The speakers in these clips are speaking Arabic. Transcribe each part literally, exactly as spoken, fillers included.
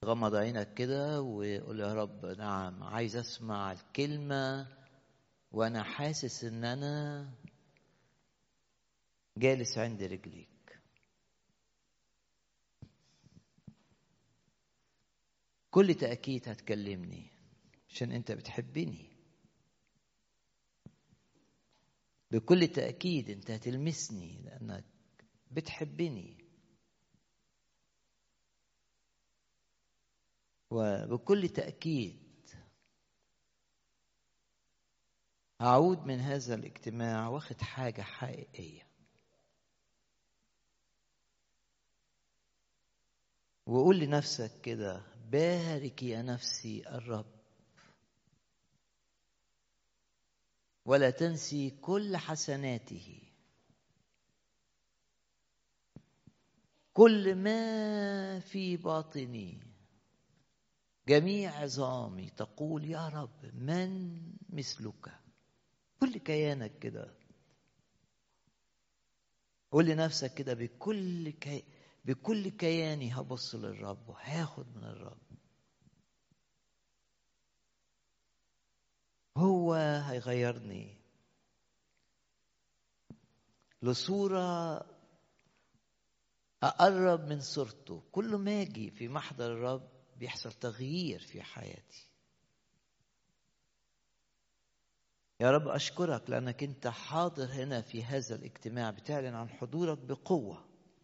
غمض عينك كده وقول يا رب نعم عايز اسمع الكلمة وانا حاسس ان انا جالس عند رجليك. كل تأكيد هتكلمني عشان انت بتحبني، بكل تأكيد انت هتلمسني لانك بتحبني، وبكل تأكيد هعود من هذا الاجتماع واخد حاجة حقيقية. وقول لنفسك كده بارك يا نفسي الرب ولا تنسي كل حسناته، كل ما في باطني جميع عظامي تقول يا رب من مثلك. كل كيانك كده قول لنفسك كده بكل كي... بكل كياني هبص للرب وهاخد من الرب. هو هيغيرني لصورة أقرب من صورته. كل ما أجي في محضر الرب بيحصل تغيير في حياتي. يا رب أشكرك لأنك أنت حاضر هنا في هذا الاجتماع، بتعلن عن حضورك بقوة.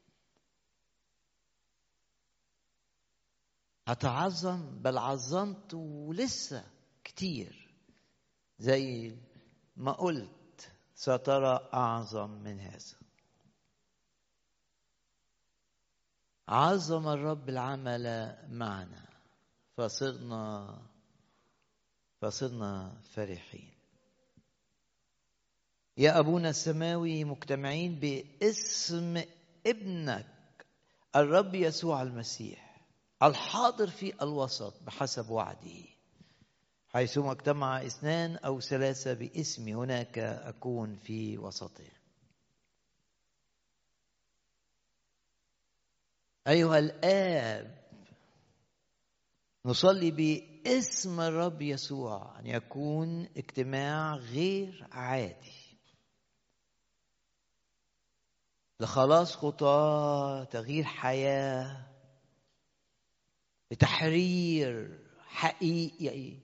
هتعظم، بل عظمت ولسه كتير زي ما قلت سترى أعظم من هذا. عظم الرب العمل معنا فصرنا فصرنا فرحين. يا أبونا السماوي مجتمعين باسم ابنك الرب يسوع المسيح الحاضر في الوسط بحسب وعده، حيثما اجتمع اثنان أو ثلاثة باسمي هناك أكون في وسطهم. أيها الآب نصلي باسم الرب يسوع أن يكون اجتماع غير عادي لخلاص خطاة، تغيير حياة، لتحرير حقيقي،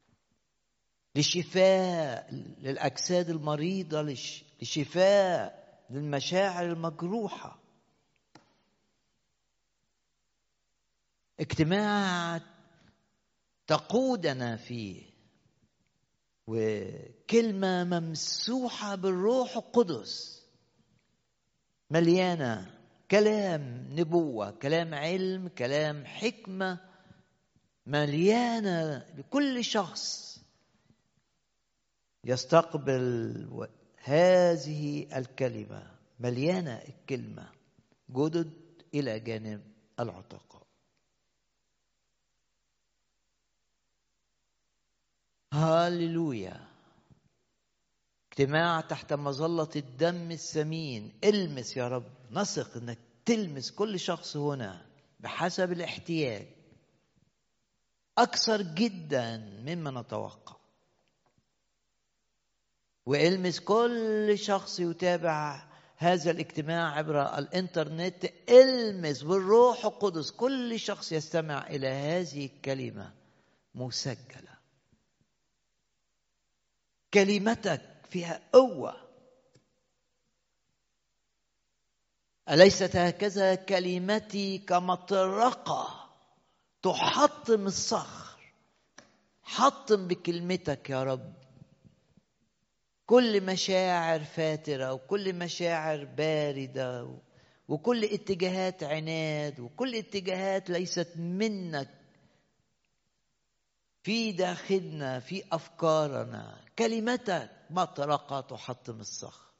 لشفاء للأجساد المريضة، لشفاء للمشاعر المجروحة. اجتماع تقودنا فيه وكلمة ممسوحة بالروح القدس، مليانة كلام نبوة، كلام علم، كلام حكمة، مليانة لكل شخص يستقبل هذه الكلمة. مليانة الكلمة جدد إلى جانب العتقاء. هاليلويا. اجتماع تحت مظلة الدم الثمين. المس يا رب، نثق انك تلمس كل شخص هنا بحسب الاحتياج اكثر جدا مما نتوقع. والمس كل شخص يتابع هذا الاجتماع عبر الانترنت. المس بالروح القدس كل شخص يستمع الى هذه الكلمة مسجلة. كلمتك فيها قوة. أليست هكذا كلمتي كمطرقة تحطم الصخر؟ حطم بكلمتك يا رب كل مشاعر فاترة وكل مشاعر باردة وكل اتجاهات عناد وكل اتجاهات ليست منك في داخلنا في أفكارنا. كلمتك مطرقة تحطم الصخر.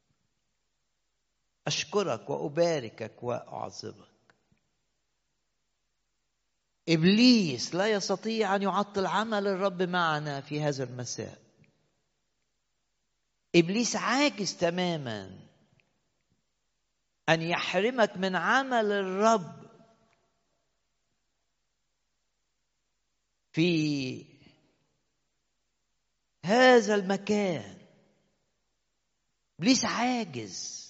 أشكرك وأباركك وأعظمك. إبليس لا يستطيع أن يعطل عمل الرب معنا في هذا المساء. إبليس عاجز تماما أن يحرمك من عمل الرب في هذا المكان. إبليس عاجز.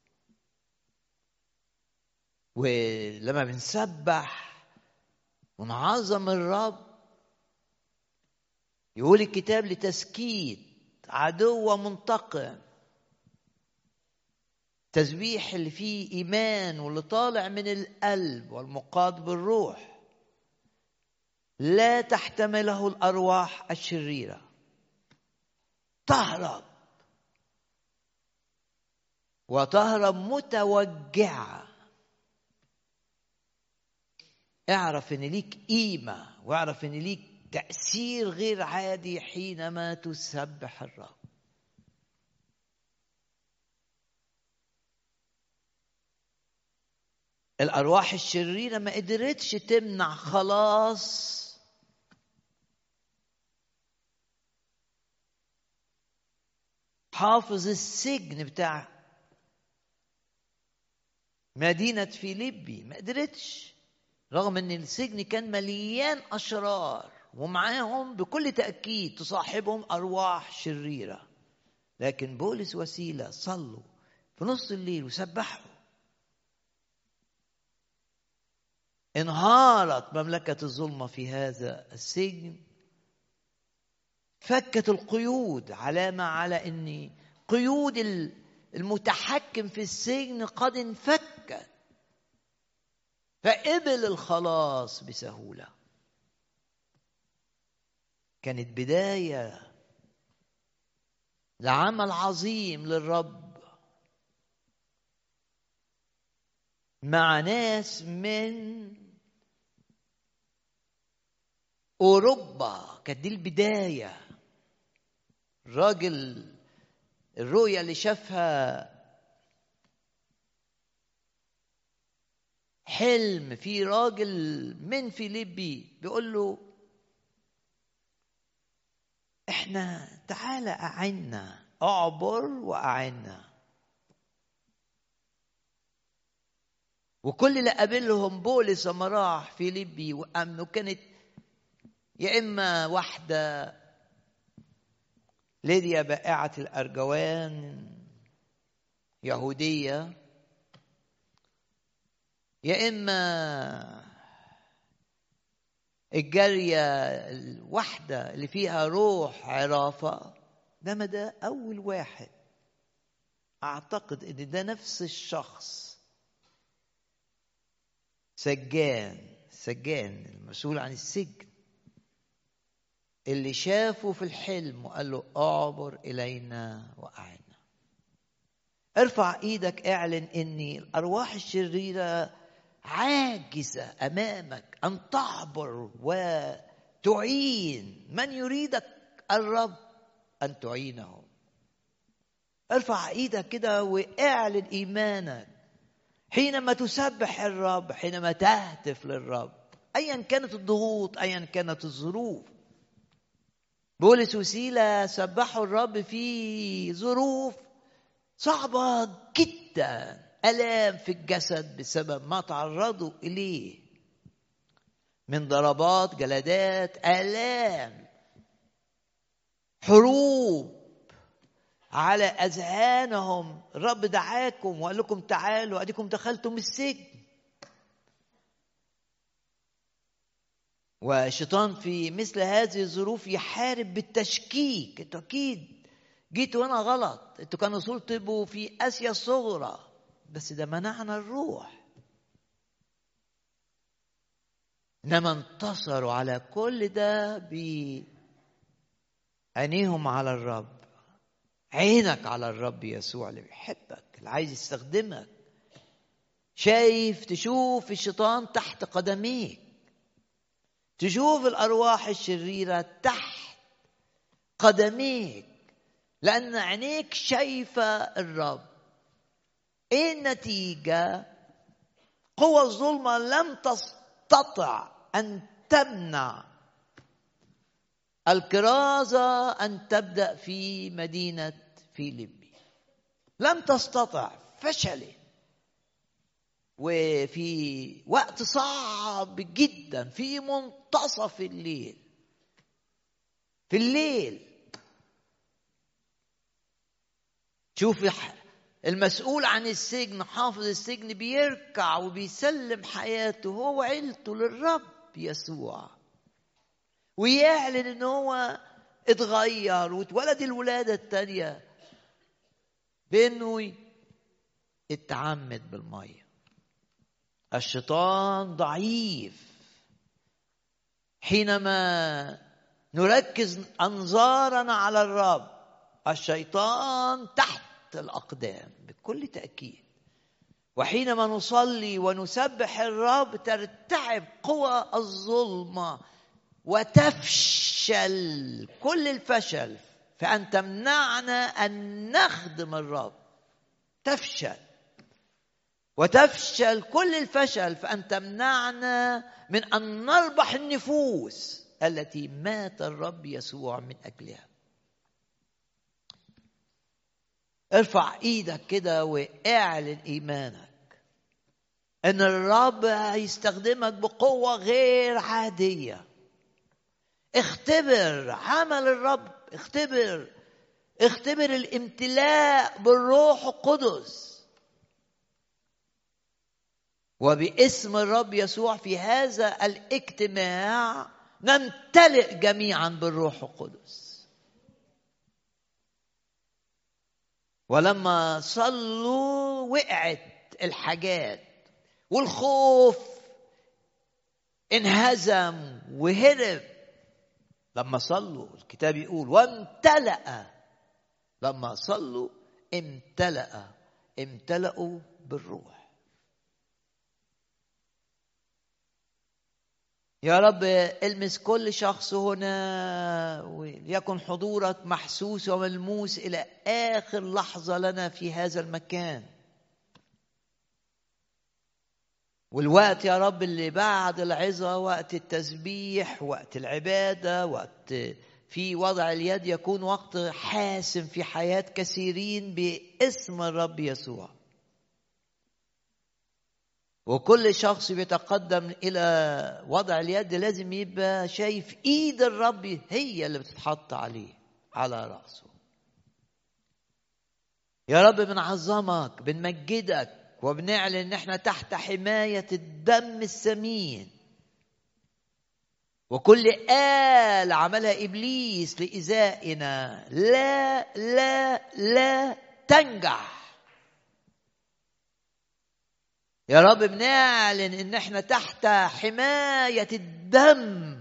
ولما بنسبح ونعظم الرب يقول الكتاب لتسكيت عدو منتقم. تسبيح اللي فيه إيمان واللي طالع من القلب والمقاد بالروح لا تحتمله الأرواح الشريرة، تهرب وتهرب متوجعة. اعرف ان ليك قيمة، واعرف ان ليك تأثير غير عادي حينما تسبح الرب. الأرواح الشريرة ما قدرتش تمنع خلاص حافظ السجن بتاع مدينة فيليبي، ما قدرتش، رغم ان السجن كان مليان أشرار ومعاهم بكل تأكيد تصاحبهم أرواح شريرة. لكن بولس وسيلة صلوا في نص الليل وسبحوا، انهارت مملكة الظلمة في هذا السجن، فكت القيود، علامة على ان قيود المتحكم في السجن قد انفكت، فقبل الخلاص بسهولة. كانت بداية لعمل عظيم للرب مع ناس من أوروبا. كانت دي البداية. الراجل الرؤية اللي شافها حلم في راجل من فيليبي بيقول له احنا تعالى أعنا، اعبر وأعنا. وكل اللي قابلهم بولس لما راح فيليبي وأمنوا كانت يا إما واحدة ليديا بائعة الأرجوان يهودية، يا إما الجارية الواحدة اللي فيها روح عرافة. ده ما ده أول واحد. أعتقد إن ده نفس الشخص، سجان سجان المسؤول عن السجن، اللي شافه في الحلم وقال له اعبر إلينا وأعنا. ارفع ايدك، اعلن ان الأرواح الشريرة عاجزة أمامك أن تعبر وتعين من يريدك الرب أن تعينه. ارفع ايدك كده واعلن إيمانك حينما تسبح الرب، حينما تهتف للرب، أيا كانت الضغوط، أيا كانت الظروف. بولس وسيلة سبحوا الرب في ظروف صعبة جدا، ألام في الجسد بسبب ما تعرضوا إليه من ضربات، جلدات، آلام، حروب على أذهانهم. الرب دعاكم وقال لكم تعالوا، أديكم دخلتم السجن. والشيطان في مثل هذه الظروف يحارب بالتشكيك. انتوا اكيد جيتوا هنا غلط، انتوا كانوا اصول تبقوا في اسيا الصغرى، بس ده منعنا الروح. انما انتصروا على كل ده بعينيهم على الرب. عينك على الرب يسوع اللي بيحبك، اللي عايز يستخدمك. شايف تشوف الشيطان تحت قدميك، تشوف الأرواح الشريرة تحت قدميك، لأن عينيك شايفة الرب. إيه النتيجة؟ قوى الظلمة لم تستطع أن تمنع الكرازة أن تبدأ في مدينة فيليبي. لم تستطع، فشلت. وفي وقت صعب جدا في منتصف الليل في الليل. شوف المسؤول عن السجن، حافظ السجن، بيركع وبيسلم حياته هو وعيلته للرب يسوع، ويعلن ان هو اتغير واتولد الولادة التانية بانه اتعمد بالمية. الشيطان ضعيف حينما نركز أنظارنا على الرب. الشيطان تحت الأقدام بكل تأكيد. وحينما نصلي ونسبح الرب ترتعب قوى الظلمة وتفشل كل الفشل فأن تمنعنا أن نخدم الرب. تفشل وتفشل كل الفشل فأن تمنعنا من أن نربح النفوس التي مات الرب يسوع من أجلها. ارفع ايدك كده واعلن ايمانك ان الرب هيستخدمك بقوة غير عادية. اختبر عمل الرب، اختبر اختبر الامتلاء بالروح القدس. وباسم الرب يسوع في هذا الاجتماع نمتلئ جميعا بالروح القدس. ولما صلوا وقعت الحاجات والخوف انهزم وهرب. لما صلوا الكتاب يقول وامتلأ، لما صلوا امتلأ امتلأوا بالروح. يا رب المس كل شخص هنا وليكن حضورك محسوس وملموس إلى آخر لحظة لنا في هذا المكان. والوقت يا رب اللي بعد العظة، وقت التسبيح، وقت العبادة، وقت في وضع اليد، يكون وقت حاسم في حياة كثيرين باسم الرب يسوع. وكل شخص بيتقدم إلى وضع اليد لازم يبقى شايف إيد الرب هي اللي بتتحط عليه على رأسه. يا رب بنعظمك بنمجدك وبنعلن إن احنا تحت حماية الدم الثمين. وكل آل عملها إبليس لإيذائنا لا لا لا تنجح. يا رب بنعلن ان احنا تحت حماية الدم.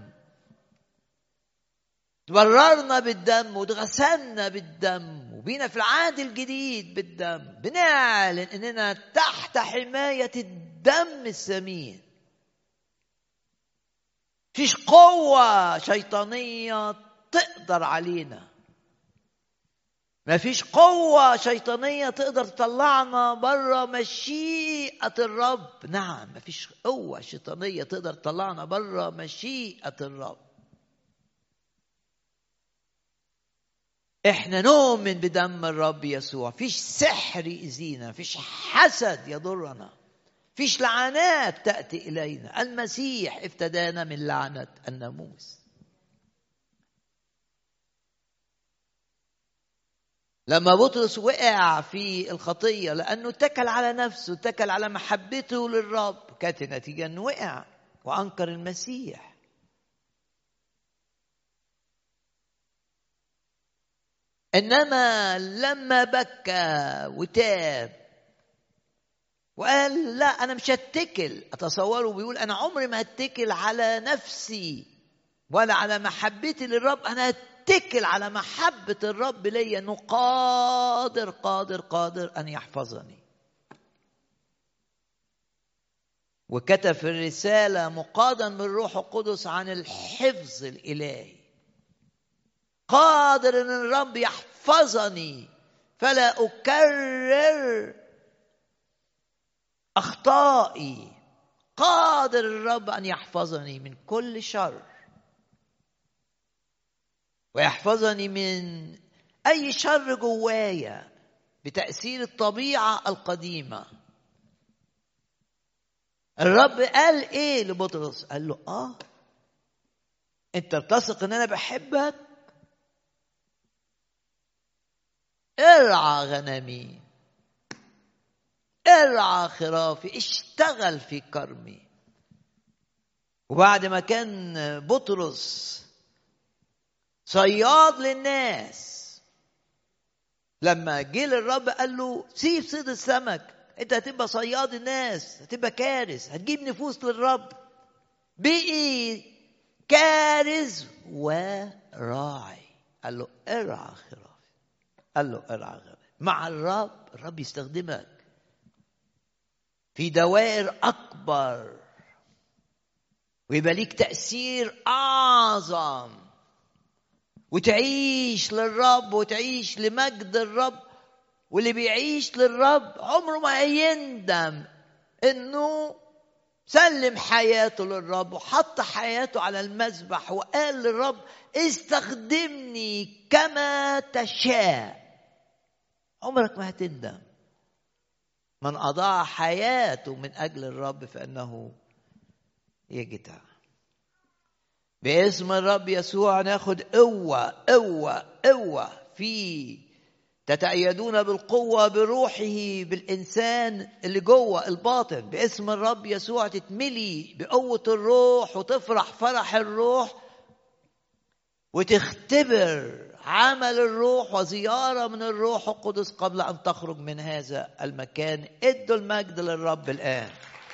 تبررنا بالدم وتغسلنا بالدم وبينا في العهد الجديد بالدم. بنعلن اننا تحت حماية الدم الثمين. فيش قوة شيطانية تقدر علينا. ما فيش قوة شيطانية تقدر تطلعنا بره مشيئة الرب. نعم، ما فيش قوة شيطانية تقدر تطلعنا بره مشيئة الرب. احنا نؤمن بدم الرب يسوع. فيش سحر يأذينا، فيش حسد يضرنا، فيش لعنات تأتي إلينا. المسيح افتدانا من لعنة الناموس. لما بطرس وقع في الخطية لأنه اتكل على نفسه، اتكل على محبته للرب، كانت النتيجة أنه وقع وأنكر المسيح. إنما لما بكى وتاب وقال لا أنا مش هتكل، أتصوره بيقول أنا عمري ما هتكل على نفسي ولا على محبتي للرب، أنا اتكل على محبة الرب لي انه قادر قادر قادر ان يحفظني. وكتب في الرسالة مقادا من الروح القدس عن الحفظ الالهي. قادر ان الرب يحفظني فلا اكرر اخطائي. قادر الرب ان يحفظني من كل شر ويحفظني من أي شر جوايا بتأثير الطبيعة القديمة. الرب قال إيه لبطرس؟ قال له آه أنت بتثق إن أنا بحبك ارعى غنمي، ارعى خرافي، اشتغل في كرمي. وبعد ما كان بطرس صياد للناس، لما جه للرب قال له سيب صيد السمك، انت هتبقى صياد الناس، هتبقى كارث، هتجيب نفوس للرب. بقي كارث وراعي. قال له ارعى خرافي، قال له ارعى غنمي. مع الرب، الرب يستخدمك في دوائر اكبر ويبقى ليك تأثير اعظم، وتعيش للرب وتعيش لمجد الرب. واللي بيعيش للرب عمره ما هيندم انه سلم حياته للرب وحط حياته على المذبح وقال للرب استخدمني كما تشاء. عمرك ما هتندم. من أضاع حياته من أجل الرب فإنه يجدها. باسم الرب يسوع ناخد قوة قوة قوة في تتأيدون بالقوة بروحه بالإنسان اللي جوه الباطن. باسم الرب يسوع تتملي بقوة الروح وتفرح فرح الروح وتختبر عمل الروح وزيارة من الروح القدس قبل أن تخرج من هذا المكان. ادوا المجد للرب الآن.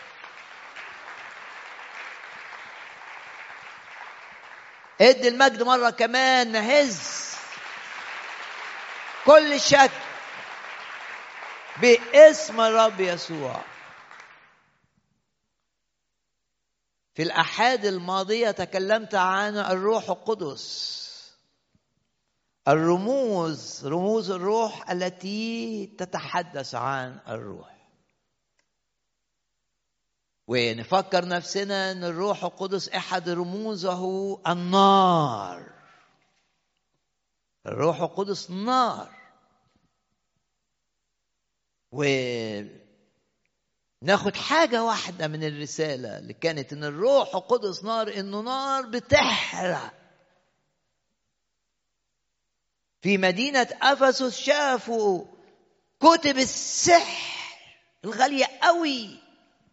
ادي المجد مرة كمان، نهز كل شك باسم الرب يسوع. في الأحاد الماضية تكلمت عن الروح القدس، الرموز، رموز الروح التي تتحدث عن الروح. ونفكر نفسنا أن الروح القدس أحد رموزه النار. الروح القدس نار. وناخد حاجة واحدة من الرسالة اللي كانت أن الروح القدس نار، أنه نار بتحرق. في مدينة أفسس شافوا كتب السحر الغالية قوي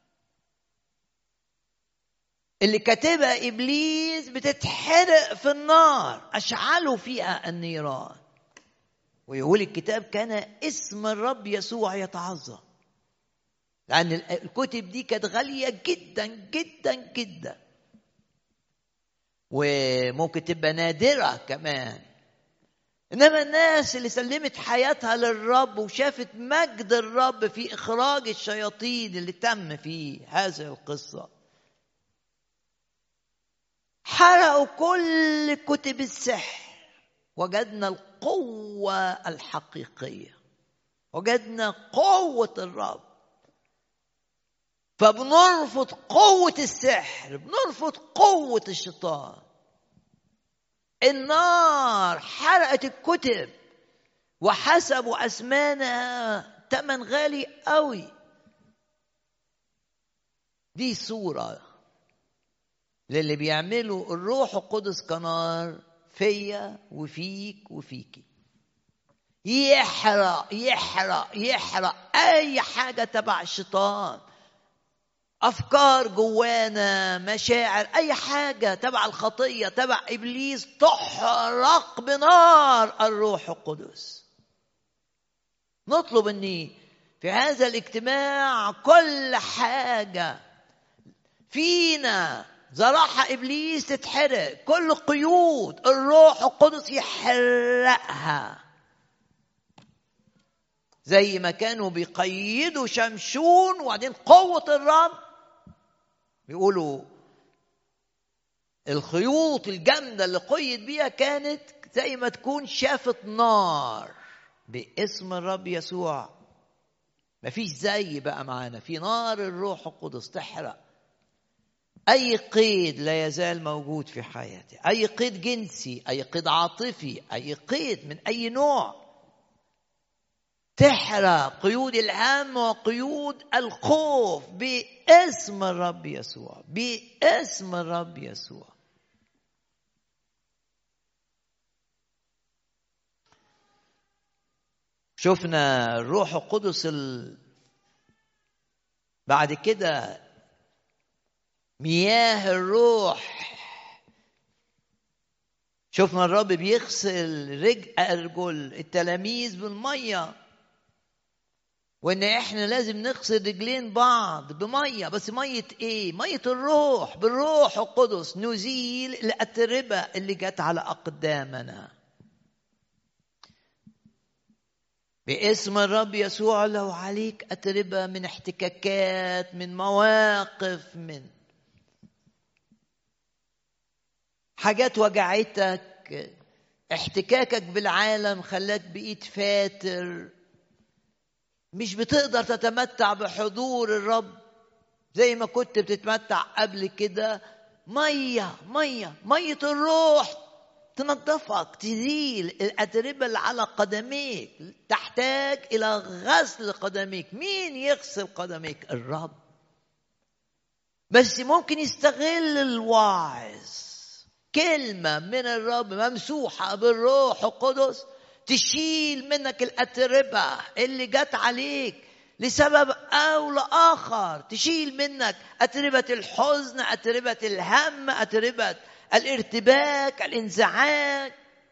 اللي كاتبها إبليس بتتحرق في النار، أشعلوا فيها النيران. ويقول الكتاب كان اسم الرب يسوع يتعظم، لأن الكتب دي كانت غالية جدا جدا جدا، وممكن تبقى نادرة كمان. إنما الناس اللي سلمت حياتها للرب وشافت مجد الرب في إخراج الشياطين اللي تم في هذه القصة، حرقوا كل كتب السحر. وجدنا القوة الحقيقية، وجدنا قوة الرب. فبنرفض قوة السحر، بنرفض قوة الشيطان. النار حرقت الكتب وحسبوا أثمانها ثمن غالي قوي. دي صورة للي بيعملوا الروح القدس كنار فيا وفيك وفيكي. يحرق يحرق يحرق أي حاجة تبع الشيطان، أفكار جوانا، مشاعر، أي حاجة تبع الخطية تبع إبليس تحرق بنار الروح القدس. نطلب أني في هذا الاجتماع كل حاجة فينا زرعها إبليس تتحرق، كل قيود الروح القدس يحرقها. زي ما كانوا بيقيدوا شمشون وبعدين قوة الرب، بيقولوا الخيوط الجامدة اللي قيد بيها كانت زي ما تكون شافت نار. باسم الرب يسوع مفيش زي بقى معانا في نار الروح القدس تحرق أي قيد لا يزال موجود في حياتي، أي قيد جنسي، أي قيد عاطفي، أي قيد من أي نوع. تحرق قيود الهم وقيود الخوف باسم الرب يسوع، باسم الرب يسوع. شفنا الروح القدس ال... بعد كده مياه الروح. شفنا الرب بيغسل رجل أرجل التلاميذ بالمية، وإن إحنا لازم نغسل رجلين بعض بمية. بس مية إيه؟ مية الروح. بالروح القدس نزيل الأتربة اللي جت على أقدامنا باسم الرب يسوع. لو عليك أتربة من احتكاكات، من مواقف، من حاجات وجعتك، احتكاكك بالعالم خلاك بقيت فاتر، مش بتقدر تتمتع بحضور الرب زي ما كنت بتتمتع قبل كده، مية مية مية الروح تنظفك، تزيل الأتربة اللي على قدميك. تحتاج إلى غسل قدميك. مين يغسل قدميك؟ الرب. بس ممكن يستغل الواعظ كلمة من الرب ممسوحة بالروح القدس تشيل منك الأتربة اللي جت عليك لسبب أو لآخر. تشيل منك أتربة الحزن، أتربة الهم، أتربة الارتباك، الانزعاج،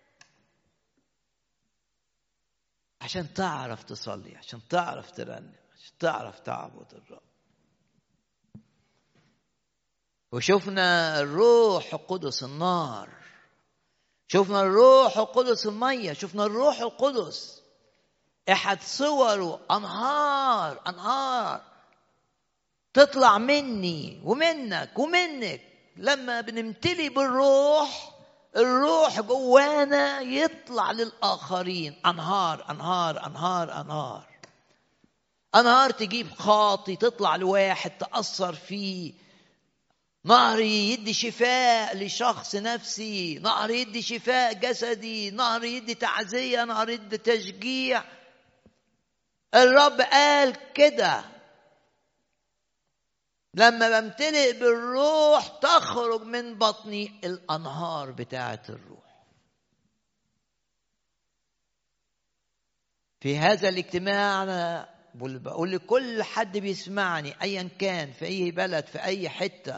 عشان تعرف تصلي، عشان تعرف ترنم، عشان تعرف تعبد الرب. وشفنا الروح القدس النار، شفنا الروح القدس المية، شفنا الروح القدس احد صوره انهار انهار تطلع مني ومنك ومنك. لما بنمتلي بالروح، الروح جوانا يطلع للآخرين انهار انهار انهار انهار انهار تجيب خاطي، تطلع لواحد تأثر فيه. نهر يدي شفاء لشخص نفسي، نهر يدي شفاء جسدي، نهر يدي تعزية، نهر يدي تشجيع. الرب قال كده، لما بمتلئ بالروح تخرج من بطني الأنهار بتاعة الروح. في هذا الاجتماع أنا بقول لكل حد بيسمعني أيا كان في أي بلد في أي حتة،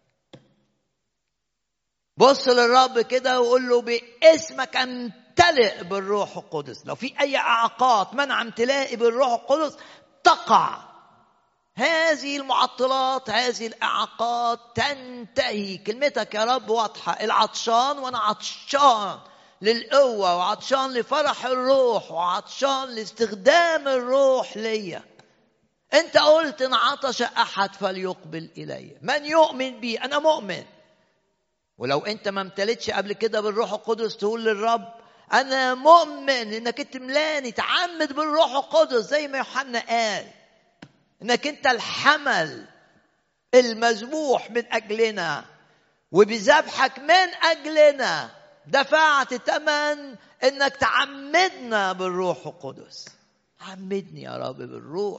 بص للرب كده وقول له باسمك امتلئ بالروح القدس. لو في أي إعاقات منع امتلائي بالروح القدس تقع هذه المعطلات، هذه الإعاقات تنتهي. كلمتك يا رب واضحة، العطشان وأنا عطشان للقوة وعطشان لفرح الروح وعطشان لاستخدام الروح ليا. أنت قلت إن عطش أحد فليقبل إلي، من يؤمن بي أنا مؤمن. ولو أنت ما امتلتش قبل كده بالروح القدس تقول للرب أنا مؤمن إنك أنت ملاني، تعمد بالروح القدس زي ما يوحنا قال إنك أنت الحمل المذبوح من أجلنا، وبذبحك من أجلنا دفعت ثمن إنك تعمدنا بالروح القدس. عمدني يا رب بالروح،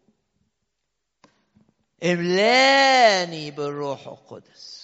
املاني بالروح القدس.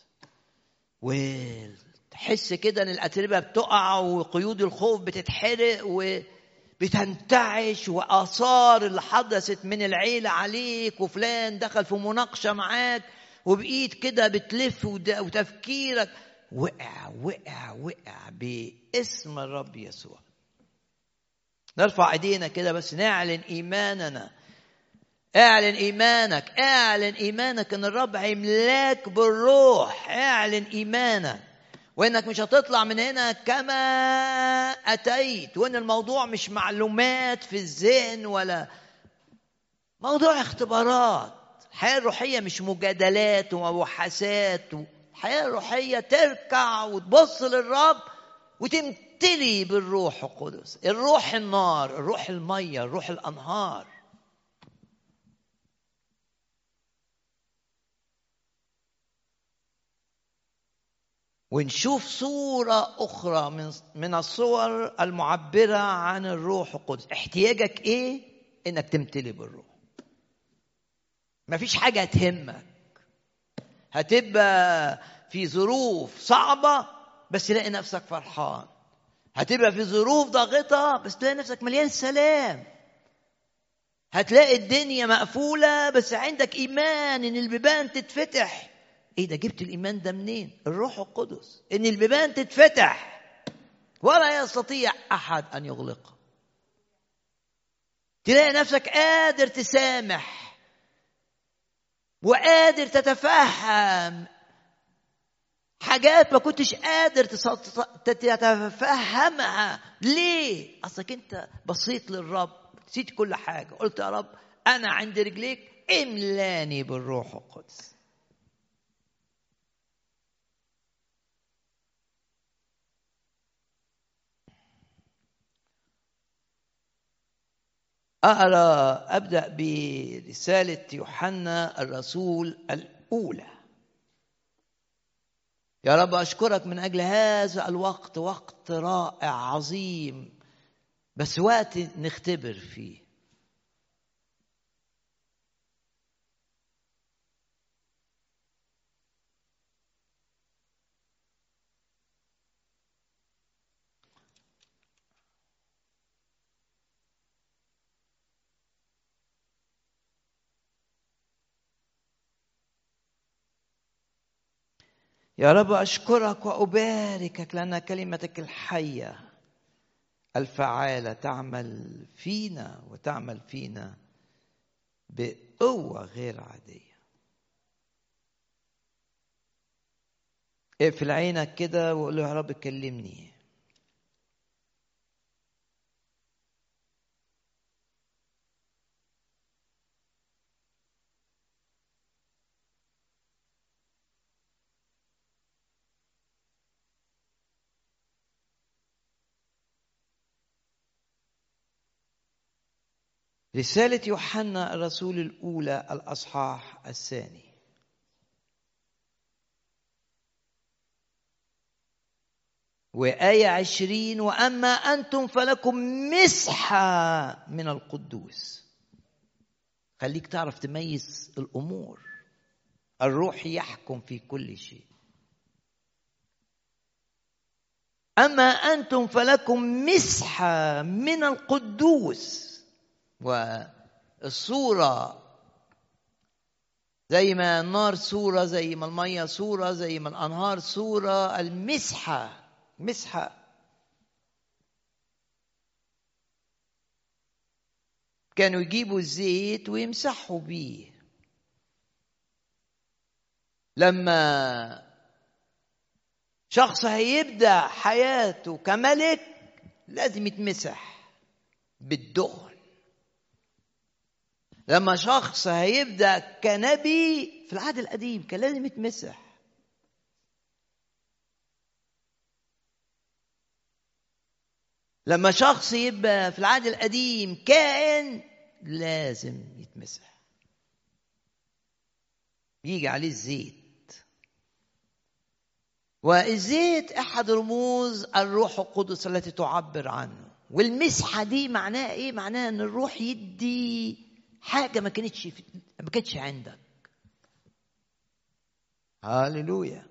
وتحس كده إن الأتربة بتقع وقيود الخوف بتتحرق وبتنتعش، وآثار اللي حدثت من العيلة عليك وفلان دخل في مناقشة معاك وبقيت كده بتلف وتفكيرك وقع وقع وقع باسم الرب يسوع. نرفع ايدينا كده بس نعلن ايماننا. اعلن ايمانك، اعلن ايمانك ان الرب هيملاك بالروح. اعلن ايمانك وانك مش هتطلع من هنا كما اتيت، وان الموضوع مش معلومات في الذهن ولا موضوع اختبارات. الحياة الروحية مش مجادلات ومباحثات. الحياة الروحية تركع وتبص للرب وتمتلي بالروح القدس، الروح النار، الروح المية، الروح الأنهار. ونشوف صورة أخرى من من الصور المعبرة عن الروح القدس. احتياجك إيه؟ إنك تمتلي بالروح. مفيش حاجة تهمك. هتبقى في ظروف صعبة بس تلاقي نفسك فرحان. هتبقى في ظروف ضاغطة بس تلاقي نفسك مليان سلام. هتلاقي الدنيا مقفولة بس عندك إيمان إن البيبان تتفتح. إيه ده؟ جبت الإيمان ده منين؟ الروح القدس. إن البيبان تتفتح ولا يستطيع أحد أن يغلقها. تلاقي نفسك قادر تسامح وقادر تتفهم حاجات ما كنتش قادر تتفهمها. ليه؟ أصلك أنت بصيت للرب، نسيت كل حاجة، قلت يا رب أنا عند رجليك، املاني بالروح القدس. أقرأ أبدأ برسالة يوحنا الرسول الأولى. يا رب أشكرك من أجل هذا الوقت، وقت رائع عظيم، بس وقت نختبر فيه. يا رب أشكرك وأباركك لأن كلمتك الحية الفعالة تعمل فينا وتعمل فينا بقوة غير عادية. اقفل عينك كده وقول له يا رب كلمني. رسالة يوحنا الرسول الأولى الأصحاح الثاني. وآية عشرين: وأما أنتم فلكم مسحة من القدوس. خليك تعرف تميز الأمور. الروح يحكم في كل شيء. أما أنتم فلكم مسحة من القدوس. والصورة زي ما النار صورة، زي ما المية صورة، زي ما الأنهار صورة. المسحة مسحة كانوا يجيبوا الزيت ويمسحوا بيه. لما شخص هيبدأ حياته كملك لازم يتمسح بالدهن. لما شخص هيبدأ كنبي في العهد القديم كان لازم يتمسح. لما شخص يبقى في العهد القديم كائن لازم يتمسح، يجي عليه الزيت. والزيت أحد رموز الروح القدس التي تعبر عنه. والمسحة دي معناها إيه؟ معناها أن الروح يدي حاجة ما كانتش ما كانتش عندك. هاليلويا.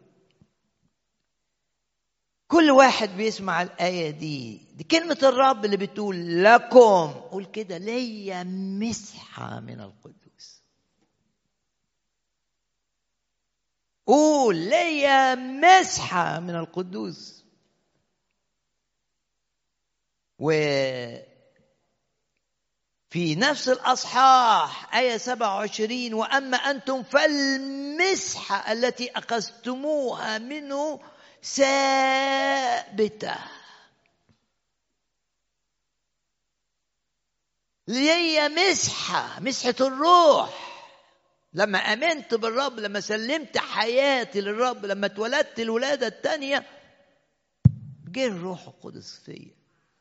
كل واحد بيسمع الآية دي، دي كلمة الرب اللي بتقول لكم، قول كده: ليا مسحة من القدوس. قول: ليا مسحة من القدوس. وفي نفس الأصحاح آية سبعة وعشرين: وأما أنتم فالمسحة التي أخذتموها منه ثابتة. ليا مسحة، مسحة الروح. لما آمنت بالرب، لما سلمت حياتي للرب، لما اتولدت الولادة الثانية، جه الروح القدس فيا.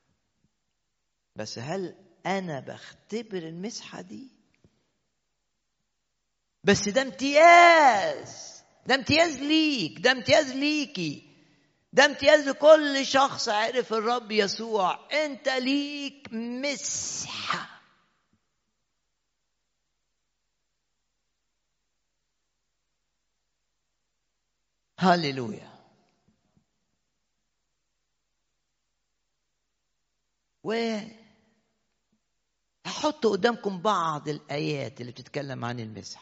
بس هل أنا بختبر المسحة دي؟ بس ده امتياز، ده امتياز ليك، ده امتياز ليكي، ده امتياز لكل شخص عرف الرب يسوع. انت ليك مسحة. هاليلويا. و هحط قدامكم بعض الآيات اللي بتتكلم عن المسح.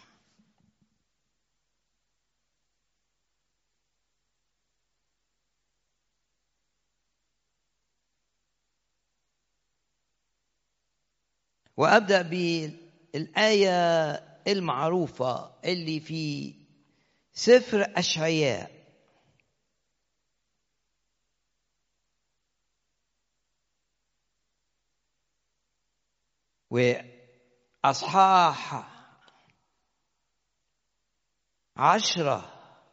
وأبدأ بالآية المعروفة اللي في سفر أشعياء وأصحاح عشرة.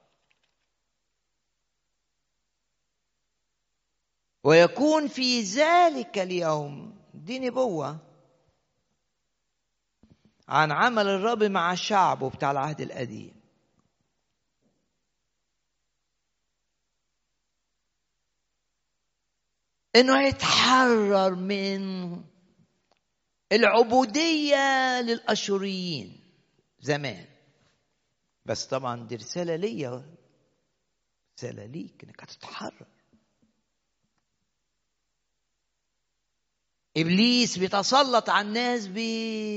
ويكون في ذلك اليوم، دي نبوة عن عمل الرب مع شعبه بتاع العهد القديم، انه يتحرر من العبودية للأشوريين زمان. بس طبعا دي رسالة ليا، رسالة ليك انك هتتحرر. إبليس بيتسلط على الناس ب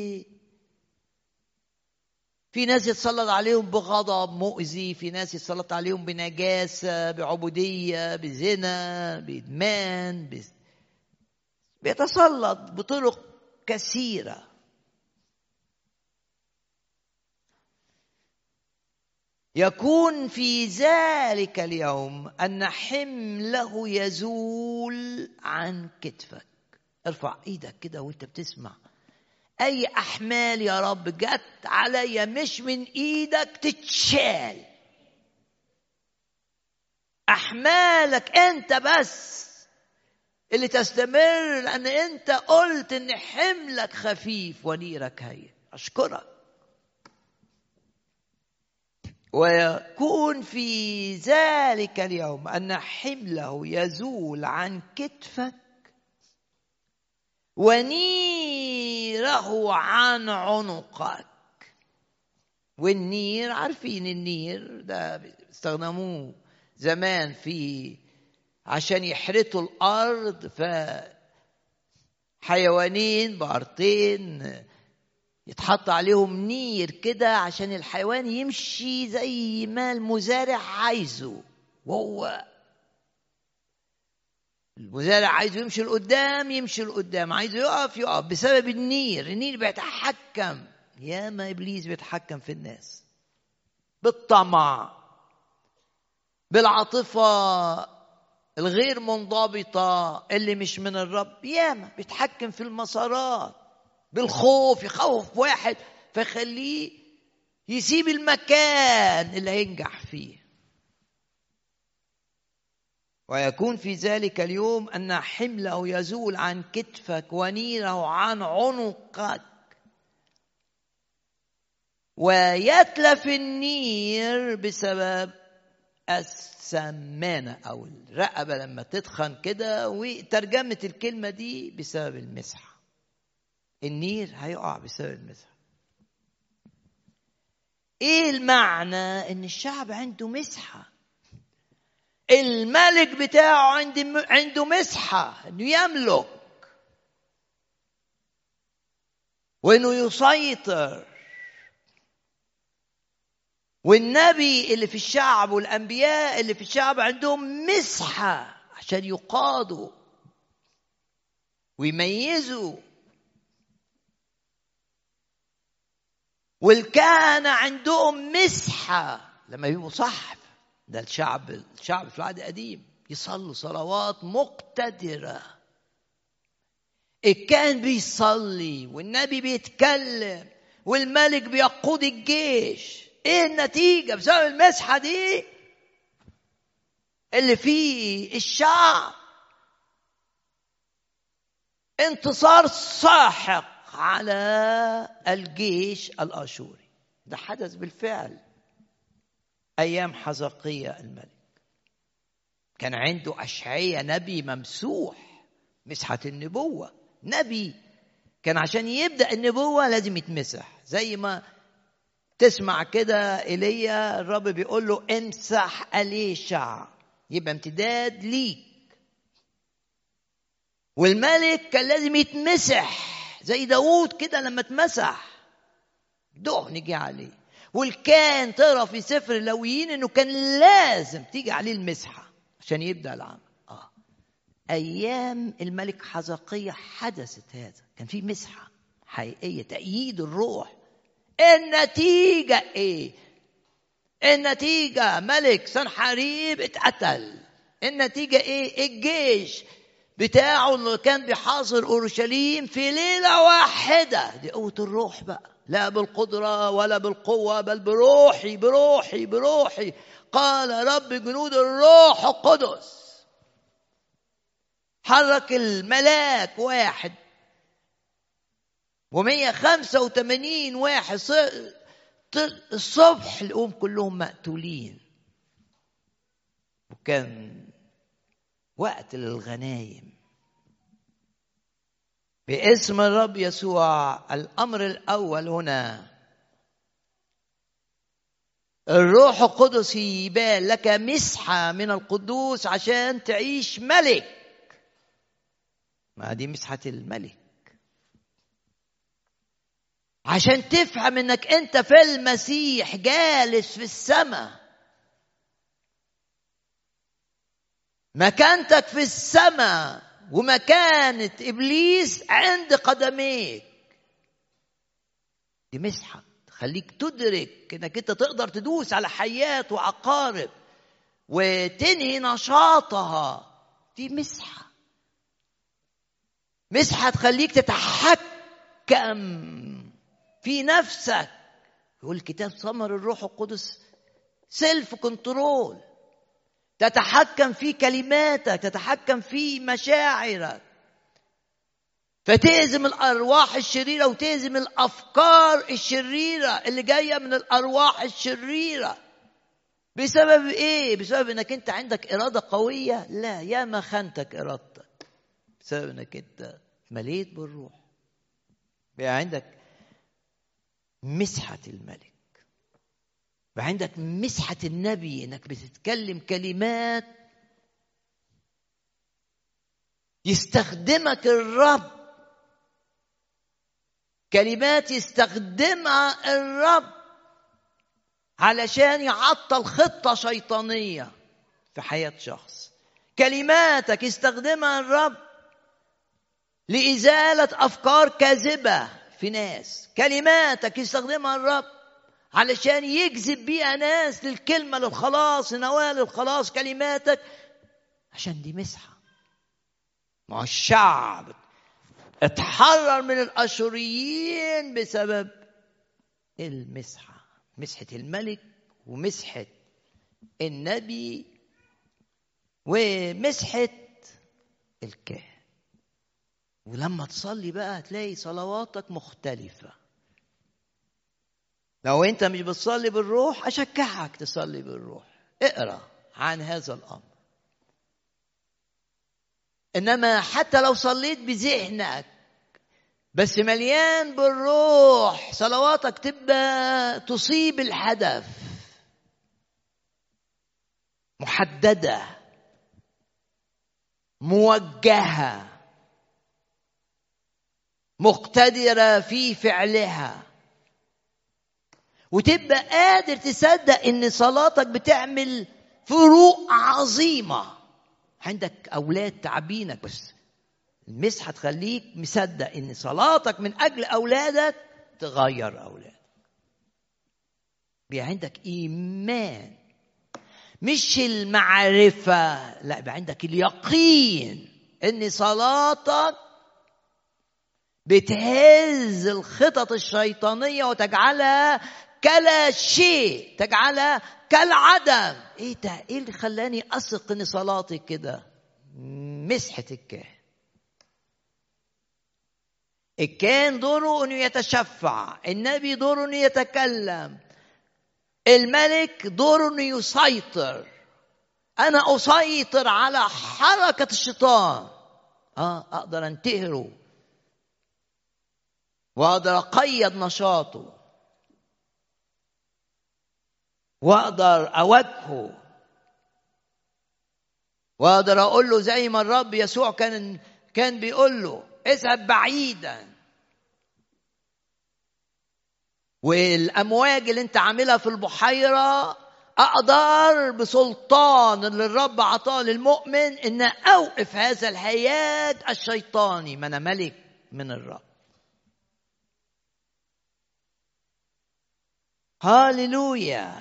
في ناس يتسلط عليهم بغضب مؤذي، في ناس يتسلط عليهم بنجاسة، بعبودية، بزنا، بإدمان، ب... بيتسلط بطرق كثيرة. يكون في ذلك اليوم أن حمله يزول عن كتفك. ارفع ايدك كده وانت بتسمع. اي احمال يا رب جت عليا مش من ايدك تتشال. احمالك انت بس اللي تستمر، لان انت قلت ان حملك خفيف ونيرك هين. اشكرك. ويكون في ذلك اليوم ان حمله يزول عن كتفك ونيره عن عنقك. والنير عارفين النير ده استخدموه زمان في عشان يحرثوا الأرض، فحيوانين بقرتين يتحط عليهم نير كده عشان الحيوان يمشي زي ما المزارع عايزه. وهو المزارع عايزه يمشي لقدام يمشي لقدام، عايزه يقف يقف، بسبب النير. النير بيتحكم. يا ما إبليس بيتحكم في الناس بالطمع، بالعاطفة الغير منضبطة اللي مش من الرب. ياما بيتحكم في المسارات، بالخوف، يخوف واحد فيخليه يسيب المكان اللي هينجح فيه. ويكون في ذلك اليوم أن حمله يزول عن كتفك ونيره عن عنقك، ويتلف النير بسبب السمانة أو الرقبة لما تتخن كده. وترجمة الكلمة دي بسبب المسحة. النير هيقع بسبب المسحة. إيه المعنى؟ إن الشعب عنده مسحة. الملك بتاعه عنده عنده مسحة إنه يملك وإنه يسيطر. والنبي اللي في الشعب والأنبياء اللي في الشعب عندهم مسحة عشان يقادوا ويميزوا. والكهنة عندهم مسحة لما يبقوا صحف. ده الشعب الشعب في العهد القديم يصلوا صلوات مقتدرة. الكاهن بيصلي والنبي بيتكلم والملك بيقود الجيش. ايه النتيجة بسبب المسحة دي اللي فيه الشعب؟ انتصار ساحق على الجيش الآشوري. ده حدث بالفعل أيام حزقية الملك. كان عنده أشعياء نبي ممسوح، مسحة النبوة. نبي كان عشان يبدأ النبوة لازم يتمسح. زي ما تسمع كده إيليا الرب بيقول له امسح أليشع، يبقى امتداد ليك. والملك كان لازم يتمسح زي داوود كده لما اتمسح دهن جه عليه. والكان ترى في سفر اللاويين انه كان لازم تيجي عليه المسحه عشان يبدا العمل. اه ايام الملك حزقية حدثت هذا، كان في مسحه حقيقيه تأييد الروح. النتيجه ايه؟ النتيجه ملك سنحريب اتقتل. النتيجه ايه؟ الجيش بتاعه اللي كان بيحاصر اورشليم في ليله واحده. دي قوه الروح بقى، لا بالقدره ولا بالقوه بل بروحي بروحي بروحي قال رب جنود الروح القدس. حرك الملاك واحد ومية خمسة وثمانين واحد الصبح لقوم كلهم مقتولين. وكان وقت للغنايم باسم الرب يسوع. الأمر الأول هنا الروح القدس يبال لك مسحة من القدوس عشان تعيش ملك. ما دي مسحة الملك عشان تفهم انك انت في المسيح جالس في السماء. مكانتك في السماء ومكانة إبليس عند قدميك. دي مسحة تخليك تدرك انك انت تقدر تدوس على حيات وعقارب وتنهي نشاطها. دي مسحة مسحة تخليك تتحكم في نفسك. يقول الكتاب ثمر الروح القدس سيلف كنترول. تتحكم في كلماتك، تتحكم في مشاعرك، فتهزم الأرواح الشريرة وتهزم الأفكار الشريرة اللي جاية من الأرواح الشريرة. بسبب إيه؟ بسبب إنك أنت عندك إرادة قوية؟ لا، يا ما خانتك إرادتك بسبب إنك أنت مليت بالروح. بقى عندك مسحة الملك، بقى عندك مسحة النبي، إنك بتتكلم كلمات يستخدمك الرب، كلمات يستخدمها الرب علشان يعطل خطة شيطانية في حياة شخص. كلماتك يستخدمها الرب لإزالة أفكار كاذبة في ناس. كلماتك يستخدمها الرب علشان يجذب بيها ناس للكلمة للخلاص، لنوال الخلاص. كلماتك عشان دي مسحة. مع الشعب اتحرر من الأشوريين بسبب المسحة، مسحة الملك ومسحة النبي ومسحة الكاهن. ولما تصلي بقى هتلاقي صلواتك مختلفة. لو انت مش بتصلي بالروح أشجعك تصلي بالروح، اقرأ عن هذا الأمر. إنما حتى لو صليت بذهنك بس مليان بالروح، صلواتك تبقى تصيب الهدف، محددة، موجهة، مقتدرة في فعلها، وتبقى قادر تصدق إن صلاتك بتعمل فروق عظيمة. عندك أولاد تعبينك بس المسحة تخليك مصدق إن صلاتك من أجل أولادك تغير أولادك. بيبقى عندك إيمان، مش المعرفة، لا، بيبقى عندك اليقين إن صلاتك بتهز الخطط الشيطانية وتجعلها كلا شيء، تجعلها كالعدم. ايه ده؟ ايه اللي خلاني اثق ان صلاتي كده؟ مسحة الكاهن. الكاهن دوره انه يتشفع، النبي دوره انه يتكلم، الملك دوره انه يسيطر. انا اسيطر على حركة الشيطان، اه اقدر انتهره واقدر اقيد نشاطه واقدر اواجهه واقدر اقول له زي ما الرب يسوع كان كان بيقول له اذهب بعيدا، والأمواج اللي انت عاملها في البحيرة أقدر بسلطان اللي الرب عطاه للمؤمن إن أوقف هذا الهياج الشيطاني، ما أنا ملك من الرب. هاليلويا.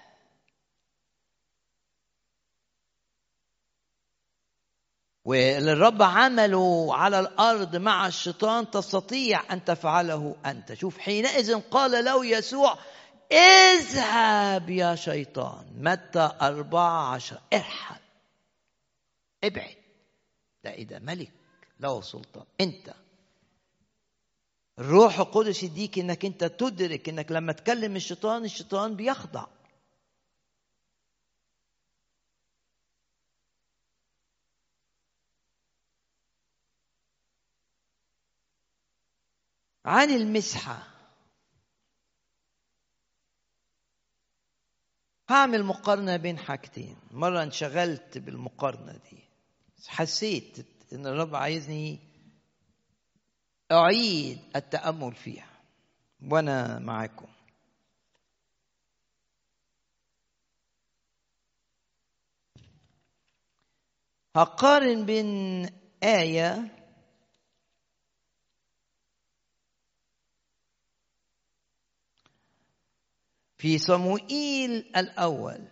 واللي الرب عمله على الأرض مع الشيطان تستطيع أن تفعله أنت. شوف، حينئذ قال له يسوع اذهب يا شيطان. متى أربعة عشر. ارحل، ابعد. ده إيه ده؟ ملك له سلطان. أنت الروح القدس يديك إنك أنت تدرك إنك لما تكلم الشيطان الشيطان بيخضع. عن المسحة هعمل مقارنة بين حاجتين. مرة انشغلت بالمقارنة دي، حسيت إن الرب عايزني أعيد التأمل فيها وأنا معاكم. هقارن بين آية في صموئيل الأول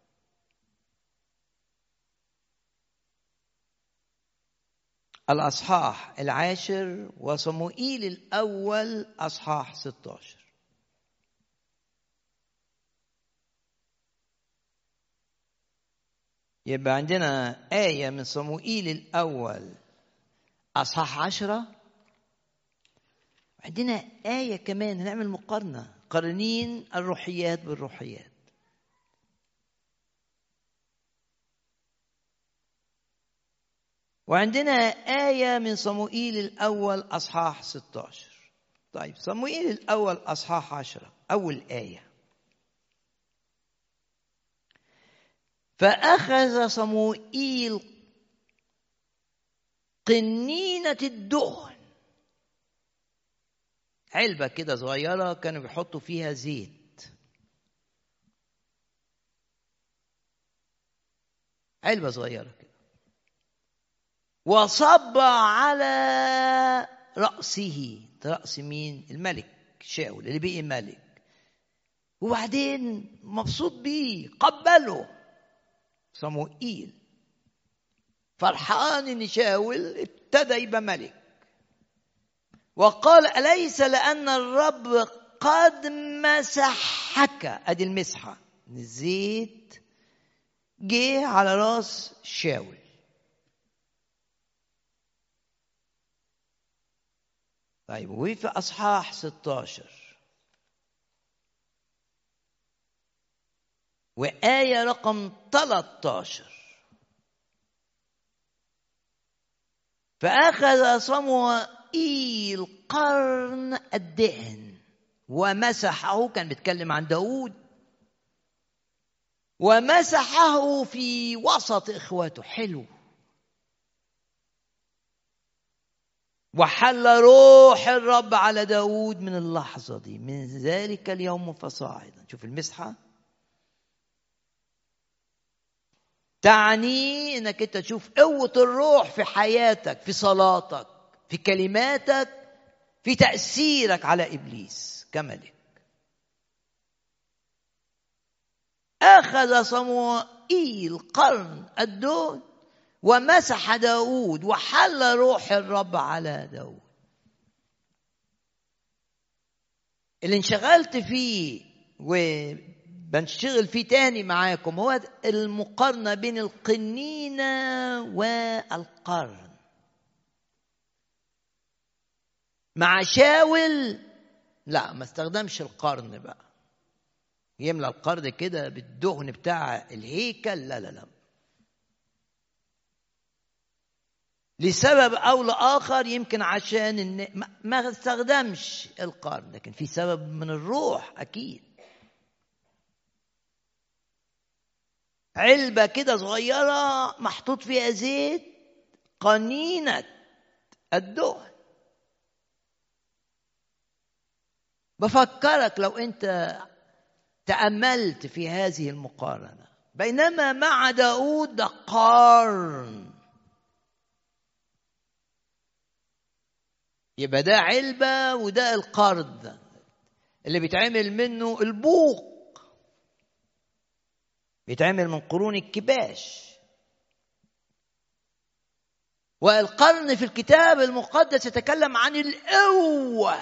الأصحاح العاشر وصموئيل الأول أصحاح ستة عشر. يبقى عندنا آية من صموئيل الأول أصحاح عشرة، عندنا آية كمان هنعمل مقارنة، قارنين الروحيات بالروحيات. وعندنا آية من صموئيل الأول أصحاح ستة عشر. طيب، صموئيل الأول أصحاح عشرة، أول آية: فأخذ صموئيل قنينة الدهن، علبة كده صغيرة كانوا بيحطوا فيها زيت، علبة صغيرة كده، وصب على رأسه. رأس مين؟ الملك شاول اللي بقي ملك. وبعدين مبسوط بيه، قبله صموئيل، فرحان ان شاول ابتدى يبقى ملك. وقال أليس لأن الرب قد مسحك؟ ادي المسحة، الزيت جه على راس شاول. طيب، وفي أصحاح ستة عشر وآية رقم ثلاثة عشر: فأخذ صموئيل قرن الدهن ومسحه، كان بيتكلم عن داود، ومسحه في وسط إخواته. حلو. وحل روح الرب على داود من اللحظة دي، من ذلك اليوم فصاعدا. شوف المسحة تعني انك انت تشوف قوة الروح في حياتك، في صلاتك، في كلماتك، في تأثيرك على إبليس كملك. أخذ صموئيل قرن الدهن ومسح داود وحل روح الرب على داود. اللي انشغلت فيه وبنشتغل فيه تاني معاكم هو المقارنة بين القنينة والقرن. مع شاول لا، ما استخدمش القرن بقى يملى القرن كده بالدهن بتاع الهيكل، لا لا لا، لسبب أو لآخر، يمكن عشان إن ما استخدمش القرن، لكن في سبب من الروح أكيد. علبة كده صغيرة محطوط فيها زيت، قنينة الدهن. بفكرك لو أنت تأملت في هذه المقارنة، بينما مع داود ده قرن، يبقى ده علبة وده القرن اللي بيتعمل منه البوق، بيتعمل من قرون الكباش. والقرن في الكتاب المقدس يتكلم عن القوة.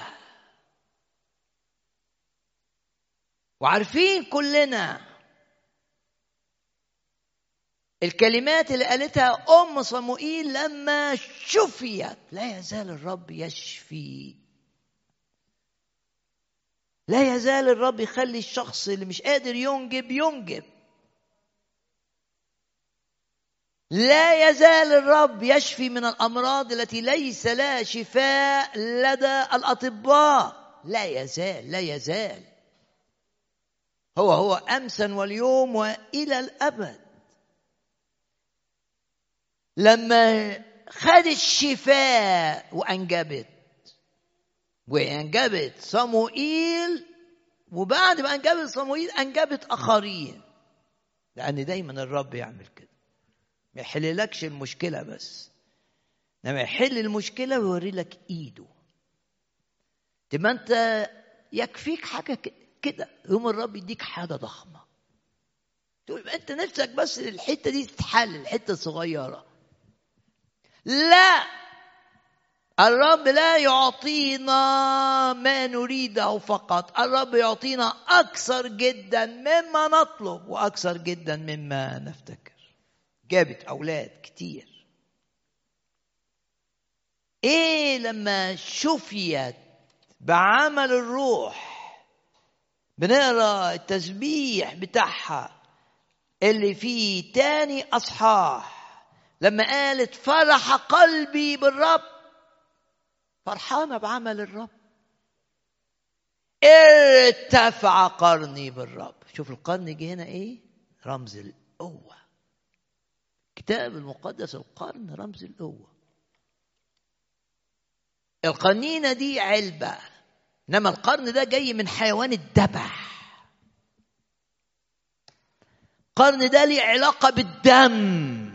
وعارفين كلنا الكلمات اللي قالتها أم صموئيل لما شفيت: لا يزال الرب يشفي. لا يزال الرب يخلي الشخص اللي مش قادر ينجب ينجب. لا يزال الرب يشفي من الأمراض التي ليس لها شفاء لدى الأطباء. لا يزال، لا يزال، هو هو أمسا واليوم وإلى الأبد. لما خد الشفاء وأنجبت وأنجبت صموئيل، وبعد ما أنجبت صموئيل أنجبت آخرين، لأن دايما الرب يعمل كده، ما يحللكش المشكلة بس، لما يحل المشكلة ويوري لك إيده. تبقى أنت يكفيك حاجة كده، يوم الرب يديك حاجة ضخمة، تقول أنت نفسك بس الحتة دي تتحل، الحتة الصغيرة. لا، الرب لا يعطينا ما نريده فقط، الرب يعطينا أكثر جدا مما نطلب وأكثر جدا مما نفتكر. جابت أولاد كتير. إيه لما شفيت بعمل الروح؟ بنقرأ التسبيح بتاعها اللي فيه تاني أصحاح، لما قالت: فرح قلبي بالرب. فرحانة بعمل الرب. ارتفع قرني بالرب. شوف القرن جه هنا ايه؟ رمز القوة. الكتاب المقدس القرن رمز القوة. القنينة دي علبة، انما القرن ده جاي من حيوان الذبح. القرن ده ليه علاقة بالدم.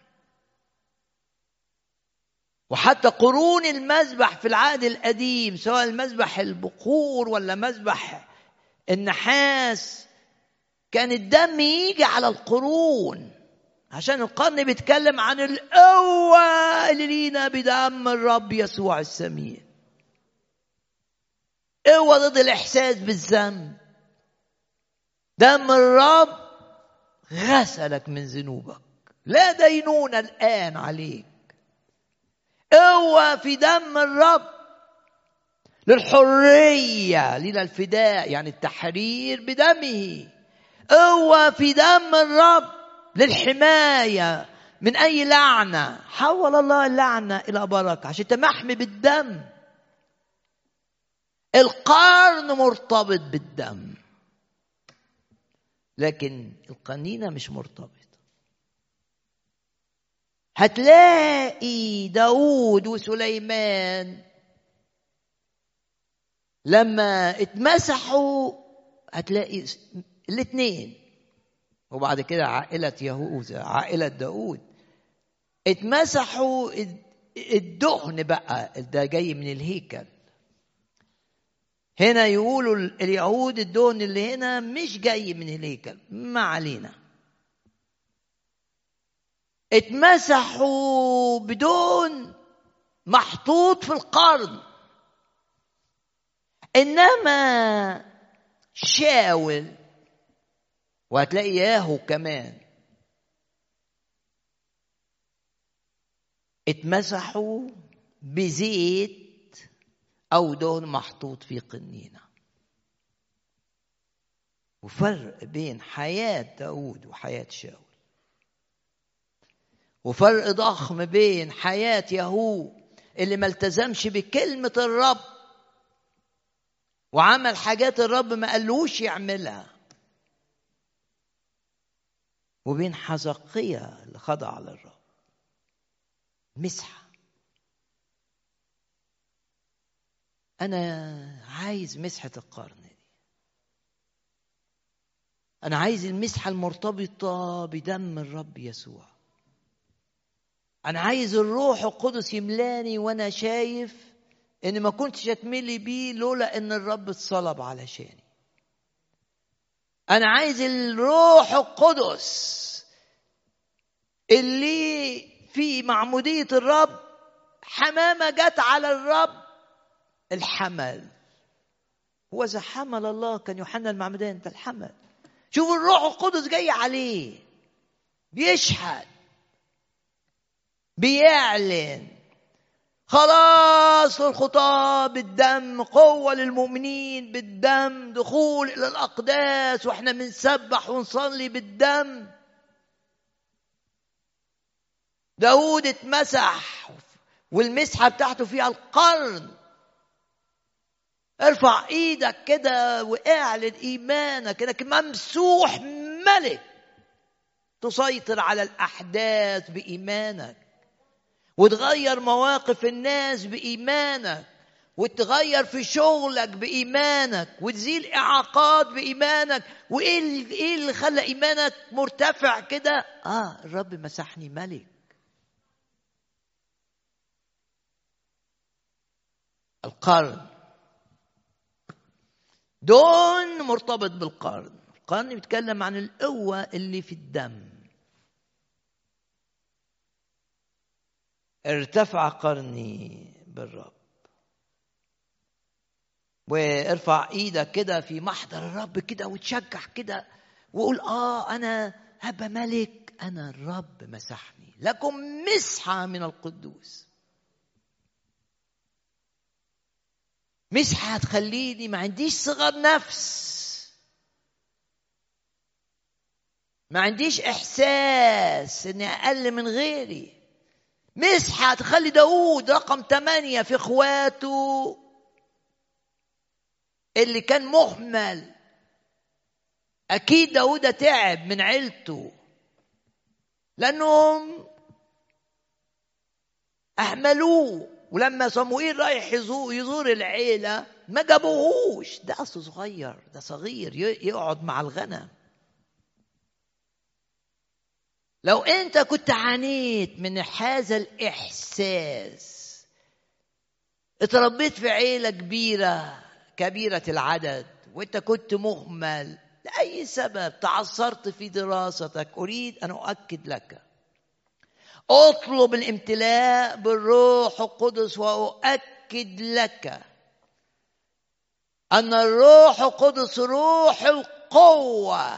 وحتى قرون المذبح في العهد القديم، سواء المذبح البخور ولا مذبح النحاس، كان الدم يجي على القرون، عشان القرن بيتكلم عن القوة اللي لينا بدم الرب يسوع السمين. قوة ضد الإحساس بالذنب. دم الرب غسلك من ذنوبك، لا دينونة الآن عليك. قوة في دم الرب للحرية، لنا الفداء يعني التحرير بدمه. قوة في دم الرب للحماية من أي لعنة. حول الله اللعنة إلى بركة عشان تمحمي بالدم. القرن مرتبط بالدم، لكن القنينة مش مرتبط. هتلاقي داود وسليمان لما اتمسحوا، هتلاقي الاثنين، وبعد كده عائلة يهوذا عائلة داود اتمسحوا. الدهن بقى ده جاي من الهيكل. هنا يقولوا اليهود الدهن اللي هنا مش جاي من الهيكل، ما علينا. اتمسحوا بدون محطوط في القرن. إنما شاول، وهتلاقي ياهو كمان، اتمسحوا بزيت أو دهن محطوط في قنينة. وفرق بين حياة داود وحياة شاول، وفرق ضخم بين حياة يهو اللي ما التزمش بكلمة الرب وعمل حاجات الرب ما قالوش يعملها، وبين حزقية اللي خضع للرب. مسحة. أنا عايز مسحة القرن دي، أنا عايز المسحة المرتبطة بدم الرب يسوع. أنا عايز الروح القدس يملاني وأنا شايف إن ما كنتش أتملي بيه لولا إن الرب اتصلب علشاني. أنا عايز الروح القدس اللي في معمودية الرب، حمامة جت على الرب الحمل. هو إذا حمل الله كان يوحنا المعمدان ده الحمل. شوف الروح القدس جاي عليه، بيشهد، بيعلن خلاص للخطاة بالدم، قوة للمؤمنين بالدم، دخول إلى الأقداس وإحنا بنسبح ونصلي بالدم. داود اتمسح والمسحة بتاعته فيها القرن. ارفع ايدك كده واعلن ايمانك انك ممسوح ملك، تسيطر على الاحداث بايمانك، وتغير مواقف الناس بايمانك، وتغير في شغلك بايمانك، وتزيل اعاقات بايمانك. وايه اللي ايه اللي خلى ايمانك مرتفع كده؟ اه الرب مسحني ملك. القرن دون مرتبط بالقرن. القرن بيتكلم عن القوة اللي في الدم. ارتفع قرني بالرب. وارفع ايدك كده في محضر الرب كده وتشجع كده وقول اه انا هبقى ملك، انا الرب مسحني، لكم مسحة من القدوس. مسحة تخليني ما عنديش صغر نفس، ما عنديش احساس اني اقل من غيري. مسحة تخلي داود رقم ثمانية في اخواته اللي كان مهمل. اكيد داود تعب من عيلته لانهم اهملوه، ولما صموئيل رايح يزور العيلة ما جابوهوش. ده اصله صغير، ده صغير يقعد مع الغنم. لو انت كنت عانيت من هذا الاحساس، اتربيت في عيلة كبيرة كبيرة العدد، وانت كنت مهمل لأي سبب، تعثرت في دراستك، أريد أن أؤكد لك اطلب الامتلاء بالروح القدس، وأؤكد لك أن الروح القدس روح القوة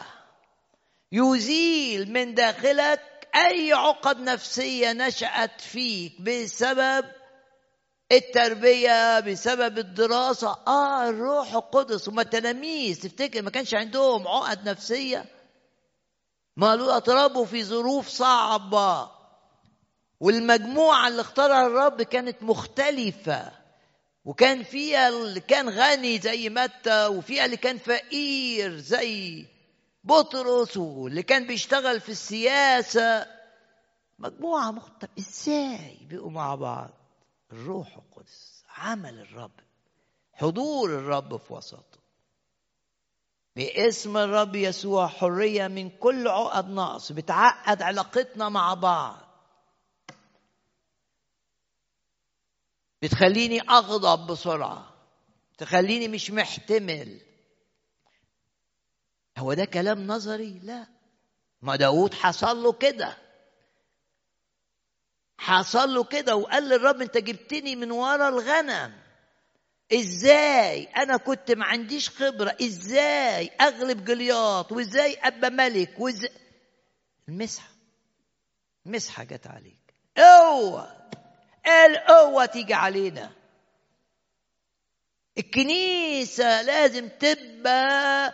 يزيل من داخلك أي عقد نفسية نشأت فيك بسبب التربية، بسبب الدراسة. آه الروح القدس. وما التلاميذ تفتكر ما كانش عندهم عقد نفسية؟ ما قالوا اتربوا في ظروف صعبة، والمجموعة اللي اختارها الرب كانت مختلفة، وكان فيها اللي كان غني زي متى، وفيها اللي كان فقير زي بطرس، واللي كان بيشتغل في السياسة. مجموعة مختلفة. ازاي بقوا مع بعض؟ الروح القدس، عمل الرب، حضور الرب في وسطه. باسم الرب يسوع حرية من كل عقد نقص بتعقد علاقتنا مع بعض، بتخليني أغضب بسرعة، تخليني مش محتمل. هو ده كلام نظري؟ لا. ما داود حصل له كده، حصل له كده وقال للرب انت جبتني من ورا الغنم. ازاي انا كنت ما عنديش خبرة، ازاي اغلب جلياط، وازاي ابقى ملك، وازاي المسحة المسحة جت عليك. قوة، القوة تيجي علينا. الكنيسة لازم تبقى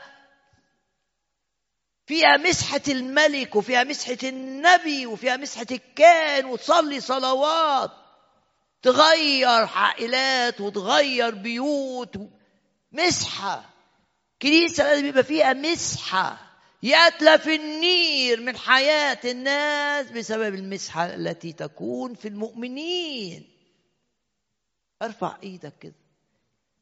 فيها مسحة الملك، وفيها مسحة النبي، وفيها مسحة الكاهن، وتصلي صلوات تغير عائلات وتغير بيوت. مسحة. كنيسة لازم يبقى فيها مسحة يتلف النير من حياة الناس بسبب المسحة التي تكون في المؤمنين. ارفع ايدك كده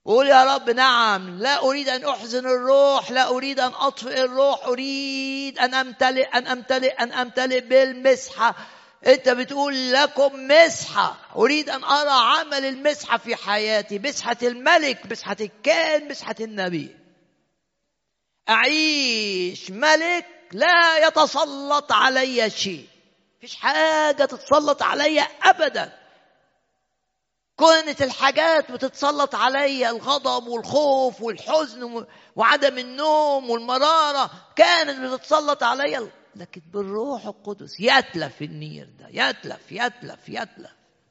وقول يا رب نعم، لا أريد أن أحزن الروح، لا أريد أن أطفئ الروح، أريد أن أمتلئ أن أمتلئ أن أمتلئ بالمسحة. أنت بتقول لكم مسحة، أريد أن أرى عمل المسحة في حياتي، مسحة الملك، مسحة الكاهن، مسحة النبي. أعيش ملك لا يتسلط علي شيء، مفيش حاجة تتسلط علي أبدا. كانت الحاجات بتتسلط علي، الغضب والخوف والحزن وعدم النوم والمرارة كانت بتتسلط علي، لكن بالروح القدس يتلف النير ده، يتلف يتلف يتلف،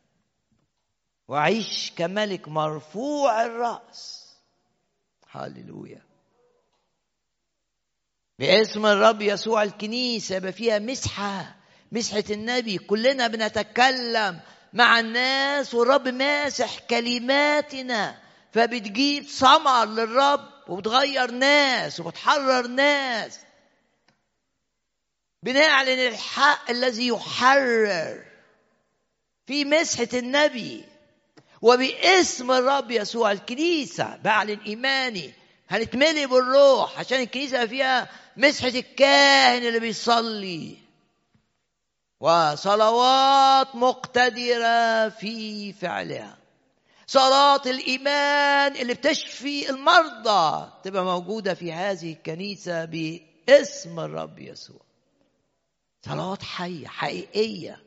وأعيش كملك مرفوع الرأس. هاليلويا. باسم الرب يسوع الكنيسة يبقى فيها مسحة، مسحة النبي. كلنا بنتكلم مع الناس والرب ماسح كلماتنا، فبتجيب ثمر للرب وبتغير ناس وبتحرر ناس. بنعلن الحق الذي يحرر في مسحة النبي. وباسم الرب يسوع الكنيسة بعلن إيماني هنتملي بالروح، عشان الكنيسة فيها مسحة الكاهن اللي بيصلي وصلوات مقتدرة في فعلها. صلاة الإيمان اللي بتشفي المرضى تبقى موجودة في هذه الكنيسة باسم الرب يسوع. صلوات حية حقيقية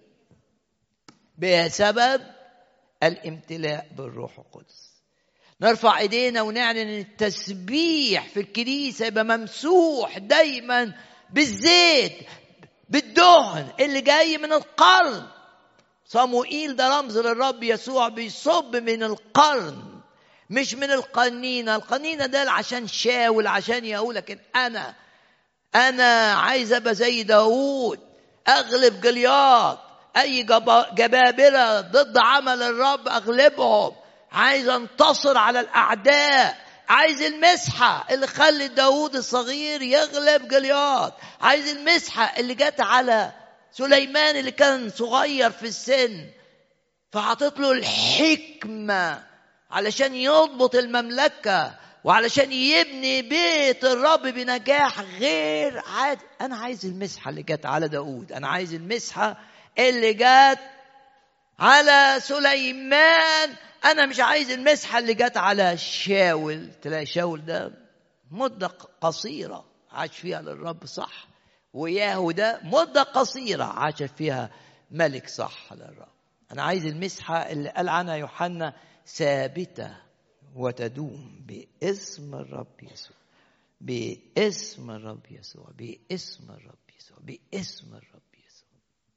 بسبب الامتلاء بالروح القدس. نرفع ايدينا ونعلن التسبيح في الكنيسة يبقى ممسوح دايما بالزيت، بالدهن اللي جاي من القرن. صموئيل ده رمز للرب يسوع، بيصب من القرن مش من القنينة. القنينة ده عشان شاول، عشان يقول لكن أنا أنا عايز أبقى زي داود، أغلب جليات، أي جبابرة ضد عمل الرب أغلبهم. عايز أنتصر على الأعداء. عايز المسحة اللي خلت داود الصغير يغلب جليات. عايز المسحة اللي جت على سليمان اللي كان صغير في السن، فعطت له الحكمة علشان يضبط المملكة وعلشان يبني بيت الرب بنجاح غير عادي. أنا عايز المسحة اللي جت على داود، أنا عايز المسحة اللي جت على سليمان. أنا مش عايز المسحة اللي جت على شاول. تلاقي شاول ده مدة قصيرة عاش فيها للرب صح، وياهو ده مدة قصيرة عاش فيها ملك صح للرب. أنا عايز المسحة اللي قال عنها يوحنا ثابتة وتدوم باسم الرب يسوع، باسم الرب يسوع، باسم الرب يسوع، باسم الرب يسوع.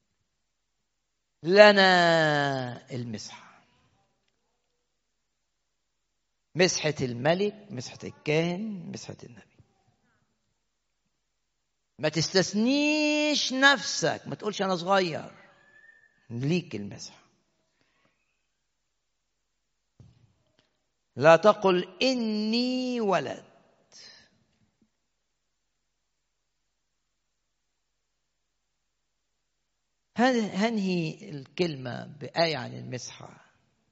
لنا المسحة، مسحة الملك، مسحة الكاهن، مسحة النبي. ما تستثنيش نفسك، ما تقولش أنا صغير، ليك المسحة. لا تقل إني ولد. هنهي الكلمة بآية عن المسحة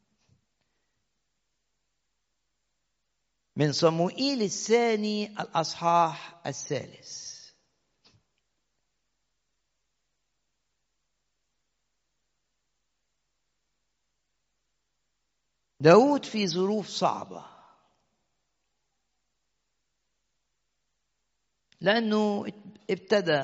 من صموئيل الثاني الأصحاح الثالث. داود في ظروف صعبة لأنه ابتدى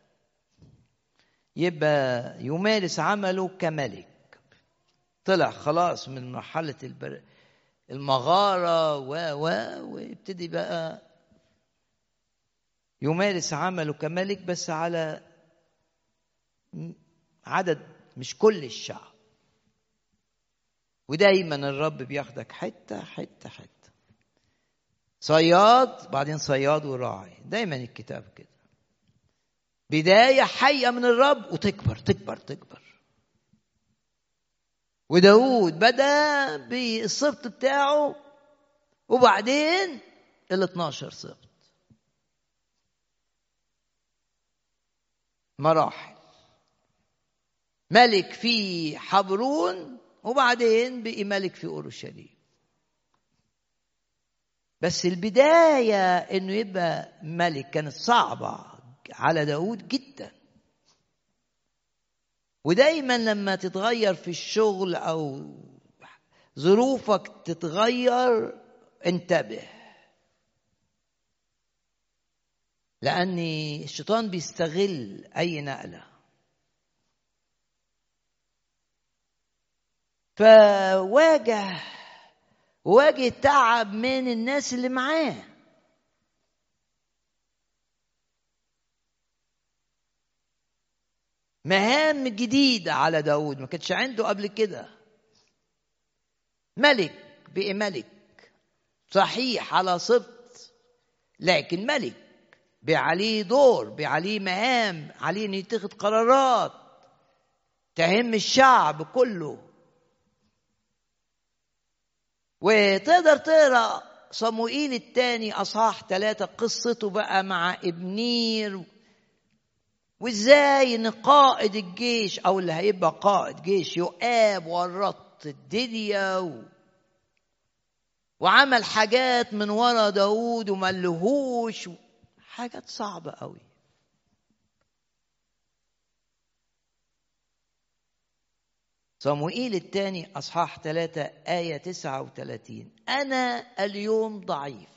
يبقى يمارس عمله كملك. طلع خلاص من مرحلة البر... المغارة و و ويبتدي بقى يمارس عمله كملك، بس على عدد مش كل الشعب. ودايما الرب بياخدك حتة حتة حتة، صياد بعدين صياد وراعي. دايما الكتاب كده، بداية حية من الرب وتكبر تكبر تكبر. وداود بدأ بالسبط بتاعه وبعدين ال اتناشر سبط، مراحل. ملك في حبرون وبعدين بقي ملك في أورشليم. بس البداية إنه يبقى ملك كانت صعبة على داود جدا. ودايما لما تتغير في الشغل أو ظروفك تتغير انتبه، لأن الشيطان بيستغل أي نقلة. فواجه واجه تعب من الناس اللي معاه. مهام جديدة على داود ما كانش عنده قبل كده. ملك بقى ملك صحيح على سبط، لكن ملك بقى عليه دور، بقى عليه مهام، عليه انه يتخذ قرارات تهم الشعب كله. وتقدر تقرا صموئيل الثاني اصحاح ثلاثة قصته بقى مع ابنير، وازاي ان قائد الجيش او اللي هيبقى قائد جيش يؤاب ورط الدنيا و... وعمل حاجات من ورا داود وملهوش، حاجات صعبة قوي. صموئيل الثاني أصحاح ثلاثة آية تسعة وثلاثين: أنا اليوم ضعيف.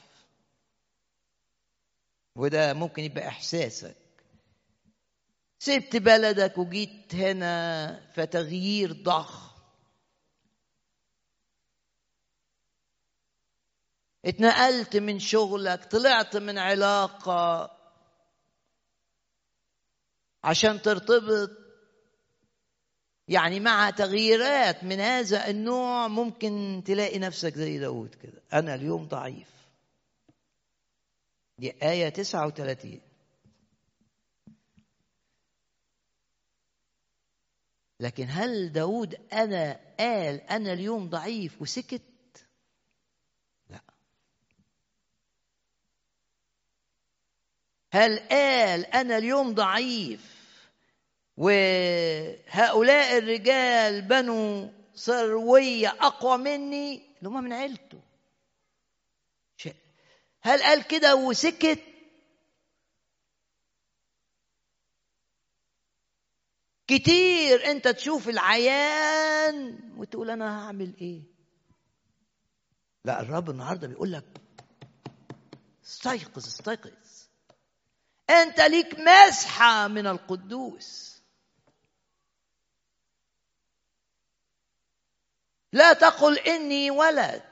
وده ممكن يبقى إحساسك. سبت بلدك وجيت هنا فتغيير ضخم. اتنقلت من شغلك، طلعت من علاقة عشان ترتبط يعني مع تغييرات من هذا النوع. ممكن تلاقي نفسك زي داود كده، أنا اليوم ضعيف. دي آية تسعة وثلاثين. لكن هل داود أنا قال أنا اليوم ضعيف وسكت؟ لا. هل قال أنا اليوم ضعيف وهؤلاء الرجال بنوا سروية أقوى مني اللي هم من عيلته؟ هل قال كده وسكت؟ كتير انت تشوف العيان وتقول انا هعمل ايه. لا، الرب النهارده بيقول لك استيقظ استيقظ، انت ليك مسحة من القدوس. لا تقل اني ولد.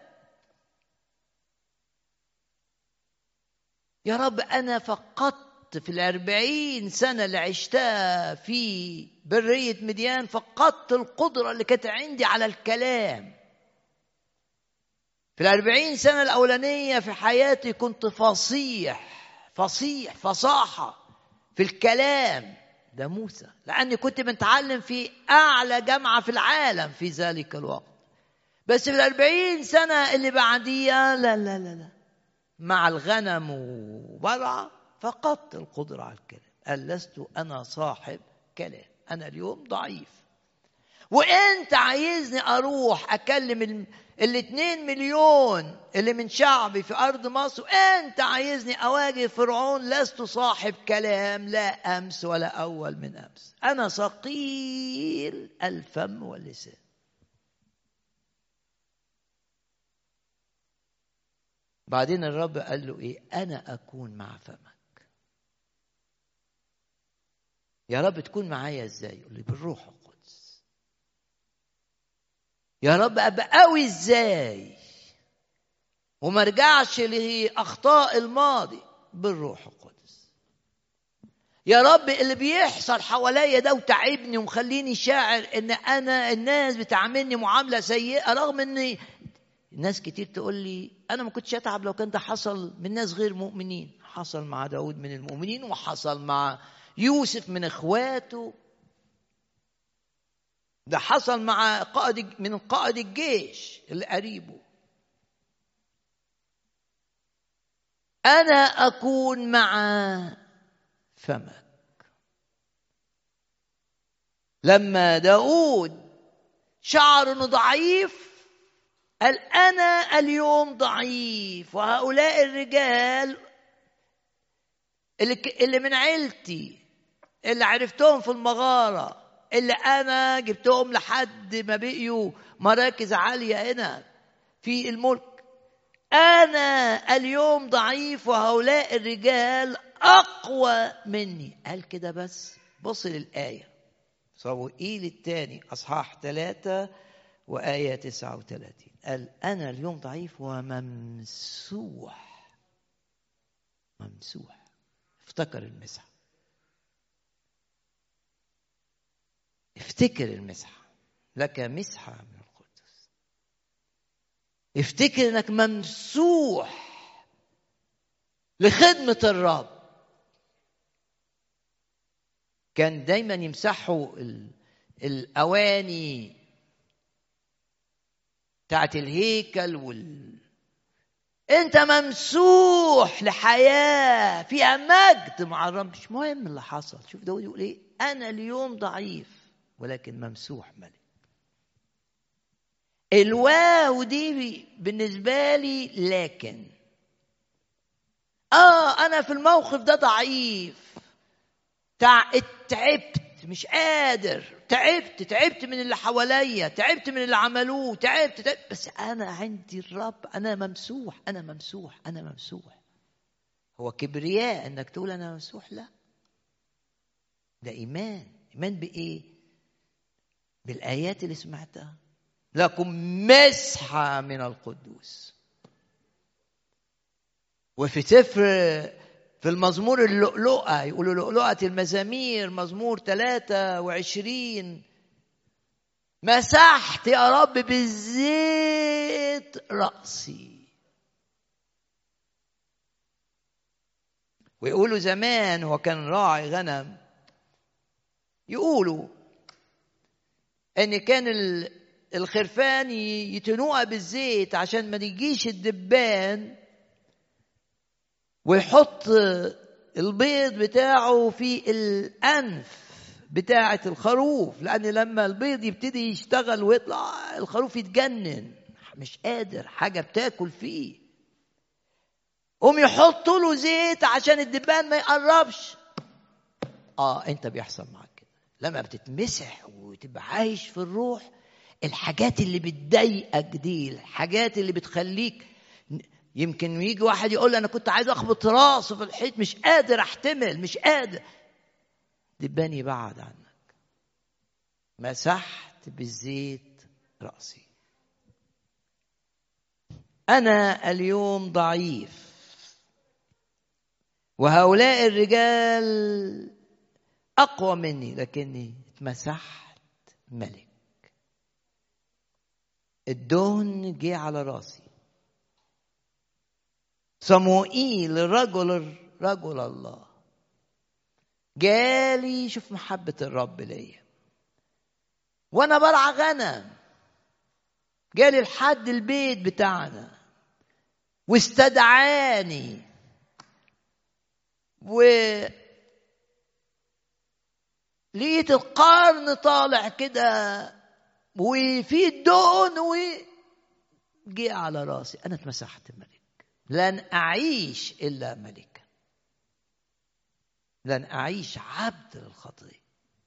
يا رب انا فقدت في الأربعين سنة اللي عشتها في برية مديان، فقدت القدرة اللي كانت عندي على الكلام. في الأربعين سنة الأولانية في حياتي كنت فصيح فصيح فصاحة في الكلام. ده موسى، لأني كنت متعلم في أعلى جامعة في العالم في ذلك الوقت. بس في الأربعين سنة اللي بعديها لا لا لا لا مع الغنم وبرع فقدت القدرة على الكلام. قال لست أنا صاحب كلام، أنا اليوم ضعيف. وأنت عايزني أروح أكلم الاثنين مليون اللي من شعبي في أرض مصر، وأنت عايزني أواجه فرعون. لست صاحب كلام، لا أمس ولا أول من أمس. أنا ثقيل الفم واللسان. بعدين الرب قال له إيه؟ أنا أكون مع فمك. يا رب تكون معايا إزاي؟ يقول لي بالروح القدس. يا رب أبقى قوي إزاي وما ارجعش لأخطاء الماضي؟ بالروح القدس. يا رب اللي بيحصل حواليا ده وتعبني ومخليني شاعر ان انا الناس بتعاملني معامله سيئه، رغم ان ناس كتير تقول لي انا ما كنتش اتعب لو كان ده حصل من ناس غير مؤمنين. حصل مع داود من المؤمنين، وحصل مع يوسف من اخواته، ده حصل مع قائد من قائد الجيش اللي قريبه. أنا أكون مع فمك. لما داود شعر أنه ضعيف قال أنا اليوم ضعيف، وهؤلاء الرجال اللي, اللي من عيلتي اللي عرفتهم في المغارة، اللي أنا جبتهم لحد ما بقيوا مراكز عالية هنا في الملك، أنا اليوم ضعيف وهؤلاء الرجال أقوى مني. قال كده بس. بص للآية صموئيل الثاني أصحاح ثلاثة وآية تسعة وثلاثين. قال أنا اليوم ضعيف وممسوح. ممسوح. افتكر المسحة، افتكر المسحة، لك مسحة من القدس. افتكر انك ممسوح لخدمة الرب. كان دايما يمسحوا الأواني بتاعت الهيكل وال... انت ممسوح لحياة فيها مجد مع الرب. مش مهم اللي حصل. شوف داود يقول ايه؟ انا اليوم ضعيف ولكن ممسوح ملك. الواو دي بالنسبة لي لكن اه انا في الموقف ده ضعيف، تعبت مش قادر، تعبت تعبت من اللي حواليا، تعبت من اللي عملوه، تعبت, تعبت بس انا عندي الرب، انا ممسوح انا ممسوح انا ممسوح. هو كبرياء انك تقول انا ممسوح؟ لا، ده ايمان. ايمان بايه؟ بالايات اللي سمعتها. لكم مسحة من القدوس. وفي سفر في المزمور اللؤلؤة يقولوا لؤلؤة المزامير مزمور ثلاثة وعشرين، مسحت يا رب بالزيت رأسي. ويقولوا زمان هو كان راعي غنم، يقولوا ان كان الخرفان يتنوها بالزيت عشان ما يجيش الدبان ويحط البيض بتاعه في الأنف بتاعة الخروف، لأن لما البيض يبتدي يشتغل ويطلع الخروف يتجنن، مش قادر، حاجة بتاكل فيه، قوم يحطوا له زيت عشان الدبان ما يقربش. آه أنت بيحصل معك كده لما بتتمسح وتبقى عايش في الروح. الحاجات اللي بتضايقك دي، الحاجات اللي بتخليك، يمكن يجي واحد يقول انا كنت عايز اخبط راسه في الحيط، مش قادر احتمل، مش قادر، دبان يبعد عنك. مسحت بالزيت راسي. انا اليوم ضعيف وهؤلاء الرجال اقوى مني، لكني اتمسحت ملك. الدهن جه على راسي. صموئيل رجل رجل الله جالي، شوف محبة الرب ليا وانا برعى غنم، جالي لحد البيت بتاعنا واستدعاني، ولقيت القرن طالع كده وفي الدهن وجي على راسي. انا اتمسحت ملك. لن أعيش إلا ملكا، لن أعيش عبد للخطية،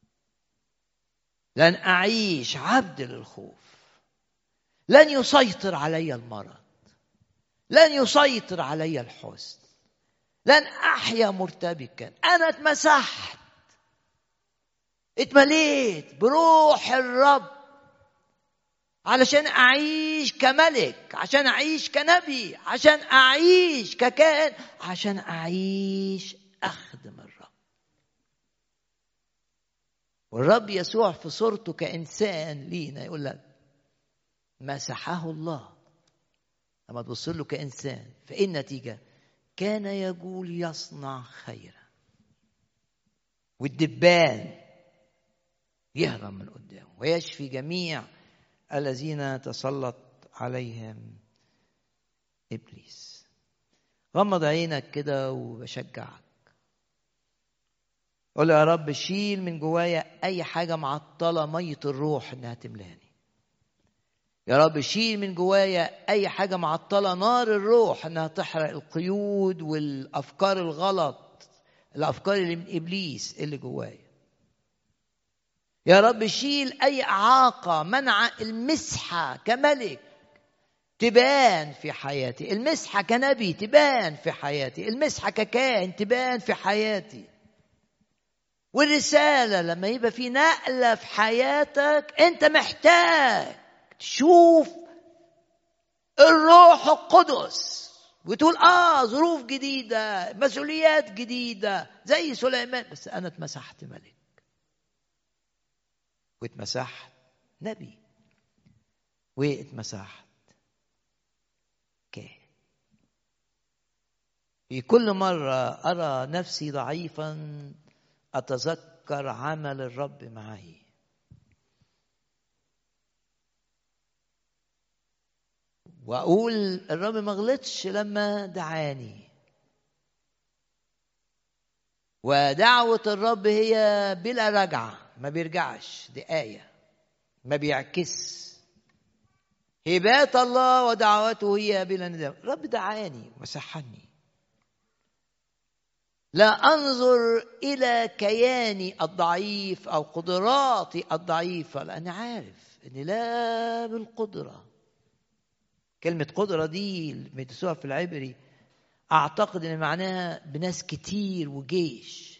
لن أعيش عبد للخوف، لن يسيطر علي المرض، لن يسيطر علي الحزن، لن أحيا مرتبكا. أنا اتمسحت، اتمليت بروح الرب علشان أعيش كملك، عشان أعيش كنبي، عشان أعيش ككائن، عشان أعيش أخدم الرب. والرب يسوع في صورته كإنسان لينا يقول لك مسحه الله. لما تبص له كإنسان، فإيه النتيجة؟ كان يقول يصنع خيرا، والدبان يهرب من قدامه ويشفي جميع الذين تسلط عليهم إبليس. غمض عينك كده وبشجعك، قول يا رب شيل من جوايا أي حاجة معطلة مية الروح إنها تملاني. يا رب شيل من جوايا اي حاجه معطله نار الروح انها تحرق القيود والافكار الغلط، الافكار اللي من ابليس اللي جوايا. يا رب شيل اي اعاقه منع المسحه كملك تبان في حياتي، المسحه كنبي تبان في حياتي، المسحه ككائن تبان في حياتي. والرساله لما يبقى في نقله في حياتك انت محتاج تشوف الروح القدس وتقول اه ظروف جديده، مسؤوليات جديده زي سليمان، بس انا اتمسحت ملك واتمسحت نبي واتمسحت كاهن. في كل مره ارى نفسي ضعيفا اتذكر عمل الرب معي، واقول الرب ما غلطش لما دعاني، ودعوة الرب هي بلا رجعة، ما بيرجعش، دي آية ما بيعكس. هبات الله ودعوته هي بلا ندم. الرب دعاني وسحني، لا أنظر إلى كياني الضعيف أو قدراتي الضعيفة، لأني عارف أني لا بالقدرة. كلمة قدرة دي اللي بيدرسوها في العبري أعتقد أن معناها بناس كتير وجيش،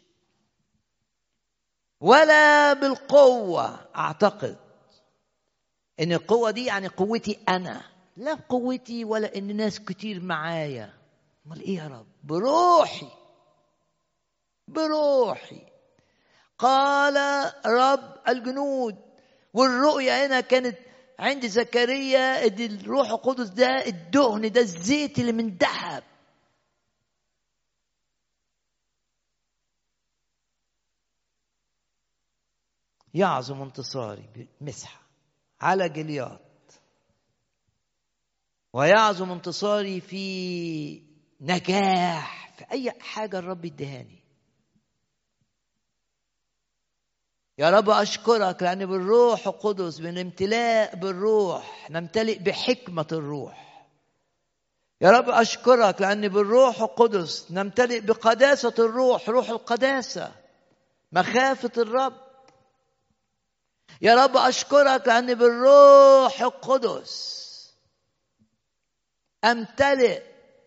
ولا بالقوة. أعتقد أن القوة دي يعني قوتي أنا، لا بقوتي ولا أن ناس كتير معايا. امال إيه يا رب؟ بروحي، بروحي قال رب الجنود. والرؤية هنا كانت عند زكريا، الروح القدس ده الدهن، ده الزيت اللي من ذهب. يعظم انتصاري بمسحة على جليات، ويعظم انتصاري في نجاح في أي حاجة الرب يدهاني. يا رب أشكرك لأن بالروح القدس، من امتلاء بالروح نمتلئ بحكمة الروح. يا رب أشكرك لأن بالروح القدس نمتلئ بقداسة الروح، روح القداسة، مخافة الرب. يا رب أشكرك لأن بالروح القدس أمتلئ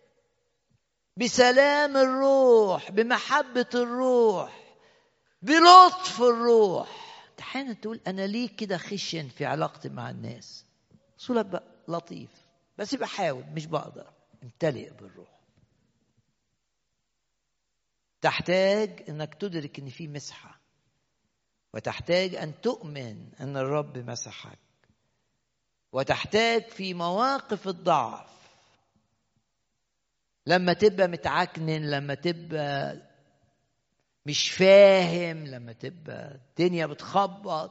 بسلام الروح، بمحبة الروح، بلطف الروح. أحيانا تقول أنا ليه كده خشن في علاقتي مع الناس؟ صلب بقى لطيف، بس بحاول مش بقدر. امتلئ بالروح. تحتاج أنك تدرك أن في مسحة، وتحتاج أن تؤمن أن الرب مسحك، وتحتاج في مواقف الضعف لما تبقى متعكنن، لما تبقى مش فاهم، لما تبقى الدنيا بتخبط،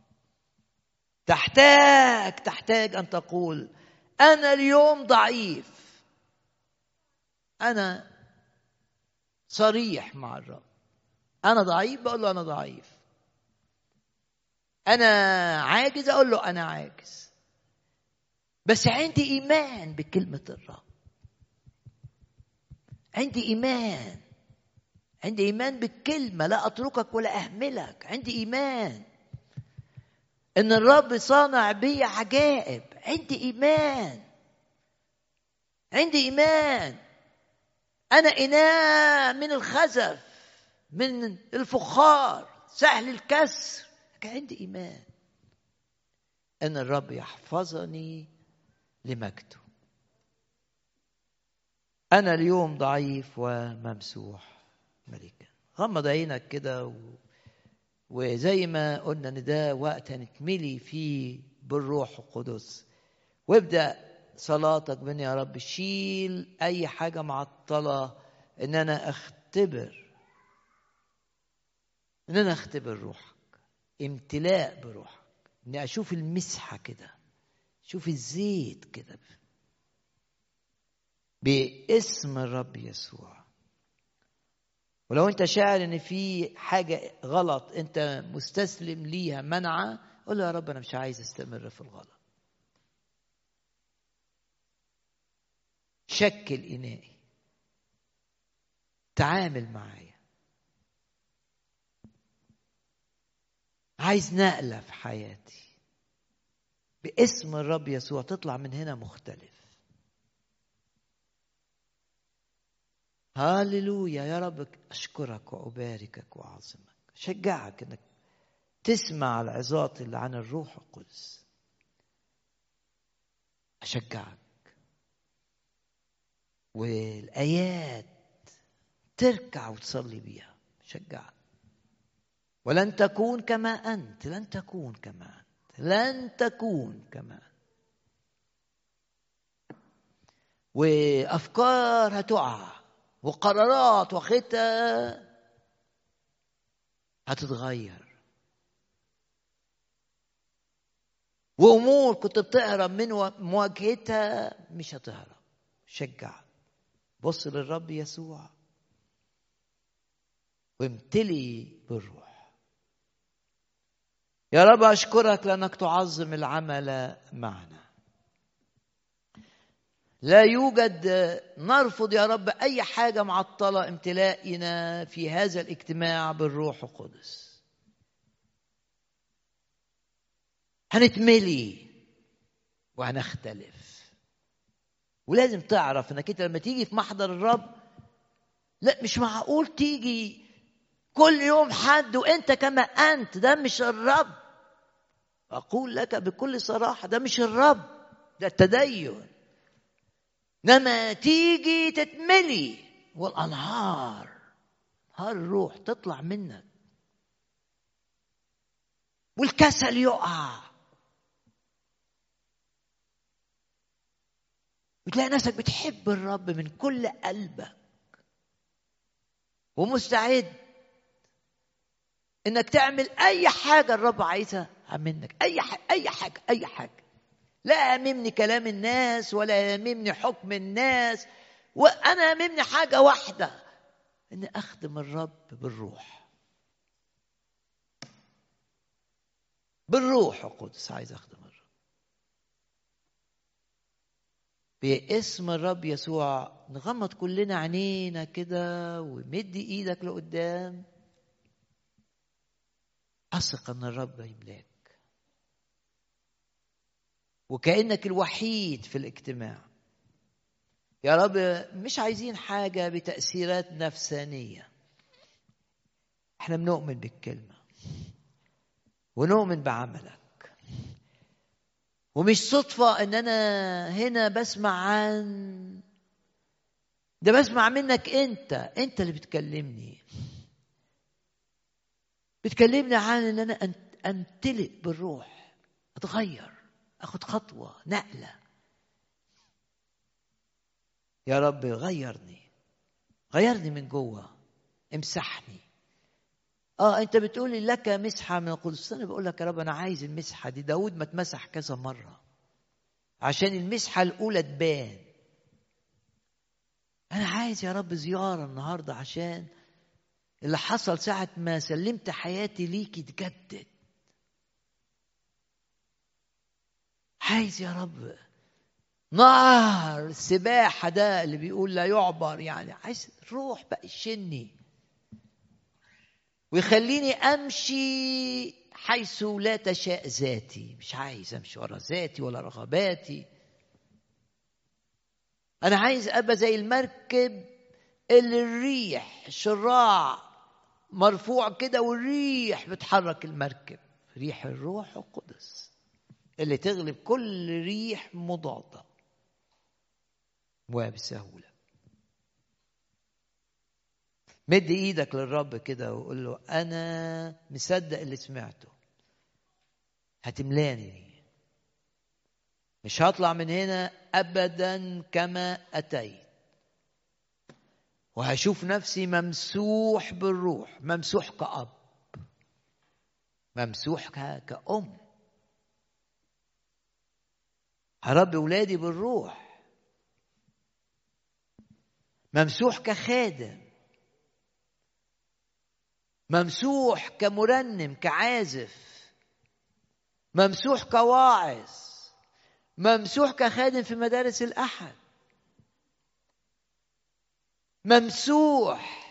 تحتاج تحتاج أن تقول أنا اليوم ضعيف. أنا صريح مع الرب، أنا ضعيف، بقول له أنا ضعيف. أنا عاجز، أقول له أنا عاجز، بس عندي إيمان بكلمة الرب، عندي إيمان، عندي إيمان بالكلمة، لا أتركك ولا أهملك. عندي إيمان إن الرب صانع بي عجائب. عندي إيمان، عندي إيمان. أنا إناء من الخزف، من الفخار، سهل الكسر. عندي إيمان إن الرب يحفظني لمجده. أنا اليوم ضعيف وممسوح ملكا. غمض عينك كده و... وزي ما قلنا ان ده وقت نتملي فيه بالروح القدس، وابدأ صلاتك بان يا رب شيل اي حاجة معطلة ان انا اختبر ان انا اختبر روحك، امتلاء بروحك، اني اشوف المسحة كده، شوف الزيت كده باسم الرب يسوع. ولو انت شاعر ان في حاجة غلط انت مستسلم ليها منعة، قول له يا رب انا مش عايز استمر في الغلط، شكل إنائي، تعامل معايا. عايز نقلة في حياتي باسم الرب يسوع، تطلع من هنا مختلف. هاليلويا يا رب، أشكرك وأباركك وأعظمك. شجعك إنك تسمع العظات اللي عن الروح القدس. أشجعك، والآيات تركع وتصلي بيها. شجعك، ولن تكون كما أنت، لن تكون كما أنت، لن تكون كما أنت. وأفكار هتقع، وقرارات واخدها هتتغير، وأمور كنت بتهرب من مواجهتها مش هتهرب. شجع، بص للرب يسوع وامتلي بالروح. يا رب أشكرك لأنك تعظم العمل معنا. لا يوجد، نرفض يا رب أي حاجة معطلة امتلائنا في هذا الاجتماع بالروح القدس. هنتملي وهنختلف. ولازم تعرف انك انت لما تيجي في محضر الرب، لا مش معقول تيجي كل يوم حد وانت كما انت. ده مش الرب. اقول لك بكل صراحة، ده مش الرب، ده التدين. لما تيجي تتملي والانهار، انهار الروح تطلع منك، والكسل يقع، وتلاقي نفسك بتحب الرب من كل قلبك ومستعد انك تعمل اي حاجه الرب عايزها منك. اي حاجه اي حاجه اي حاجه. لا يهمني كلام الناس ولا يهمني حكم الناس، وانا يهمني حاجه واحده، ان اخدم الرب بالروح. بالروح القدس عايز اخدم الرب باسم الرب يسوع. نغمض كلنا عينينا كده ومد ايدك لقدام. اثق ان الرب يملاك، وكأنك الوحيد في الاجتماع. يا رب مش عايزين حاجة بتأثيرات نفسانية. احنا بنؤمن بالكلمة ونؤمن بعملك، ومش صدفة ان انا هنا بسمع عن ده، بسمع منك انت. انت اللي بتكلمني بتكلمني عن ان انا امتلئ بالروح، اتغير، اخد خطوة نقلة. يا رب غيرني، غيرني من جوه، امسحني. اه انت بتقولي لك مسحه من القدس. انا بقول لك يا رب انا عايز المسحه دي. داود ما اتمسح كذا مره عشان المسحه الاولى تبان. انا عايز يا رب زياره النهارده عشان اللي حصل ساعه ما سلمت حياتي ليك يتجدد. عايز يا رب نهر السباحه ده اللي بيقول لا يعبر، يعني عايز روح بقى يشني ويخليني امشي حيث لا تشاء ذاتي. مش عايز امشي ورا ذاتي ولا رغباتي. انا عايز ابقى زي المركب اللي الريح الشراع مرفوع كده والريح بتحرك المركب. ريح الروح القدس اللي تغلب كل ريح مضادة وبسهولة. مد ايدك للرب كده وقول له انا مصدق اللي سمعته. هتملاني، مش هطلع من هنا ابدا كما اتيت، وهشوف نفسي ممسوح بالروح، ممسوح كأب، ممسوح كأم. هربي ولادي بالروح، ممسوح كخادم، ممسوح كمرنم كعازف، ممسوح كواعظ، ممسوح كخادم في مدارس الأحد. ممسوح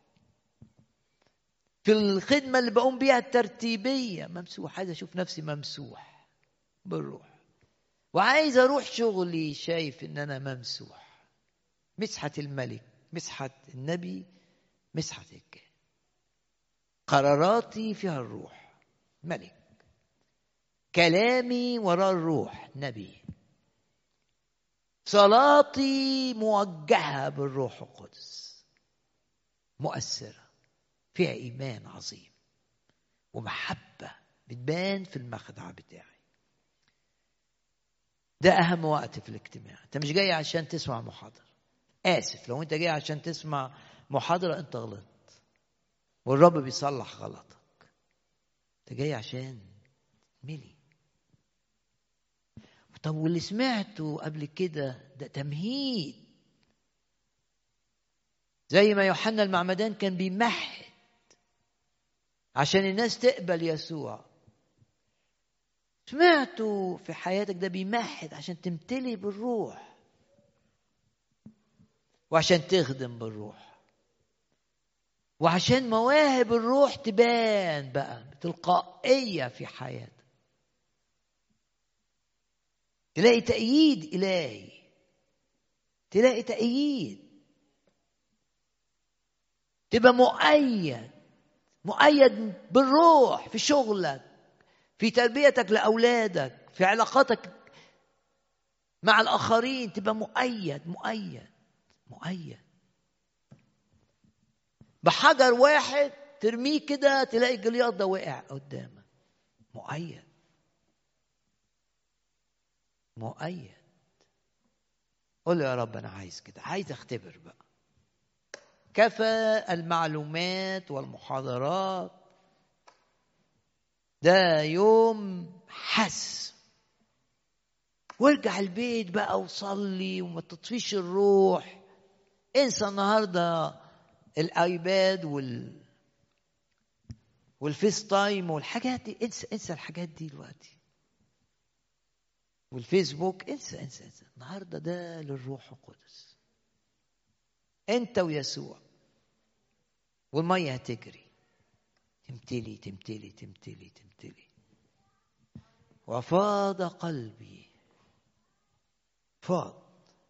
في الخدمة اللي بقوم بيها الترتيبية، ممسوح. عايز أشوف نفسي ممسوح بالروح، وعايز أروح شغلي شايف إن أنا ممسوح. مسحة الملك، مسحة النبي، مسحة الكاهن. قراراتي فيها الروح ملك، كلامي وراء الروح نبي، صلاتي موجهة بالروح القدس، مؤثرة، فيها إيمان عظيم ومحبة بتبان في المخدع بتاعي. ده أهم وقت في الاجتماع. أنت مش جاي عشان تسمع محاضرة، آسف لو أنت جاي عشان تسمع محاضرة أنت غلطت والرب بيصلح غلطك. أنت جاي عشان ملي. طب واللي سمعته قبل كده ده تمهيد، زي ما يوحنا المعمدان كان بيمهد عشان الناس تقبل يسوع. سمعته في حياتك ده بيمهد عشان تمتلي بالروح وعشان تخدم بالروح وعشان مواهب الروح تبان بقى بتلقائية في حياتك. تلاقي تأييد إلهي، تلاقي تأييد، تبقى مؤيد مؤيد بالروح في شغلك، في تربيتك لأولادك، في علاقاتك مع الآخرين، تبقى مؤيد مؤيد مؤيد. بحجر واحد ترميه كده تلاقي جلياط ده وقع قدامك. مؤيد مؤيد. قول له يا رب أنا عايز كده، عايز أختبر بقى. كفى المعلومات والمحاضرات، ده يوم حسم. وارجع البيت بقى وصلي وما تطفيش الروح. انسى النهارده الايباد وال والفيس تايم والحاجات دي، انسى انسى الحاجات دي دلوقتي، والفيسبوك انسى انسى انسى. النهارده ده للروح القدس، انت ويسوع، والميه هتجري تمتلي تمتلي تمتلي تمتلي. وفاض قلبي، فاض.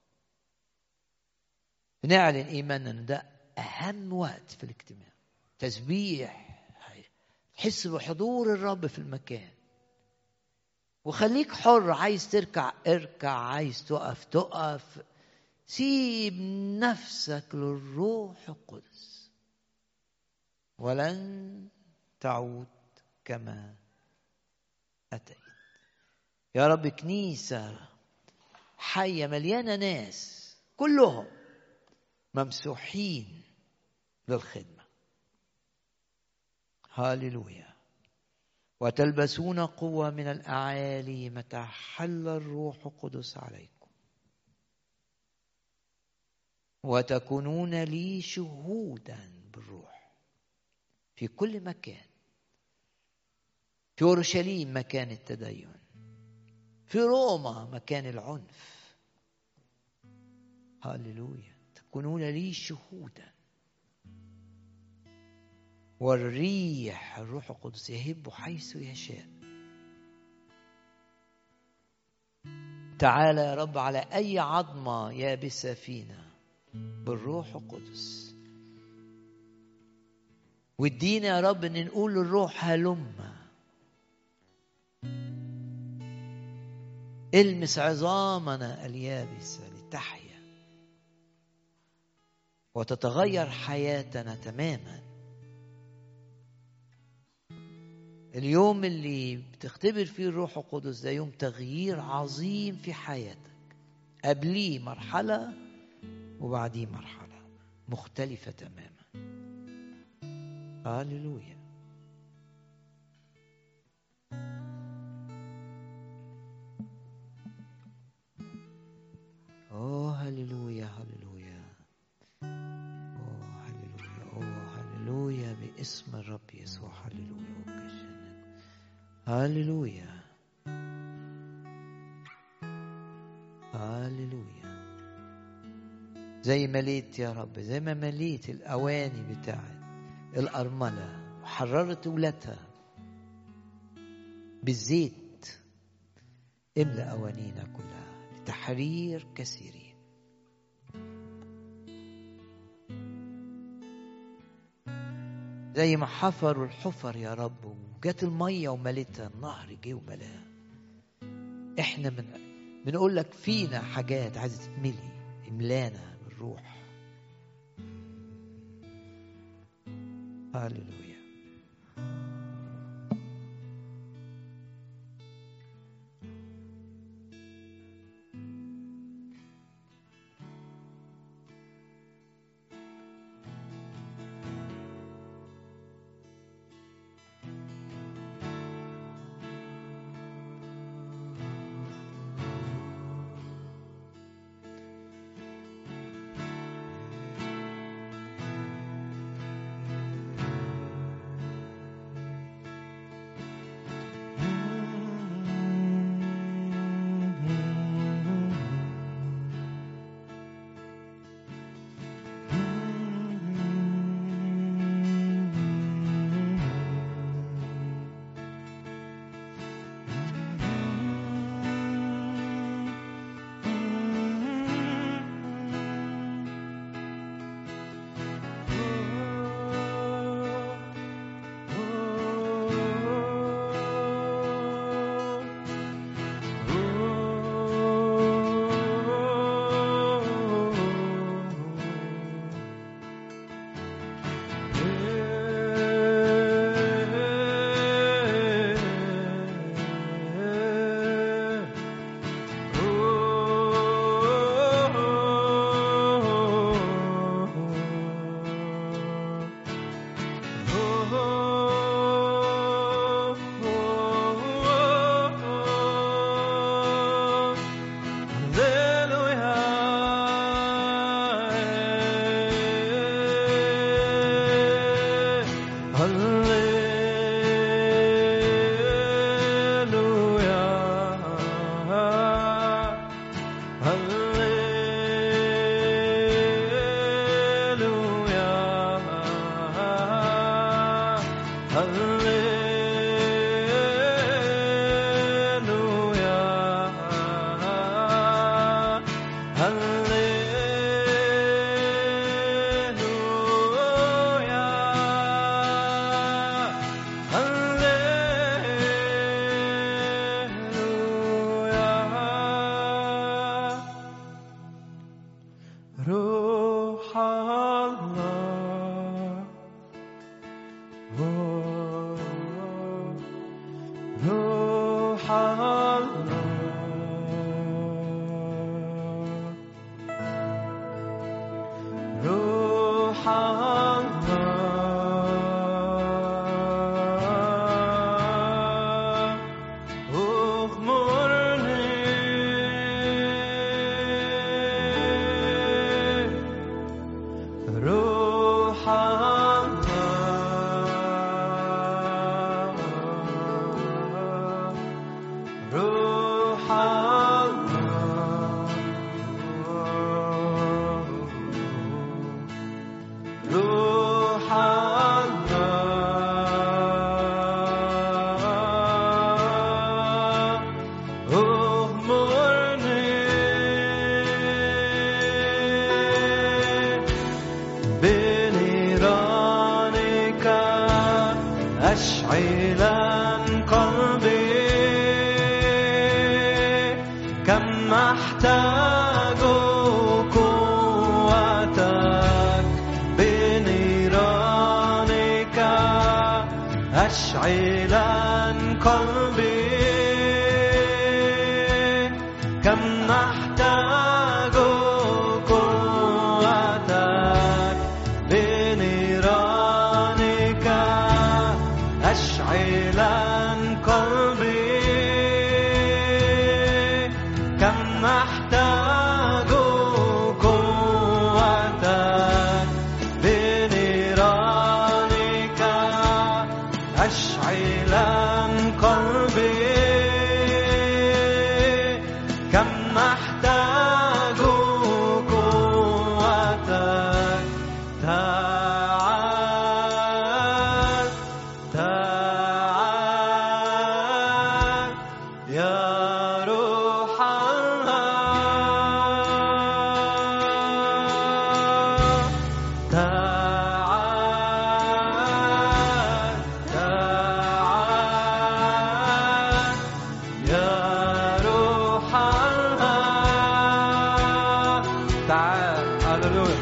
نعلن ايماننا ان ده اهم وقت في الاجتماع. تسبيح، تحس بحضور الرب في المكان. وخليك حر، عايز تركع اركع، عايز تقف تقف. سيب نفسك للروح القدس، ولن تعود كما أتيت. يا رب كنيسة حية مليانة ناس كلهم ممسوحين للخدمة. هاليلويا. وتلبسون قوة من الأعالي متى حل الروح القدس عليكم، وتكونون لي شهودا بالروح في كل مكان. في أورشليم مكان التدين، في روما مكان العنف. هاليلويا. تكونون لي شهودا. والريح الروح القدس يهب حيث يشاء. تعالى يا رب على أي عظمة يابسة فينا بالروح القدس، وادينا يا رب ان نقول للروح هلم. المس عظامنا اليابسة لتحيا وتتغير حياتنا تماما. اليوم اللي بتختبر فيه الروح القدس ده يوم تغيير عظيم في حياتك. قبليه مرحلة وبعديه مرحلة مختلفة تماما. هاليلويا. اوه هاليلويا هاليلويا. اوه هاليلويا اوه هاليلويا باسم الرب يسوع. هاليلويا هاليلويا هاليلويا. زي مليت يا رب، زي ما مليت الأواني بتاعت الأرملة وحررت ولادها بالزيت، املأ أوانينا كلها لتحرير كثيرين. زي ما حفروا الحفر يا رب وجات المية وملتها، النهر جه وملاها، احنا من بنقول لك فينا حاجات عايزة تتملي، املانا بالروح. هاليلويا. أشعل قلبي كم محتاج يا روح الله تعال تعال يا روح الله تعال هللويا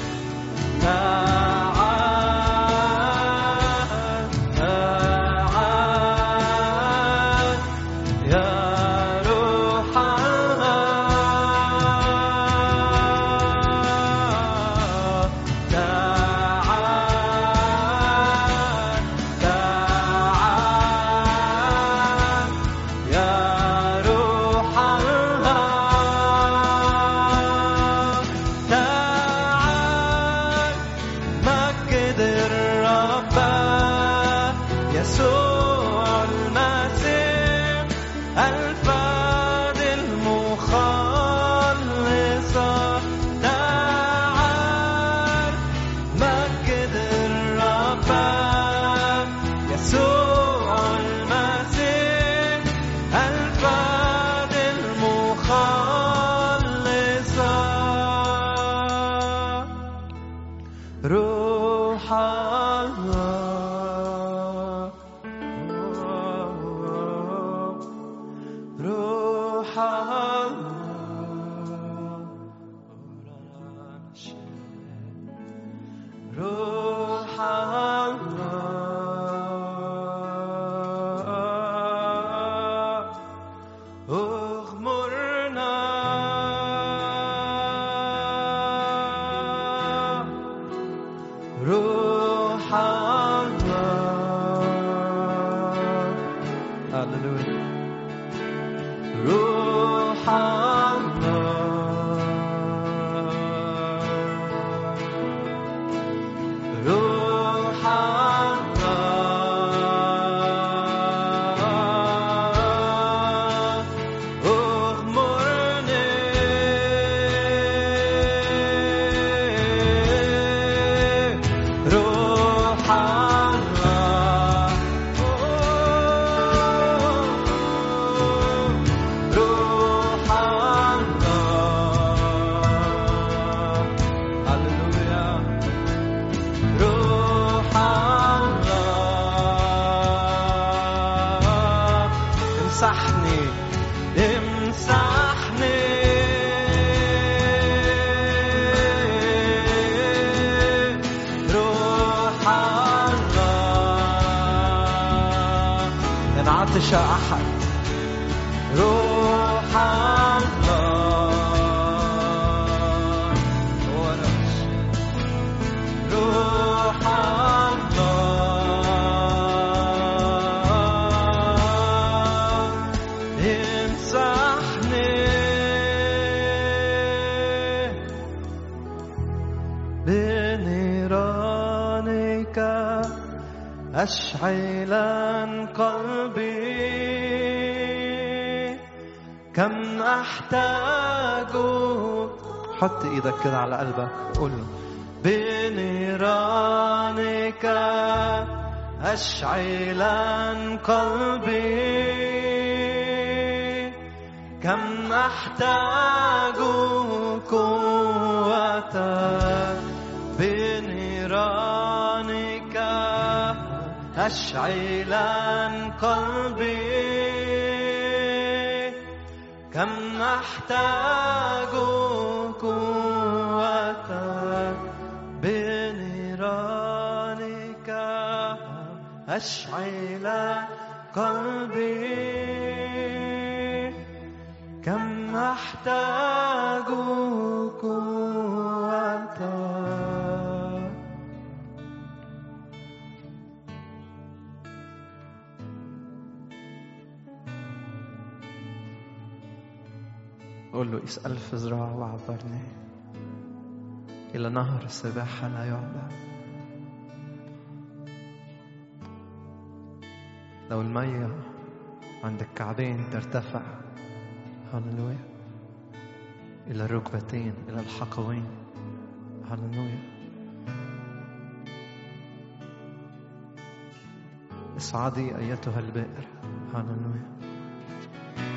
أشعلا قلبي كم أحتاج. حط إيدك كده على قلبك قول بنيرانك أشعلا قلبي كم أحتاج قوتك بنيرانك أشعلا قلبي كم أحتاج قوتك بنيرانك أشعلا قلبي كم أحتاج قوتك. قل له اسأل في ذراع وعبرني إلى نهر السباحة لا يعبر. لو المية عند الكعبين ترتفع هللويا إلى الركبتين إلى الحقوين هللويا. اصعدي أيتها البئر هللويا.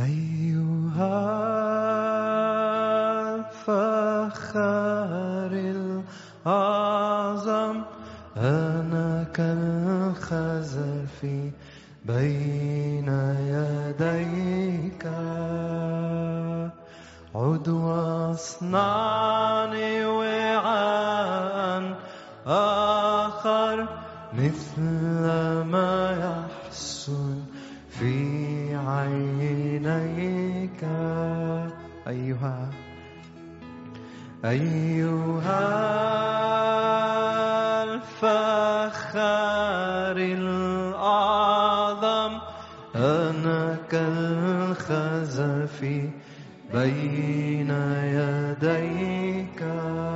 أيها الفخر الأعظم أنا كالخزف بين يديك عد واصنعني وعاء آخر مثل ما يحسن في عينيك أيها أيها الفخر الأعظم أنا كالخزف بين يديك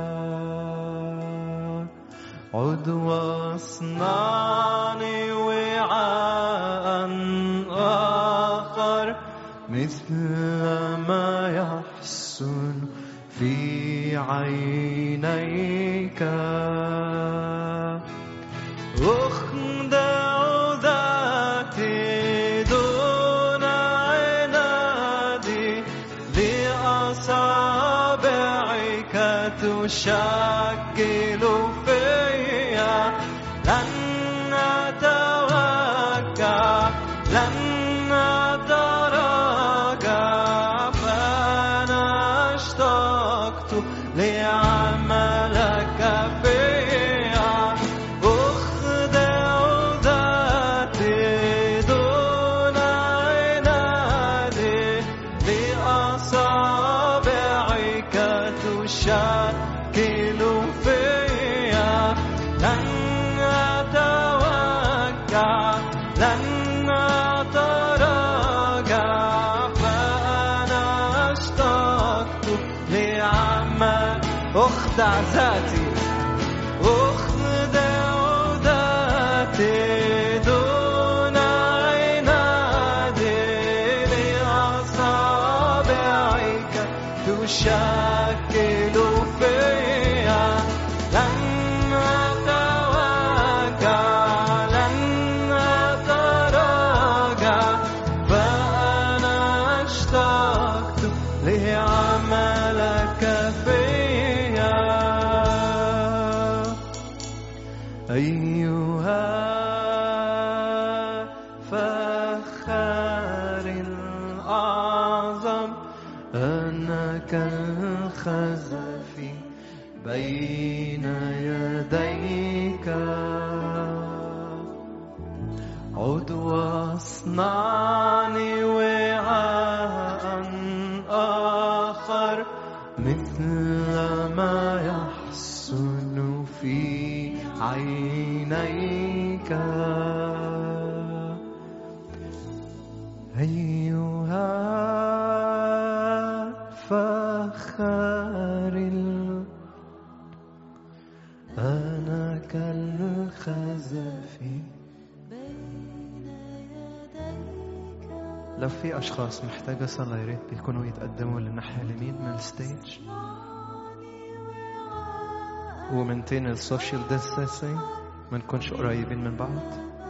عد واصنعني وعاء آخر مثل ما يحسن في عينيك أخدع ذاتي دون عنادي لأصابعك تشكل فيا لن أتوقع لن أتراجع فأنا اشتقت لعملك فيا أخدع ذاتي دون عنادي لأصابعك تشكل فيا لن أتوقع لن أتراجع فأنا اشتقت لعمل أخدع ذاتي أخدع ذاتي دون عنادي لأصابعك تشكل فيا لن أتوقع لن أتراجع فأنا اشتقت لعملك فيا أيها فخر الأعظم أنا كالخزف بين يديك عد واصنعني وعاء آخر مثل ما يحسن في عينيك أيها فخر ال... أنا كالخزف لو في أشخاص محتاجة صلاة يا ريت بيكونوا يتقدموا للناحية اليمين من الستيج ومنتين السوشيال ديستانسينج ما نكونش قريبين من بعض.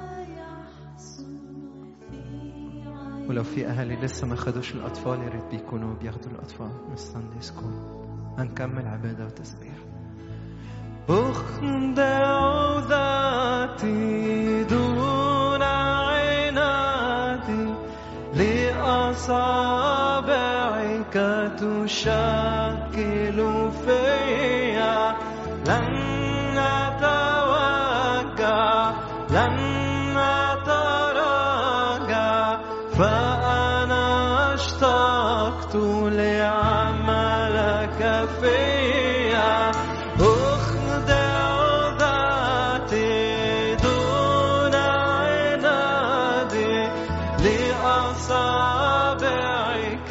ولو في أهالي لسه ما خدوش الأطفال يا ريت بيكونوا بياخدوا الأطفال من الساندي سكول. هنكمل عبادة وتسبيح. أخدع ذاتي دون عنادي لأصابعك تشكل فيا لن أتوقع لن أتراجع فأنا اشتقت لعملك فيا أخدع ذاتي دون عنادي لأصابعك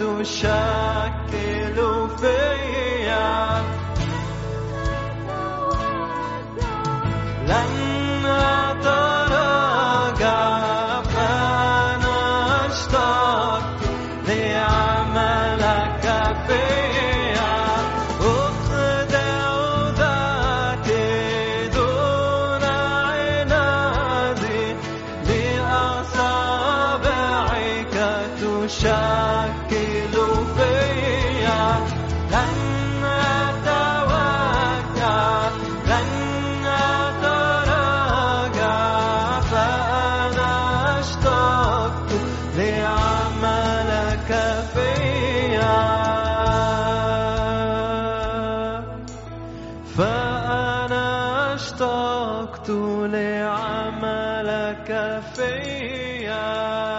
تشكل فيا لن أتراجع فأنا اشتقت لعملك فيا فأنا اشتقت لعملك فيا،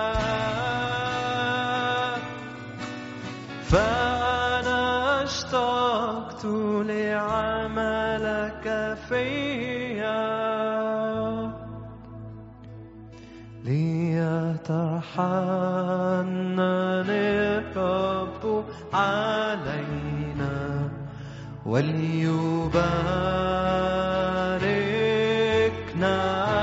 فأنا اشتقت لعملك فيا، ليتحنن الرب علينا وليباركنا،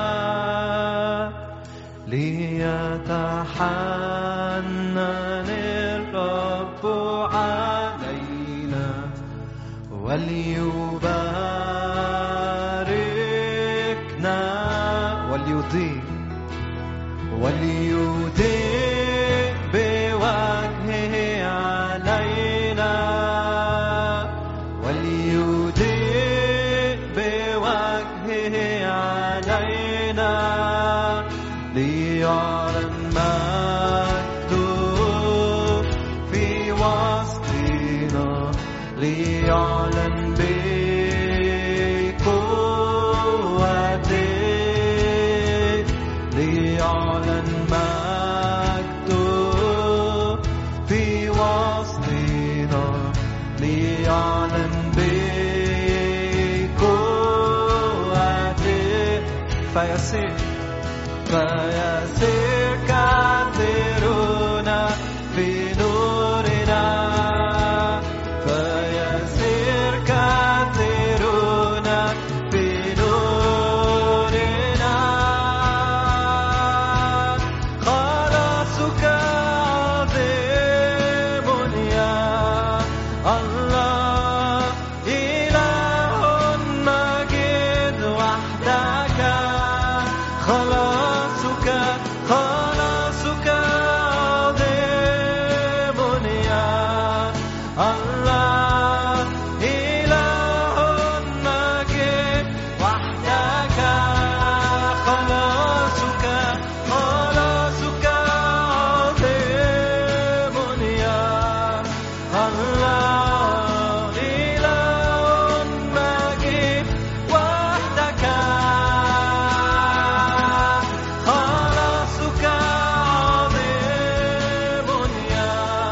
ليتحنن الرب علينا وليباركنا، وليضيء وليضيء بوجهه علينا، وليضيء بوجهه علينا، ليعلن مجده في وسطنا، ليعلن بقوته، ليعلن مجده في وسطنا، ليعلن بقوته، فيسير فيسير كثيرون في نورنا، فيسير كثيرون في نورنا، خلاصك عظيم يا الله، إله مجيد وحدك، خلاصك خلاصك عظيم يا الله، إله مجيد وحدك، خلاصك خلاصك عظيم يا الله، إله مجيد وحدك، خلاصك عظيم يا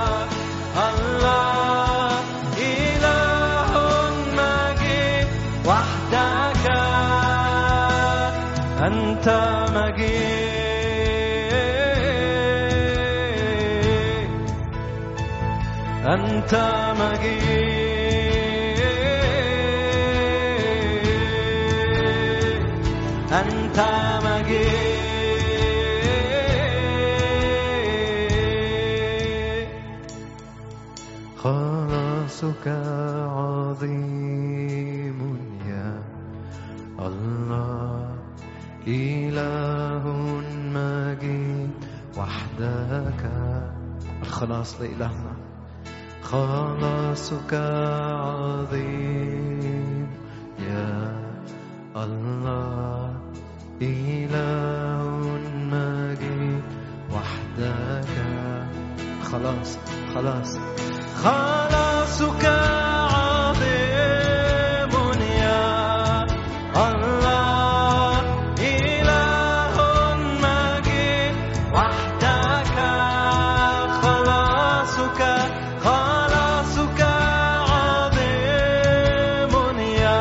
الله، إله مجيد وحدك، أنت مجيد، أنت مجيد، أنت مجيد، خلاصك عظيم يا الله، إله مجيد وحدك، الخلاص لإلهنا، خلاصك عظيم يا الله، إله مجيد وحدك، خلاص خلاص خلاصك عظيم يا الله، إله مجيد وحدك، خلاصك خلاصك عظيم يا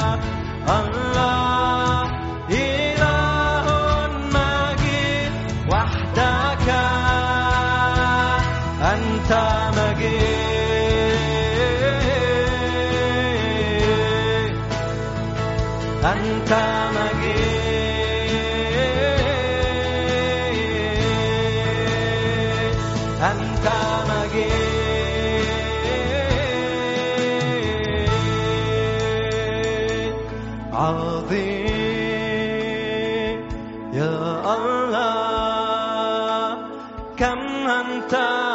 الله، إله مجيد وحدك، أنت مجيد، أنت مجيد، أنت مجيد، عظيم يا الله، كم أنت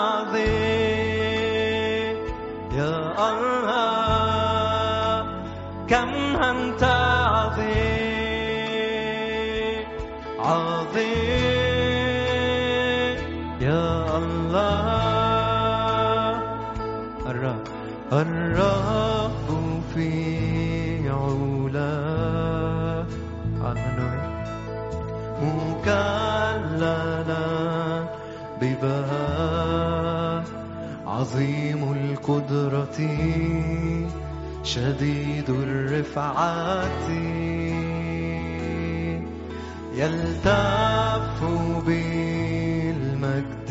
عظيم يا الله، كم أنت عظيم، عظيم يا الله، الرب الرب في علا مكللا ببهاء عظيم القدرة شديد الرفعة يلتف بالمجد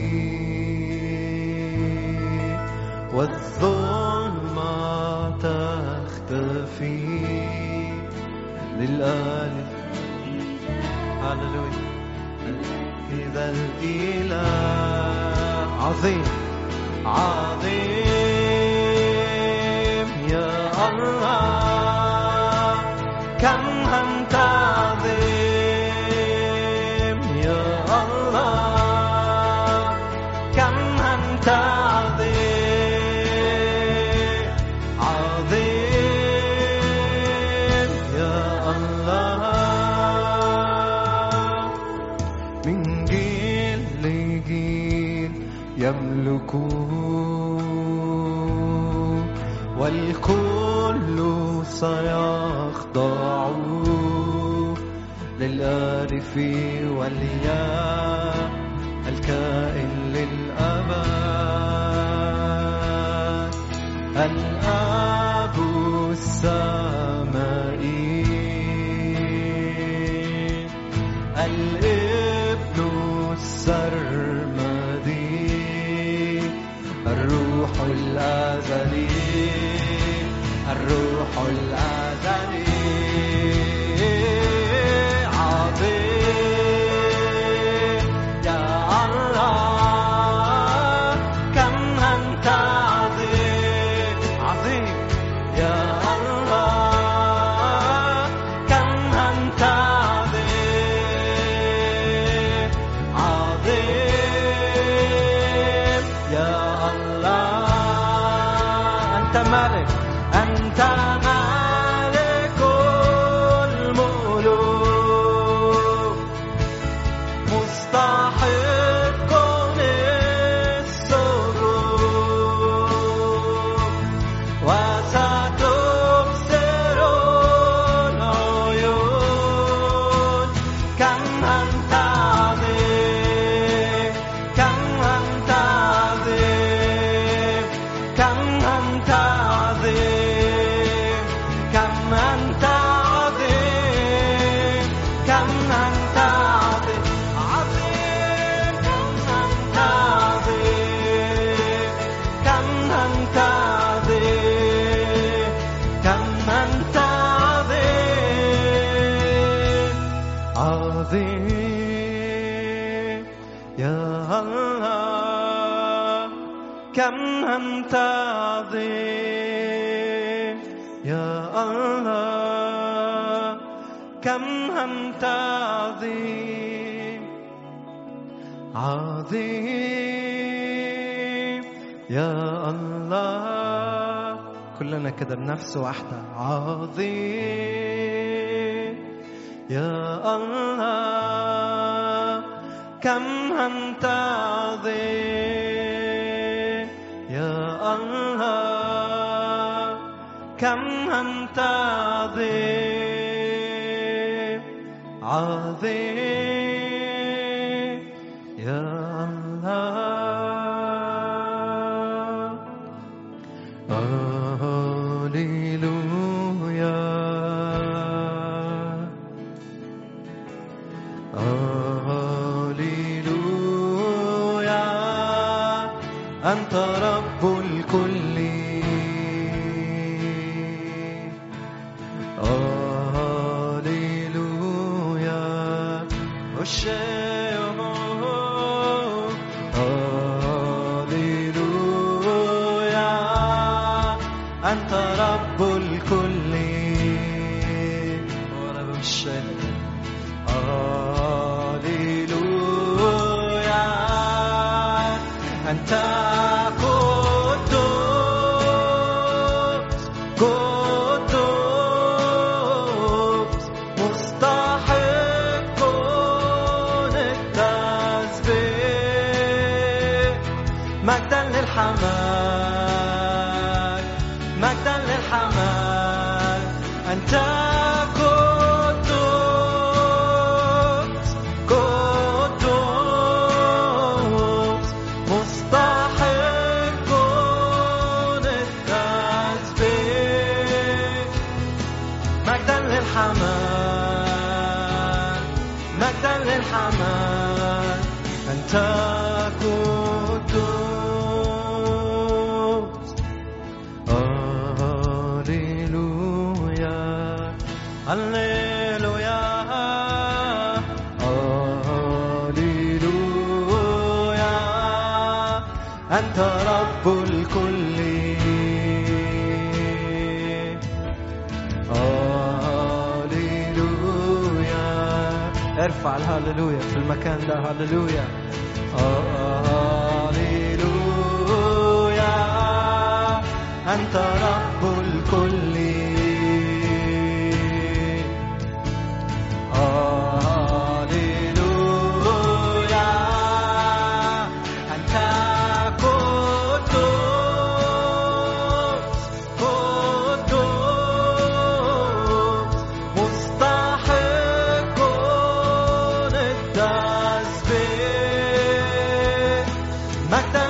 والظلمة تختفي للآلف. هللويا. إذا الإله عظيم عظيم يا الله كم أنت عظيم يا الله كم أنت عظيم عظيم يا الله من جيل لجيل يملكه والكل سيخضع للآلف والياء الكائن للأبد الآب السمائي الابن السرمدي الروح الأزلي الروح الأزلي عظيم يا الله كم أنت عظيم عظيم يا الله كم أنت عظيم عظيم يا الله أنت ملك أنت مالك الملوك مستحق للسجود وستبصر العيون كم أنت عظيم كم أنت عظيم كم أنت عظيم كم أنت عظيم كم أنت عظيم عظيم كم أنت عظيم كم أنت عظيم كم أنت عظيم عظيم يا الله كم أنت عظيم يا الله كم أنت عظيم عظيم يا الله كلنا كده بنفس واحدة عظيم يا الله كم أنت عظيم يا الله كم أنت عظيم عظيم يا الله هاليلويا هاليلويا أنت رب الكل هاليلويا هاليلويا أنت رب الكل وأنا بمشي هاليلويا أنت قدوس قدوس مستحق للتسبيح مجدا للحمد مجدا للحمد للحمل أنت أنت قدوس. هاليلويا هاليلويا هاليلويا أنت رب الكل. هاليلويا ارفع الهاليلويا في المكان ده. هاليلويا هاليلويا أنت رب الكل. هاليلويا أنت قدوس قدوس مستحق التسبيح. مجدا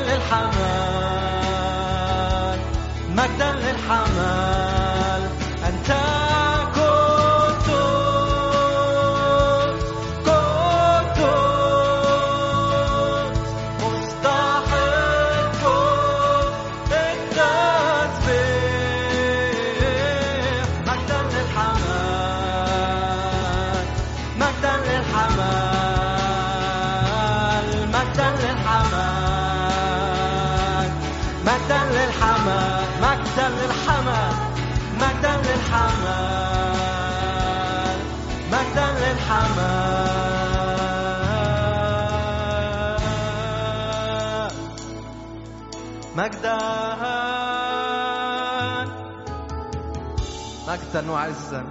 للحمل مجدا للحمل أنت قدوس قدوس مستحق التسبيح. مجدا للحمل مجدا للحمل مجدا للحمل مجدا للحمل مجدا للحمل مجدا للحمل مجدا للحمل مجدا مجدا وعزا.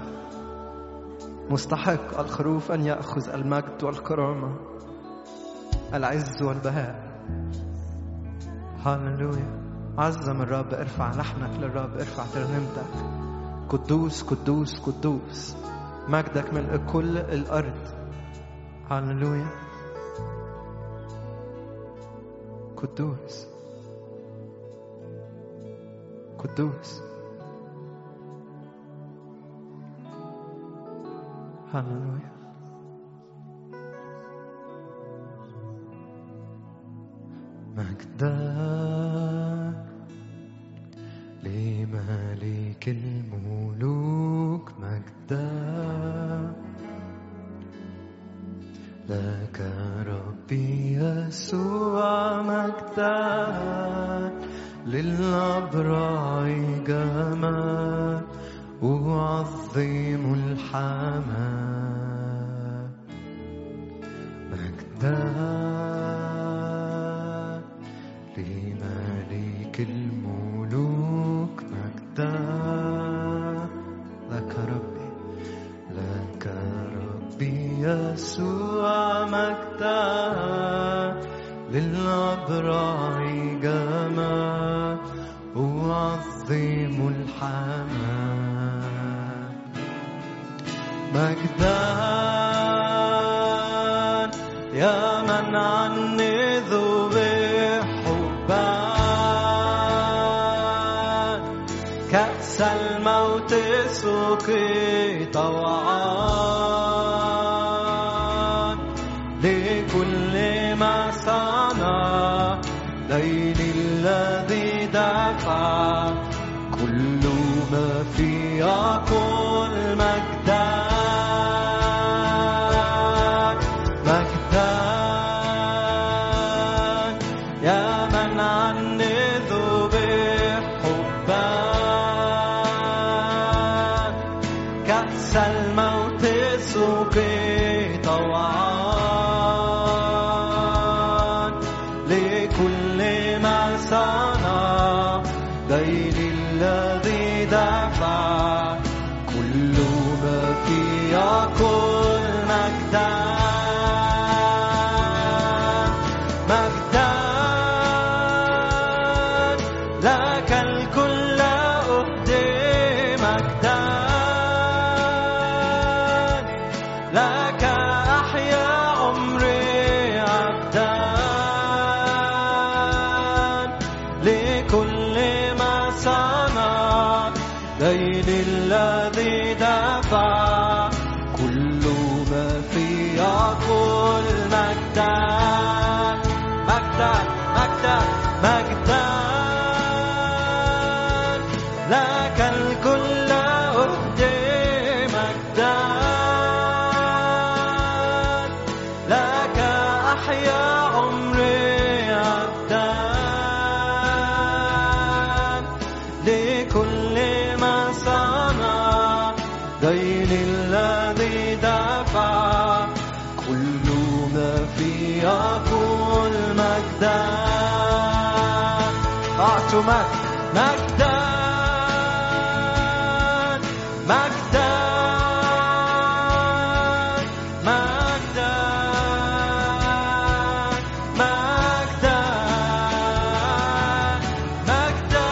مستحق الخروف أن يأخذ المجد والكرامة العز والبهاء. هاليلويا. عظم الرب، ارفع لحنك للرب، ارفع ترنيمتك. قدوس قدوس قدوس مجدك ملء كل الأرض. هاليلويا. قدوس قدوس. هاليلويا. مجدا لملك الملوك، مجدا لك ربي يسوع، مجدا للأبرع جمال أعظم الحمام. مجدا لملك الملوك، مجدا لك ربي لك ربي يسوع، مجدا للأبرع جمال أعظم الحمام. مجدا يا من عني ذوي حبان، كأس الموت سقي طوعان، لكل ما صنع دين الذي دفع، كل ما في يقول مجدا مجدا يا من عني ذوي حبان، كأس الموت سقي طوعان، لكل ما صنع دين الذي دفع، كل ما في يقول مجدا مجدا لك الكل أهدي، دين الذي دفع كل ما في يقول مجدا مجدا مجدا مجدا لك الكل أهدي مجدا لك أحيا عمري عبدا لكل ما صنع دين الذي دفع كل ما في يقول مجدا أعطوا مجدا مجدا مجدا مجدا مجدا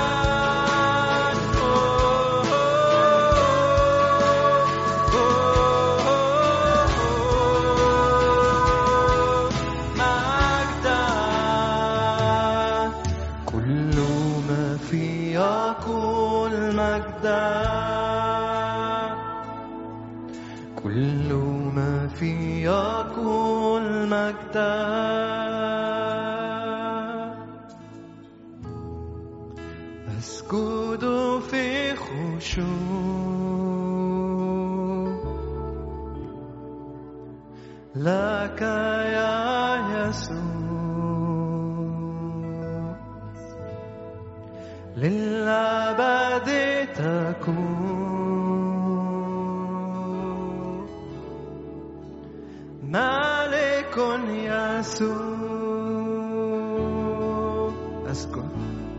مجدا كل ما في يقول مجدا كل ما في يقول مجدا أسجد في خشوع لك يا يسوع للأبد تكون مالك يسوع أسجد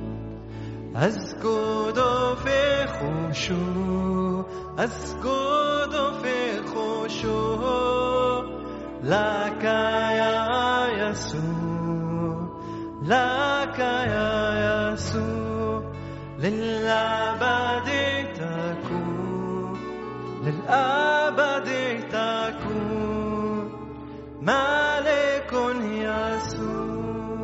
أسجد في خشوع أسجد في خشوع لك يا يسوع لك يا يسوع للأبد تكون للأبد تكون مالك يسوع.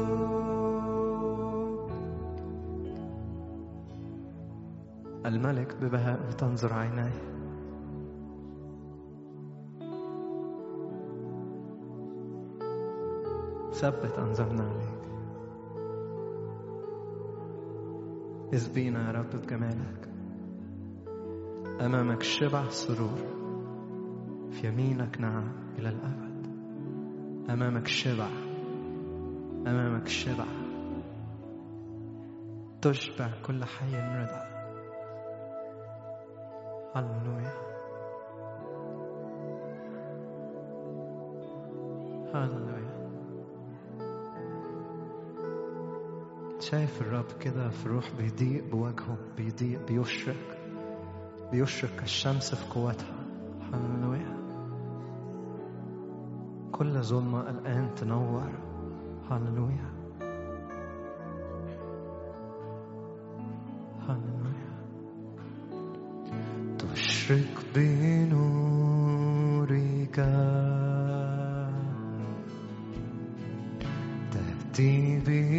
الملك ببهاء تنظر عيناه ثبت أنظرنا عليك إذ بينا يا رب بجمالك أمامك شبع سرور في يمينك نعم إلى الأبد أمامك شبع أمامك شبع تشبع كل حي رضا. هللويا هللويا. شايف الرب كده في روح بيضيء بوجهه بيضيء بيشرق بيشرق الشمس في قوتها. هللويا. كل ظلمة الآن تنور. هللويا هللويا. تشرق بنورك تأتي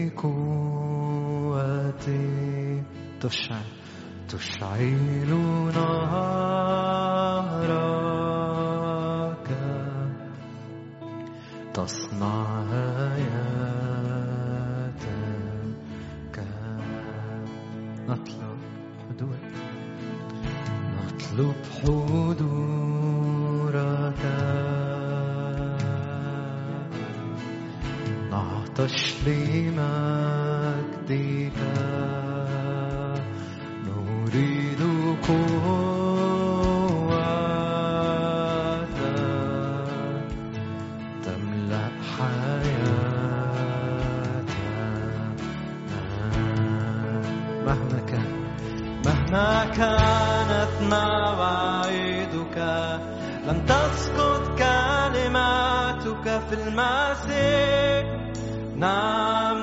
بقوتي تشعل تشعل نارك تصنع آياتك. نطلب حضور نطلب حضورك نعطش لمجدك نريد قوتك تملأ حياتنا. مهما كان مهما كانت مواعيدك لن تسقط كلماتك في المسيح. نعم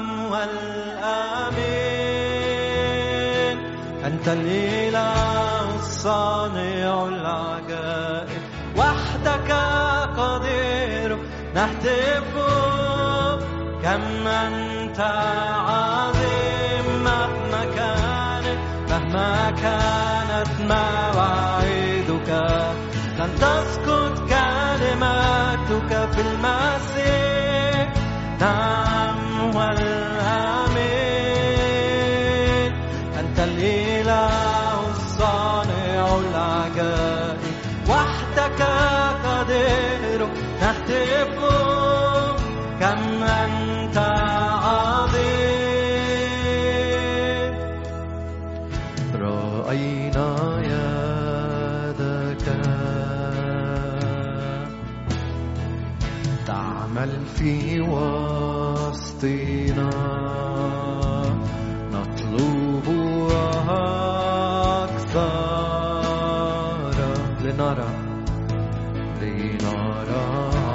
والآمين. أنت الإله الصانع العجائب وحدك قدير نهتف كم أنت عظيم. مهما كانت مهما كانت كانت مواعيدك لن تسقط كلماتك في المسيح نعم والآمين أنت الإله الصانع العجائب وحدك قدير نهتف كم أنت عظيم رأينا يدك تعمل في وسطنا نطلب أكثر لنرى لنرى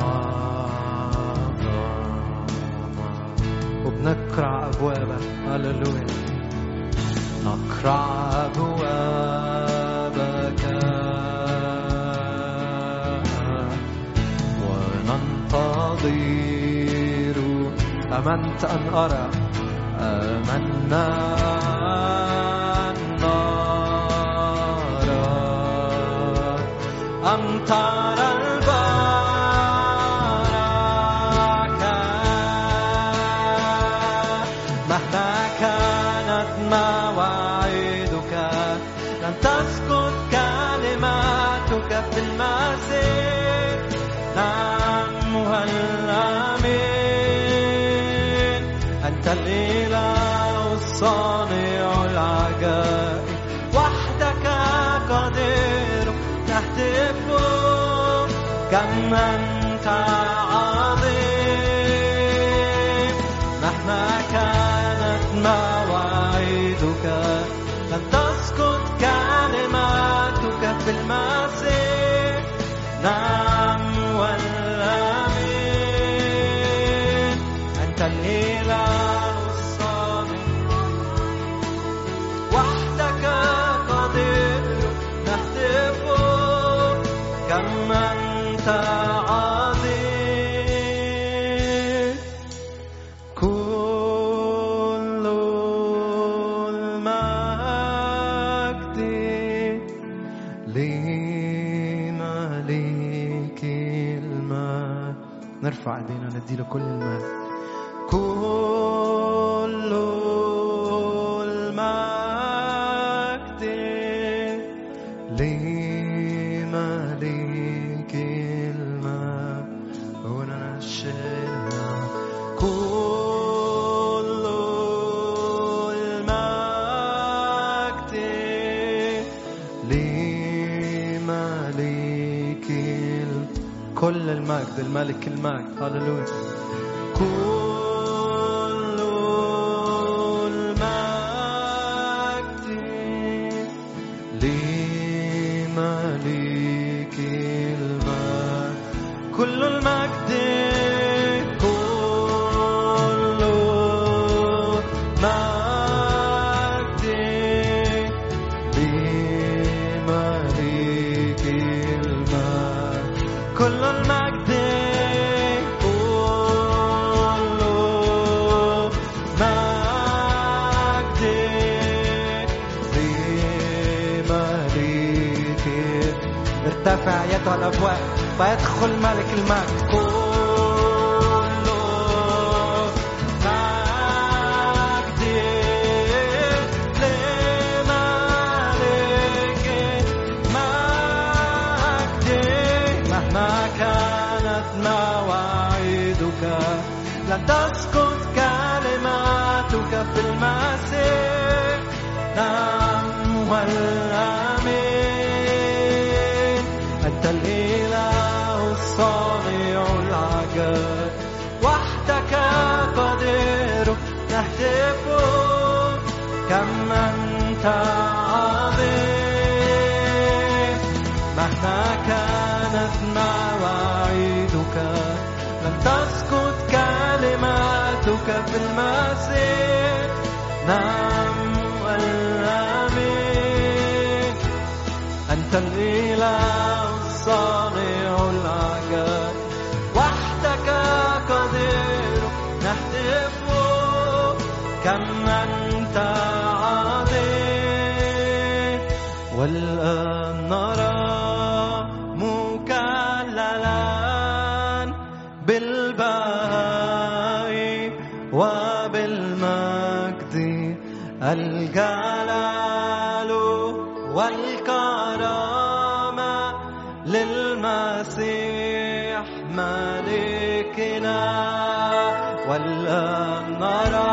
وبنقرع أبوابك هللويا نقرع أبوابك وننتظر آمنت أن أرى آمنا أن نرى أمطار البركة مهما كانت مواعيدك لن تسقط كلماتك في المسيح نعم والآمين أنت الإله الصانع العجائب وحدك قدير نهتف كم أنت عظيم مهما كانت مواعيدك لن تسقط كلماتك في المسيح نعم والآمين أنت الإله الصانع وحدك قدير نهتف كم أنت عظيم كل المجد لملك المجد نرفع ايدينا نديله كل المجد كل المجد لملك المجد وننشدنا كل المجد لملك المجد كل المجد الملك المجد هللويا كل المجد لملك المجد كل المجد كل المجد لملك المجد كل المجد ارتفع أيتها الأبواب فيدخل ملك المجد كل مجد لملك المجد مهما كانت مواعيدك لن تسقط كلماتك في المسيح نعم والآمين أنت الإله الصانع العجائب وحدك قدير نهتف كم أنت عظيم مهما كانت مواعيدك لن تسقط كلماتك في المسيح نعم والآمين أنت الإله الصانع العجائب وحدك قدير نهتف كم أنت عظيم والآن نرى مكللا بالبهاء وبالمجد الجلال والكرامة للمسيح ملكنا. والآن نرى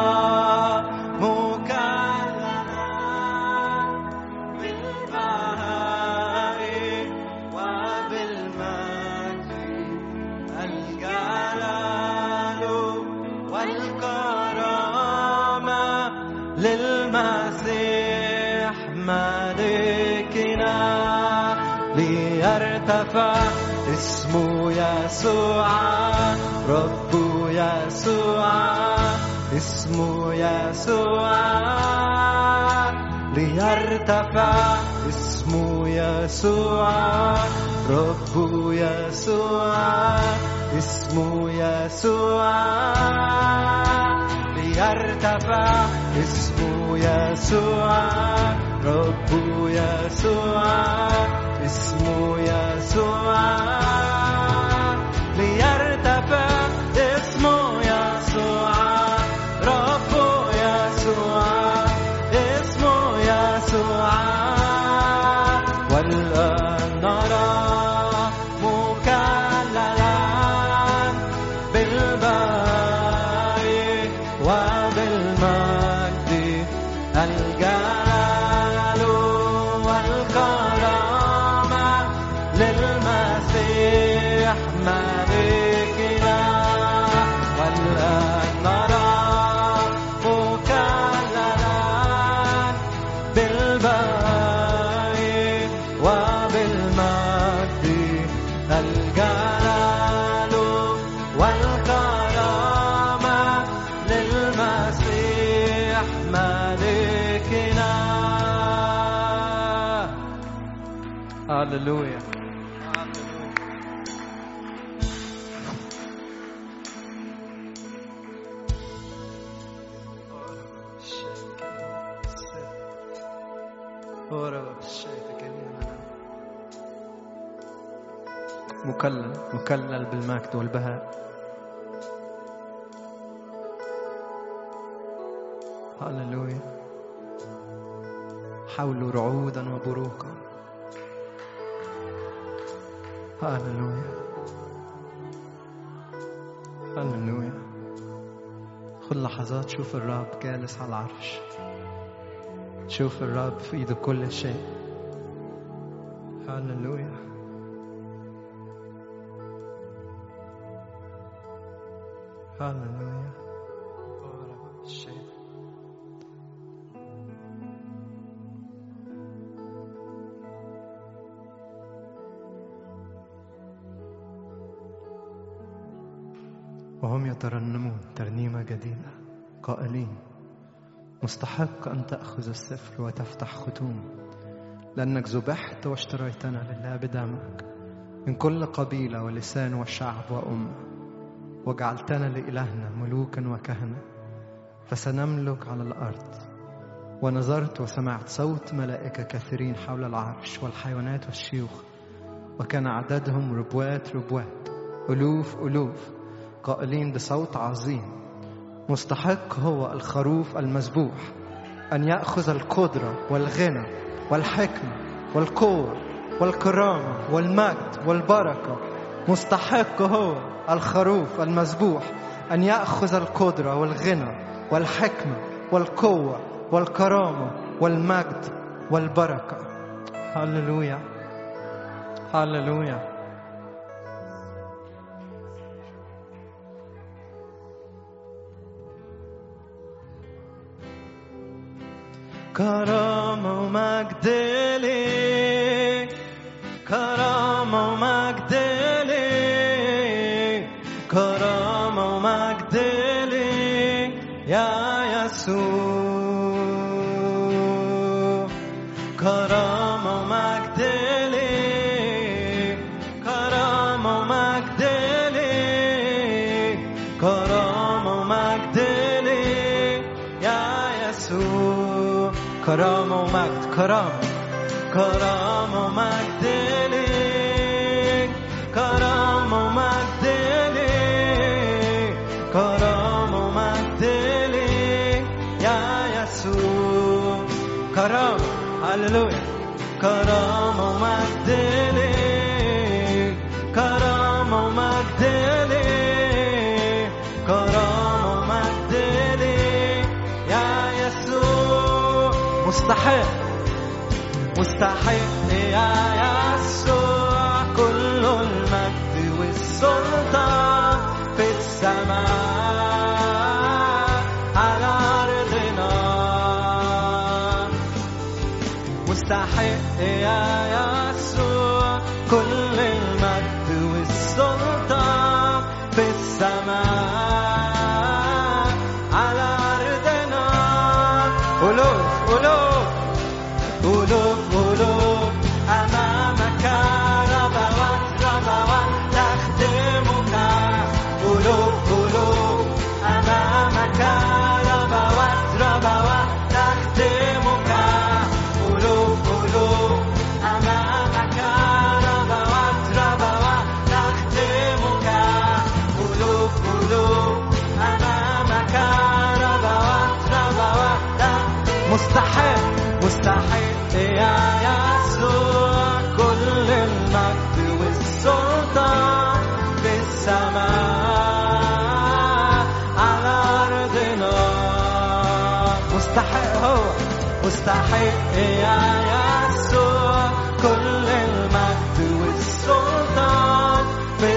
للمسيح ملكنا. ليرتفع اسم يسوع رب يسوع اسم يسوع. ليرتفع اسم يسوع رب يسوع اسم يسوع. ليرتفع اسم يسوع رب يسوع اسم يسوع. ليرتفع اسم يسوع رب يسوع اسم يسوع. والآن نرى مكللا بالبهاء وبالمجد الجلال والكرامة للمسيح ملكنا. والآن نرى مكللا بالبهاء وبالمجد الجلال والكرامة للمسيح ملكنا. هللويا. مكلل مكلل بالمجد والبهاء. هللويا. حولوا رعودا وبروقا. هللويا هللويا. خذ لحظات شوف الرب جالس على العرش. شوف الرب في ايده كل شيء. هللويا. هللويا. وهم يترنمون ترنيمة جديدة قائلين مستحق أن تأخذ السفر وتفتح ختوم، لأنك ذبحت واشتريتنا لله بدمك من كل قبيلة ولسان وشعب وأمة، وجعلتنا لإلهنا ملوكا وكهنة، فسنملك على الأرض. ونظرت وسمعت صوت ملائكة كثيرين حول العرش والحيوانات والشيوخ، وكان عددهم ربوات ربوات ألوف ألوف، قائلين بصوت عظيم مستحق هو الخروف المذبوح أن يأخذ القدرة والغنى والحكمة والقوة والكرامة والمجد والبركة. مستحق هو الخروف المذبوح أن يأخذ القدرة والغنى والحكمة والقوة والكرامة والمجد والبركة. هللويا هللويا. كرامة ومجد ليك، كرامة ومجد ليك، كرامة ومجد ليك يا يسوع. كرامة ومجد ليك، كرامة ومجد ليك، كرامة ومجد ليك يا يسوع. كرامة ومجد، كرامة كرامة ومجد ليك، كرامة ومجد ليك، كرامة ومجد ليك يا يسوع. كرامة، هللويا. كرامة ومجد ليك، كرامة ومجد ليك، كرامة ومجد ليك يا يسوع. مستحق مستحق يا يسوع كل المجد والسلطان في السماء على أرضنا. مستحق يا يسوع كل المجد والسلطان في السماء على أرضنا. ألوف ألوف ألوف ألوف أمامك ربوات ربوات تخدمك. ألوف ألوف أمامك ربوات ربوات تخدمك. ألوف ألوف أمامك ربوات ربوات تخدمك. ألوف ألوف أمامك ربوات ربوات تخدمك. مستحق مستحق يا يسوع كل المجد والسلطان في السماء على أرضنا. مستحق هو مستحق يا يسوع كل المجد والسلطان في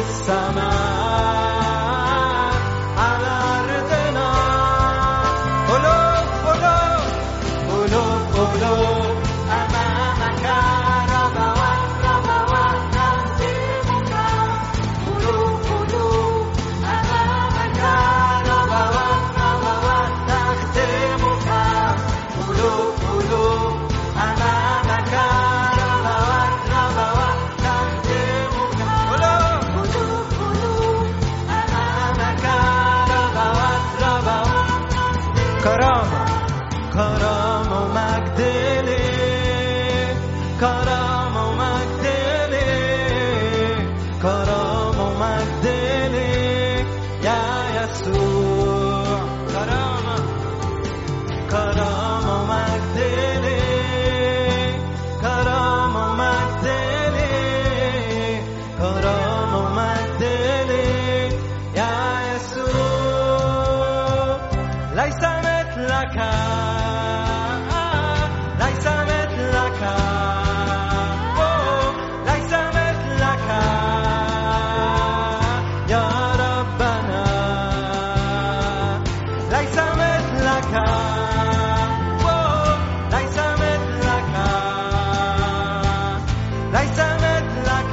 السماء على أرضنا. ألوف ألوف ألوف ألوف أمامك ربوات ربوات تخدمك. ألوف ألوف أمامك ربوات ربوات تخدمك. ألوف ألوف أمامك ربوات ربوات تخدمك. ألوف ألوف ألوف أمامك ربوات ربوات. كرامة كرامة ومجد ليك، كرامة ومجد ليك، كرامة ومجد ليك يا يسوع. كرامة كرامة ومجد ليك، كرامة ومجد ليك، كرامة ومجد ليك يا يسوع. ليس مثلك ليس مثلك ليس مثلك يا ربنا. ليس مثلك ليس مثلك ليس مثلك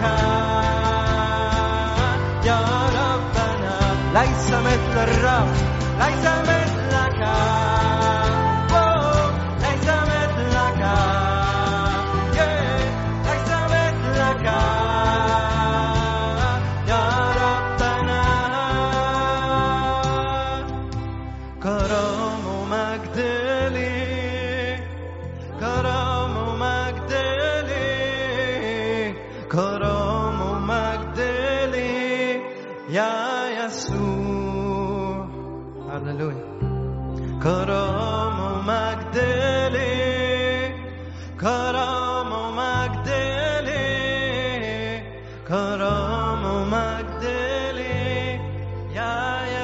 يا ربنا. ليس مثل الرب ليس مثلك ليس مثلك ليس مثلك يا ربنا. كرامة ومجد ليك، كرامة ومجد ليك، كرامة ومجد ليك يا يسوع. هللويا. كرامة ومجد ليك، كرامة ومجد ليك، كرامة ومجد ليك يا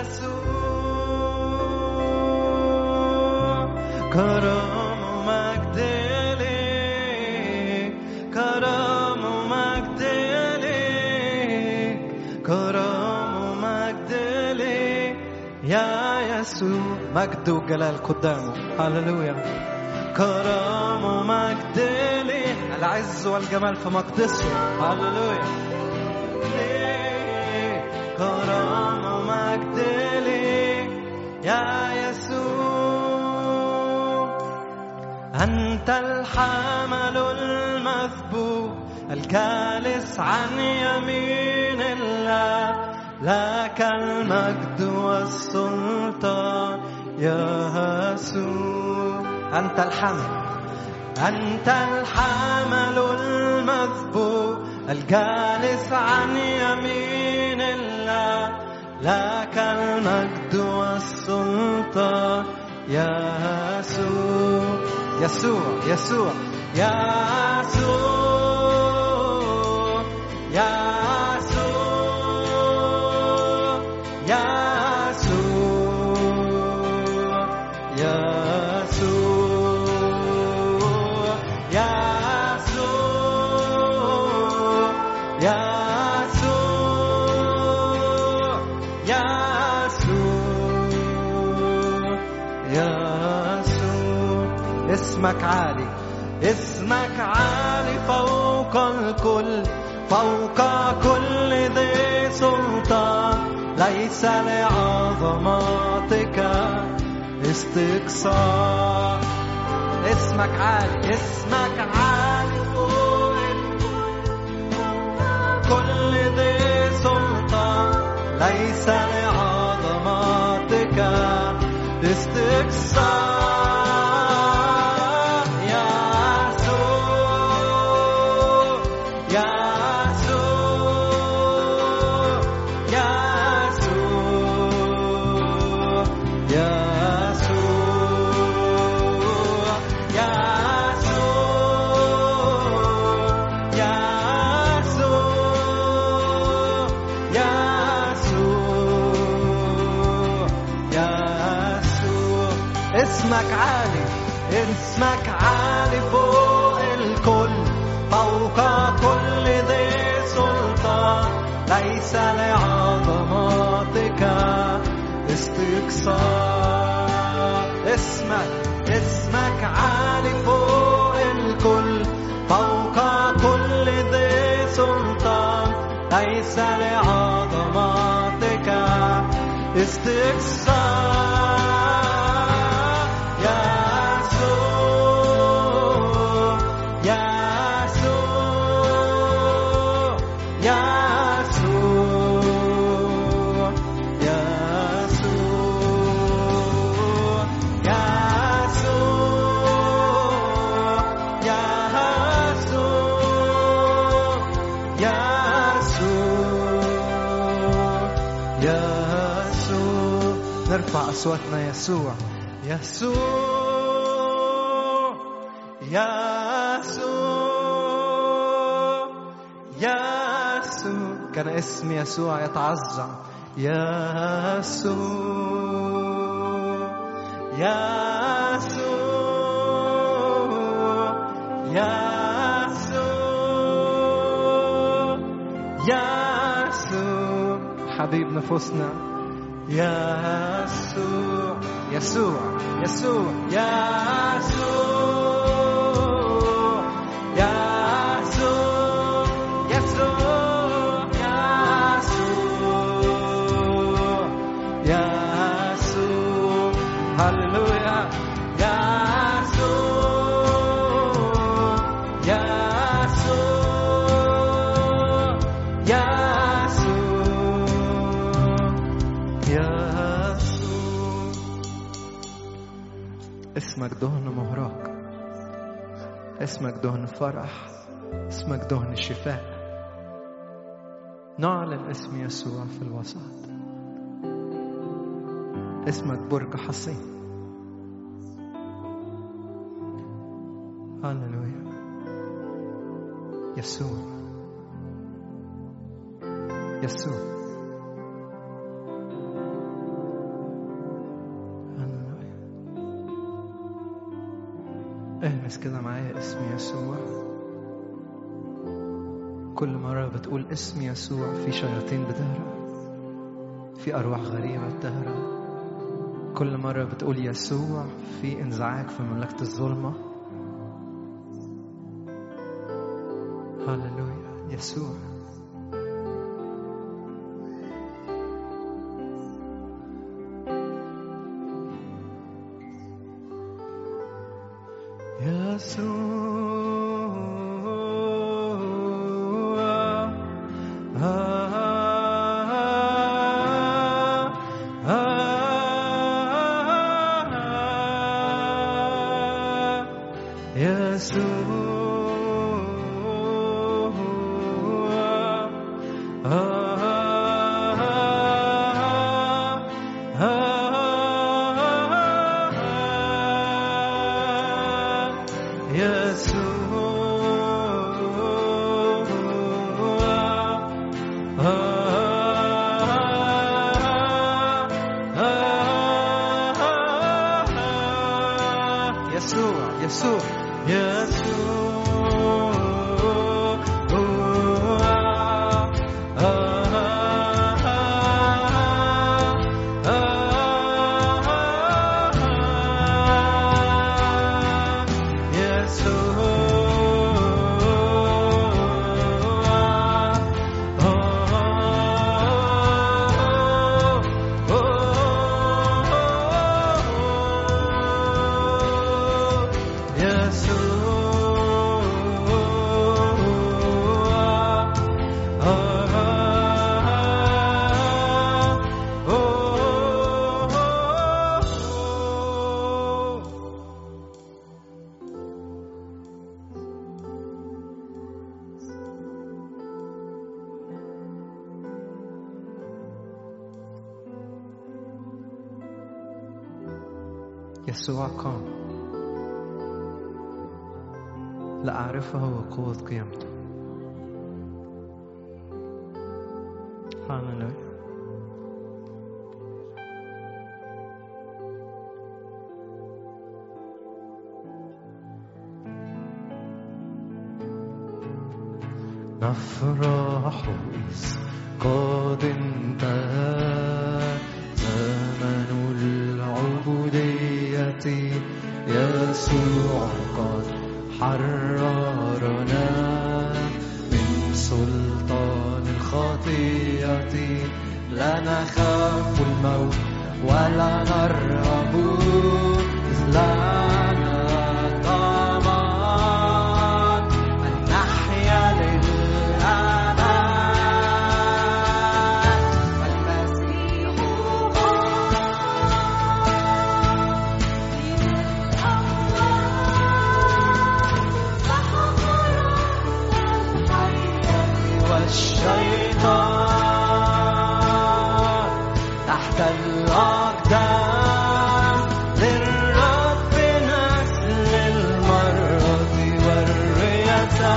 يسوع. كرامة ومجد ليك، كرامة ومجد ليك، كرامة ومجد ليك يا يسوع. مجد وجلال قدامه. هللويا. كرامة ومجد ليه، العز والجمال في مقدسه. هللويا. كرامة ومجد ليه يا يسوع. أنت الحمل المذبوح الجالس عن يمين الله، لك المجد والسلطان يا يسوع. أنت الحمل أنت الحمل المذبوح الجالس عن يمين الله، لك المجد والسلطان يا يسوع يسوع يسوع يسوع يسوع يسوع يسوع اسمك عالي، اسمك عالي فوق الكل، فوق كل ذي سلطان، ليس لعظمتك استقصاء. اسمك عالي، اسمك عالي فوق كل ذي سلطان، ليس لعظمتك استقصاء. اسمك عالي، اسمك عالي فوق الكل، فوق كل ذي سلطان، ليس لعظمتك استقصاء. اسمك اسمك عالي فوق الكل، فوق كل ذي سلطان، ليس لعظمتك استقصاء. نرفع أصواتنا. يسوع يسوع يسوع يسوع. كان اسم يسوع يتعظم. يسوع يسوع يسوع يسوع حبيب نفوسنا. يسوع يسوع يسوع يسوع يسوع يسوع يسوع يسوع هللويا. يسوع يسوع اسمك دهن مهراق، اسمك دهن فرح، اسمك دهن شفاء. نعلن اسم يسوع في الوسط. اسمك برج حصين. هللويا. يسوع يسوع اهمس كده معايا اسم يسوع. كل مرة بتقول اسم يسوع في شياطين بتهرب، في أرواح غريبة بتهرب. كل مرة بتقول يسوع في انزعاج في مملكة الظلمة. هللويا. يسوع يسوع يسوع قام لأعرفه وقوة قيامته. هاليلويا. نفرح إذ قد انتهى زمن العبودية، يسوع قد حررنا من سلطان الخطيئة. لا نخاف الموت ولا نرهب، إذ لنا ضمان أن نحيا للأبد. والمسيح قام من الأموات، سحق رأس الحية والشيطان تحت الأقدام. للرب نسل المرض والرياسة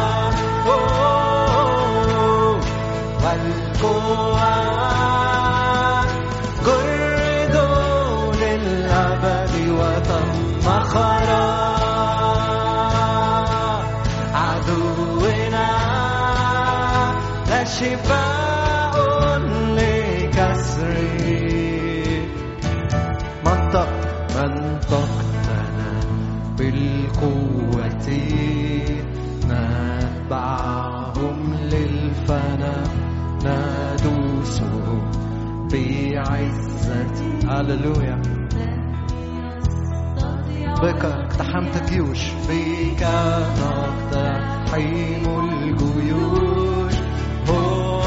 والقوات، جردوا للأبد وتم خراب عدونا. لا شفاء لكسره. منطق منطقتنا بالقوة، نتبعهم للفناء، ندوسهم بعزة. هاليلويا. بك اقتحمت الجيوش، بك نقتحم الجيوش. هم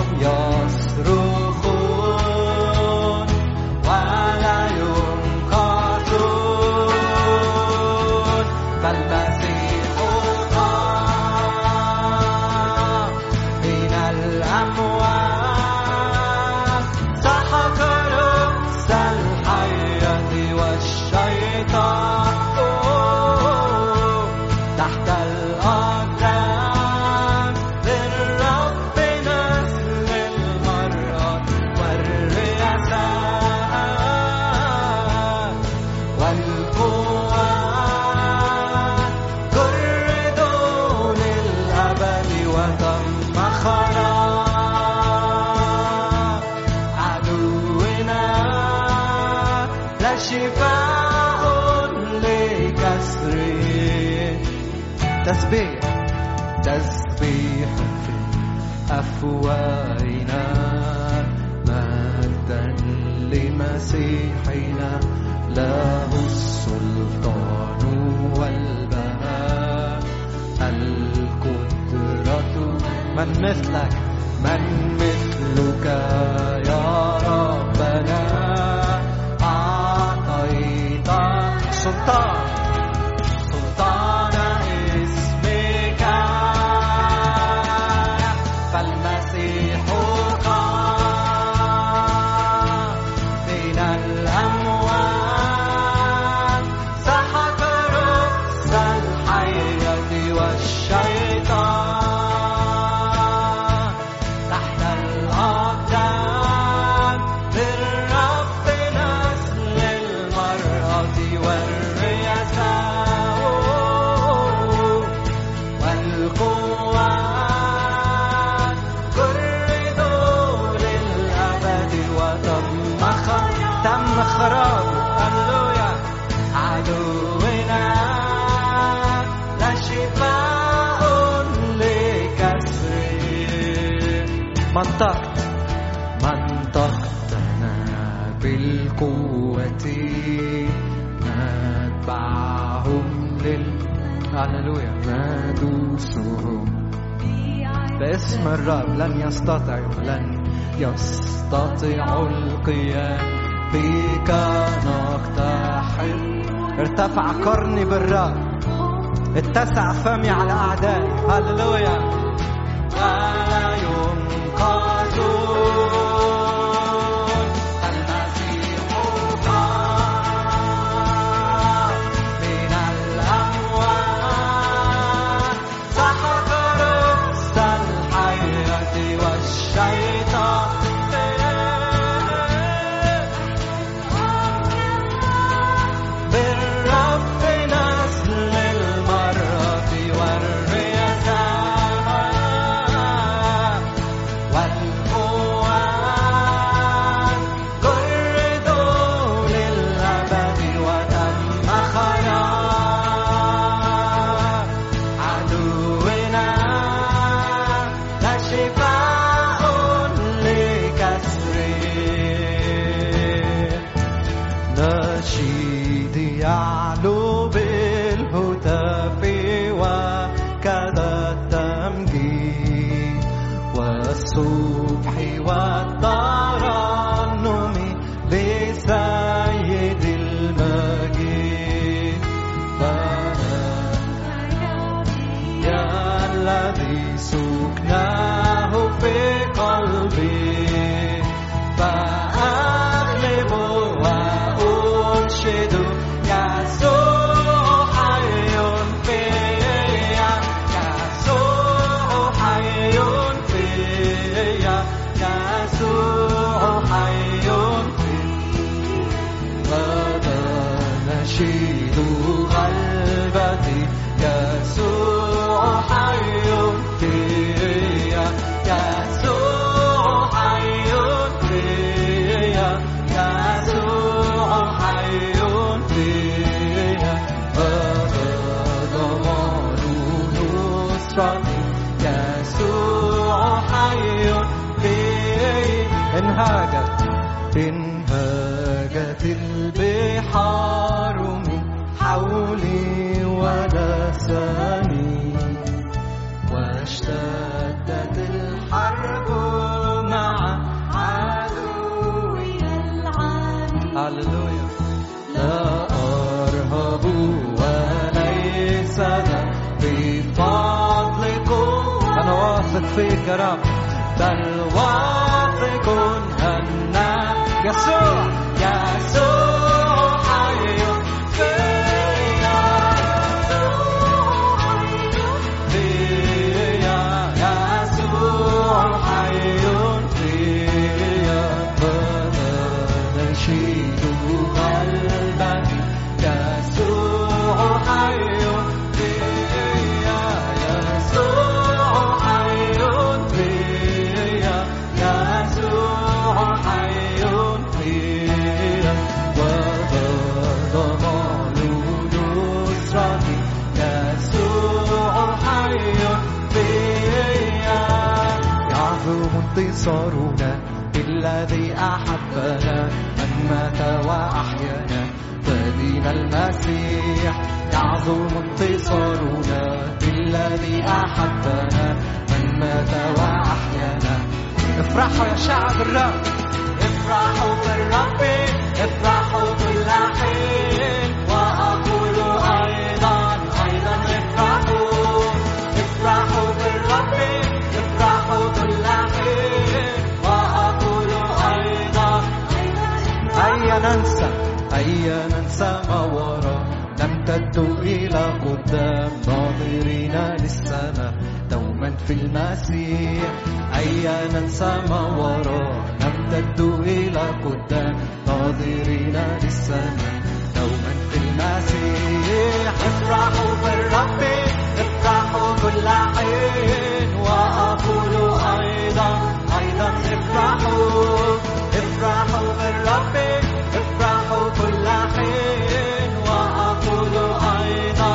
يصرخون ولا ينقذون، فالمسيح قام من الأموات، سحق رأس الحية والشيطان تحت الأقدام. للرب نسل المرأة والرياسة والقوات، جردوا للأبد وتم خراب عدونا. لا شفاء لكسره. تسبيح تسبيح في أفواهنا، مجدا لمسيحنا. له السلطان والبهاء، القدرة. من مثلك من مثلك يا ربنا، أعطيت سلطان سلطان اسمك. فالمسيح قام من الأموات، سحق رأس الحية والشيطان تحت الأقدام. للرب نسل المرأة والرياسة والقوات، جردوا للأبد وتم خراب. تم خراب. هللويا. عدونا لا شفاء لكسره. منطقت منطقتنا بالقوة، نتبعهم لل. هللويا. ندوسهم باسم الرب. لن يستطيعوا لن يستطيعوا القيام. بك نقتحم. ارتفع قرني بالرب، اتسع فمي على أعدائي. هللويا. ولا ينقذون. المسيح قام الشيطان بالرب نزل المرة والرياسة والقوات جردوا للأبد وتم خلاص عدونا لا شفاء لكسره نشيد يعلو بالهتاف وكذا التمجيد والصبح والترنم لسيد المجيد يا الذي سكناه في قلبي فأغلب وأنشد يسوع حي فيا يسوع حي فيا يسوع حي فيا غدا نشيد غلبتي يسوع حي فيا يسوع حي فيا يسوع حي فيا غدا ضمان نصرتي يسوع حي فيا انهاجت انهاجت البحار من حولي ودساني واشتدت الحرب مع عدوي العالي هللويا لا أرهب وليس ذا بفضلكم أنا واثق فيك يا رب بل واثق أن يسوع يسوع حي فيا فيا يسوع حي فيا فنشيد غلبتي يسوع حي فيا يسوع حي فيا يسوع حي فيا وضمان نصرتي يسوع حي فيا يعظم انتصارنا بالذي أحبنا من مات وأحيانا فدينا المسيح يعظم انتصارنا بالذي أحبنا من مات وأحيانا افرحوا يا شعب الرب افرحوا بالرب افرحوا كل حين وأقول أيضا أيضا افرحوا افرحوا بالرب افرحوا كل حين وأقول أيضا هيا ننسى هيا ننسى ما وراء نمتد إلى قدام ناظرين للسماء دوما في المسيح هيا ننسى ما وراء نمتد إلى قدام ناظرين للسماء دوما في المسيح افرحوا بالرب افرحوا كل حين وأقول أيضا أيضا افرحوا افرحوا بالرب افرحوا كل حين وأقول أيضا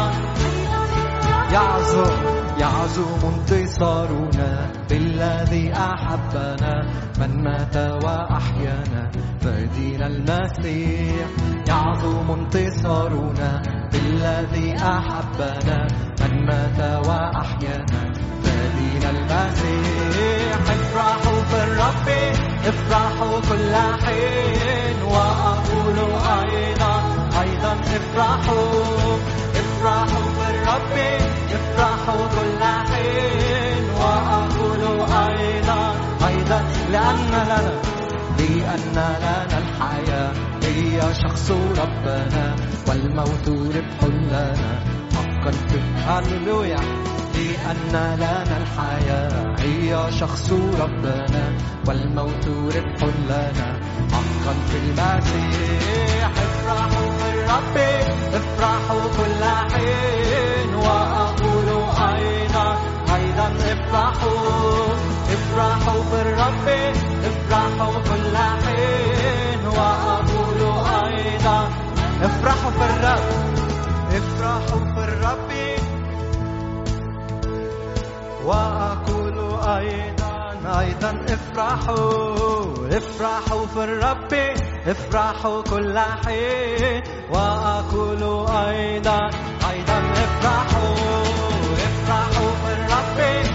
يعظم يعظم انتصارنا بالذي أحبنا من مات وأحيانا فدينا المسيح يعظم انتصارنا بالذي أحبنا من مات وأحيانا فدينا المسيح افرحوا بالرب افرحوا كل حين وأقول أيضا أيضا افرحوا افرحوا بالرب افرحوا كل حين وأقول أيضا أيضا لأن لنا لأن لنا الحياة هي شخص ربنا والموت ربح لنا حقا في هللويا لأن لنا الحياة هي شخص ربنا والموت ربح لنا حقا في المسيح. افرحوا في الرب افرحوا كل حين وأقول أيضا أيضا افرحوا افرحوا في الرب افرحوا كل حين وأقول أيضا افرحوا في الرب افرحوا في الرب وأقول أيضا أيضا افرحوا افرحوا في الرب افرحوا كل حين وأقول أيضا أيضا افرحوا افرحوا في الرب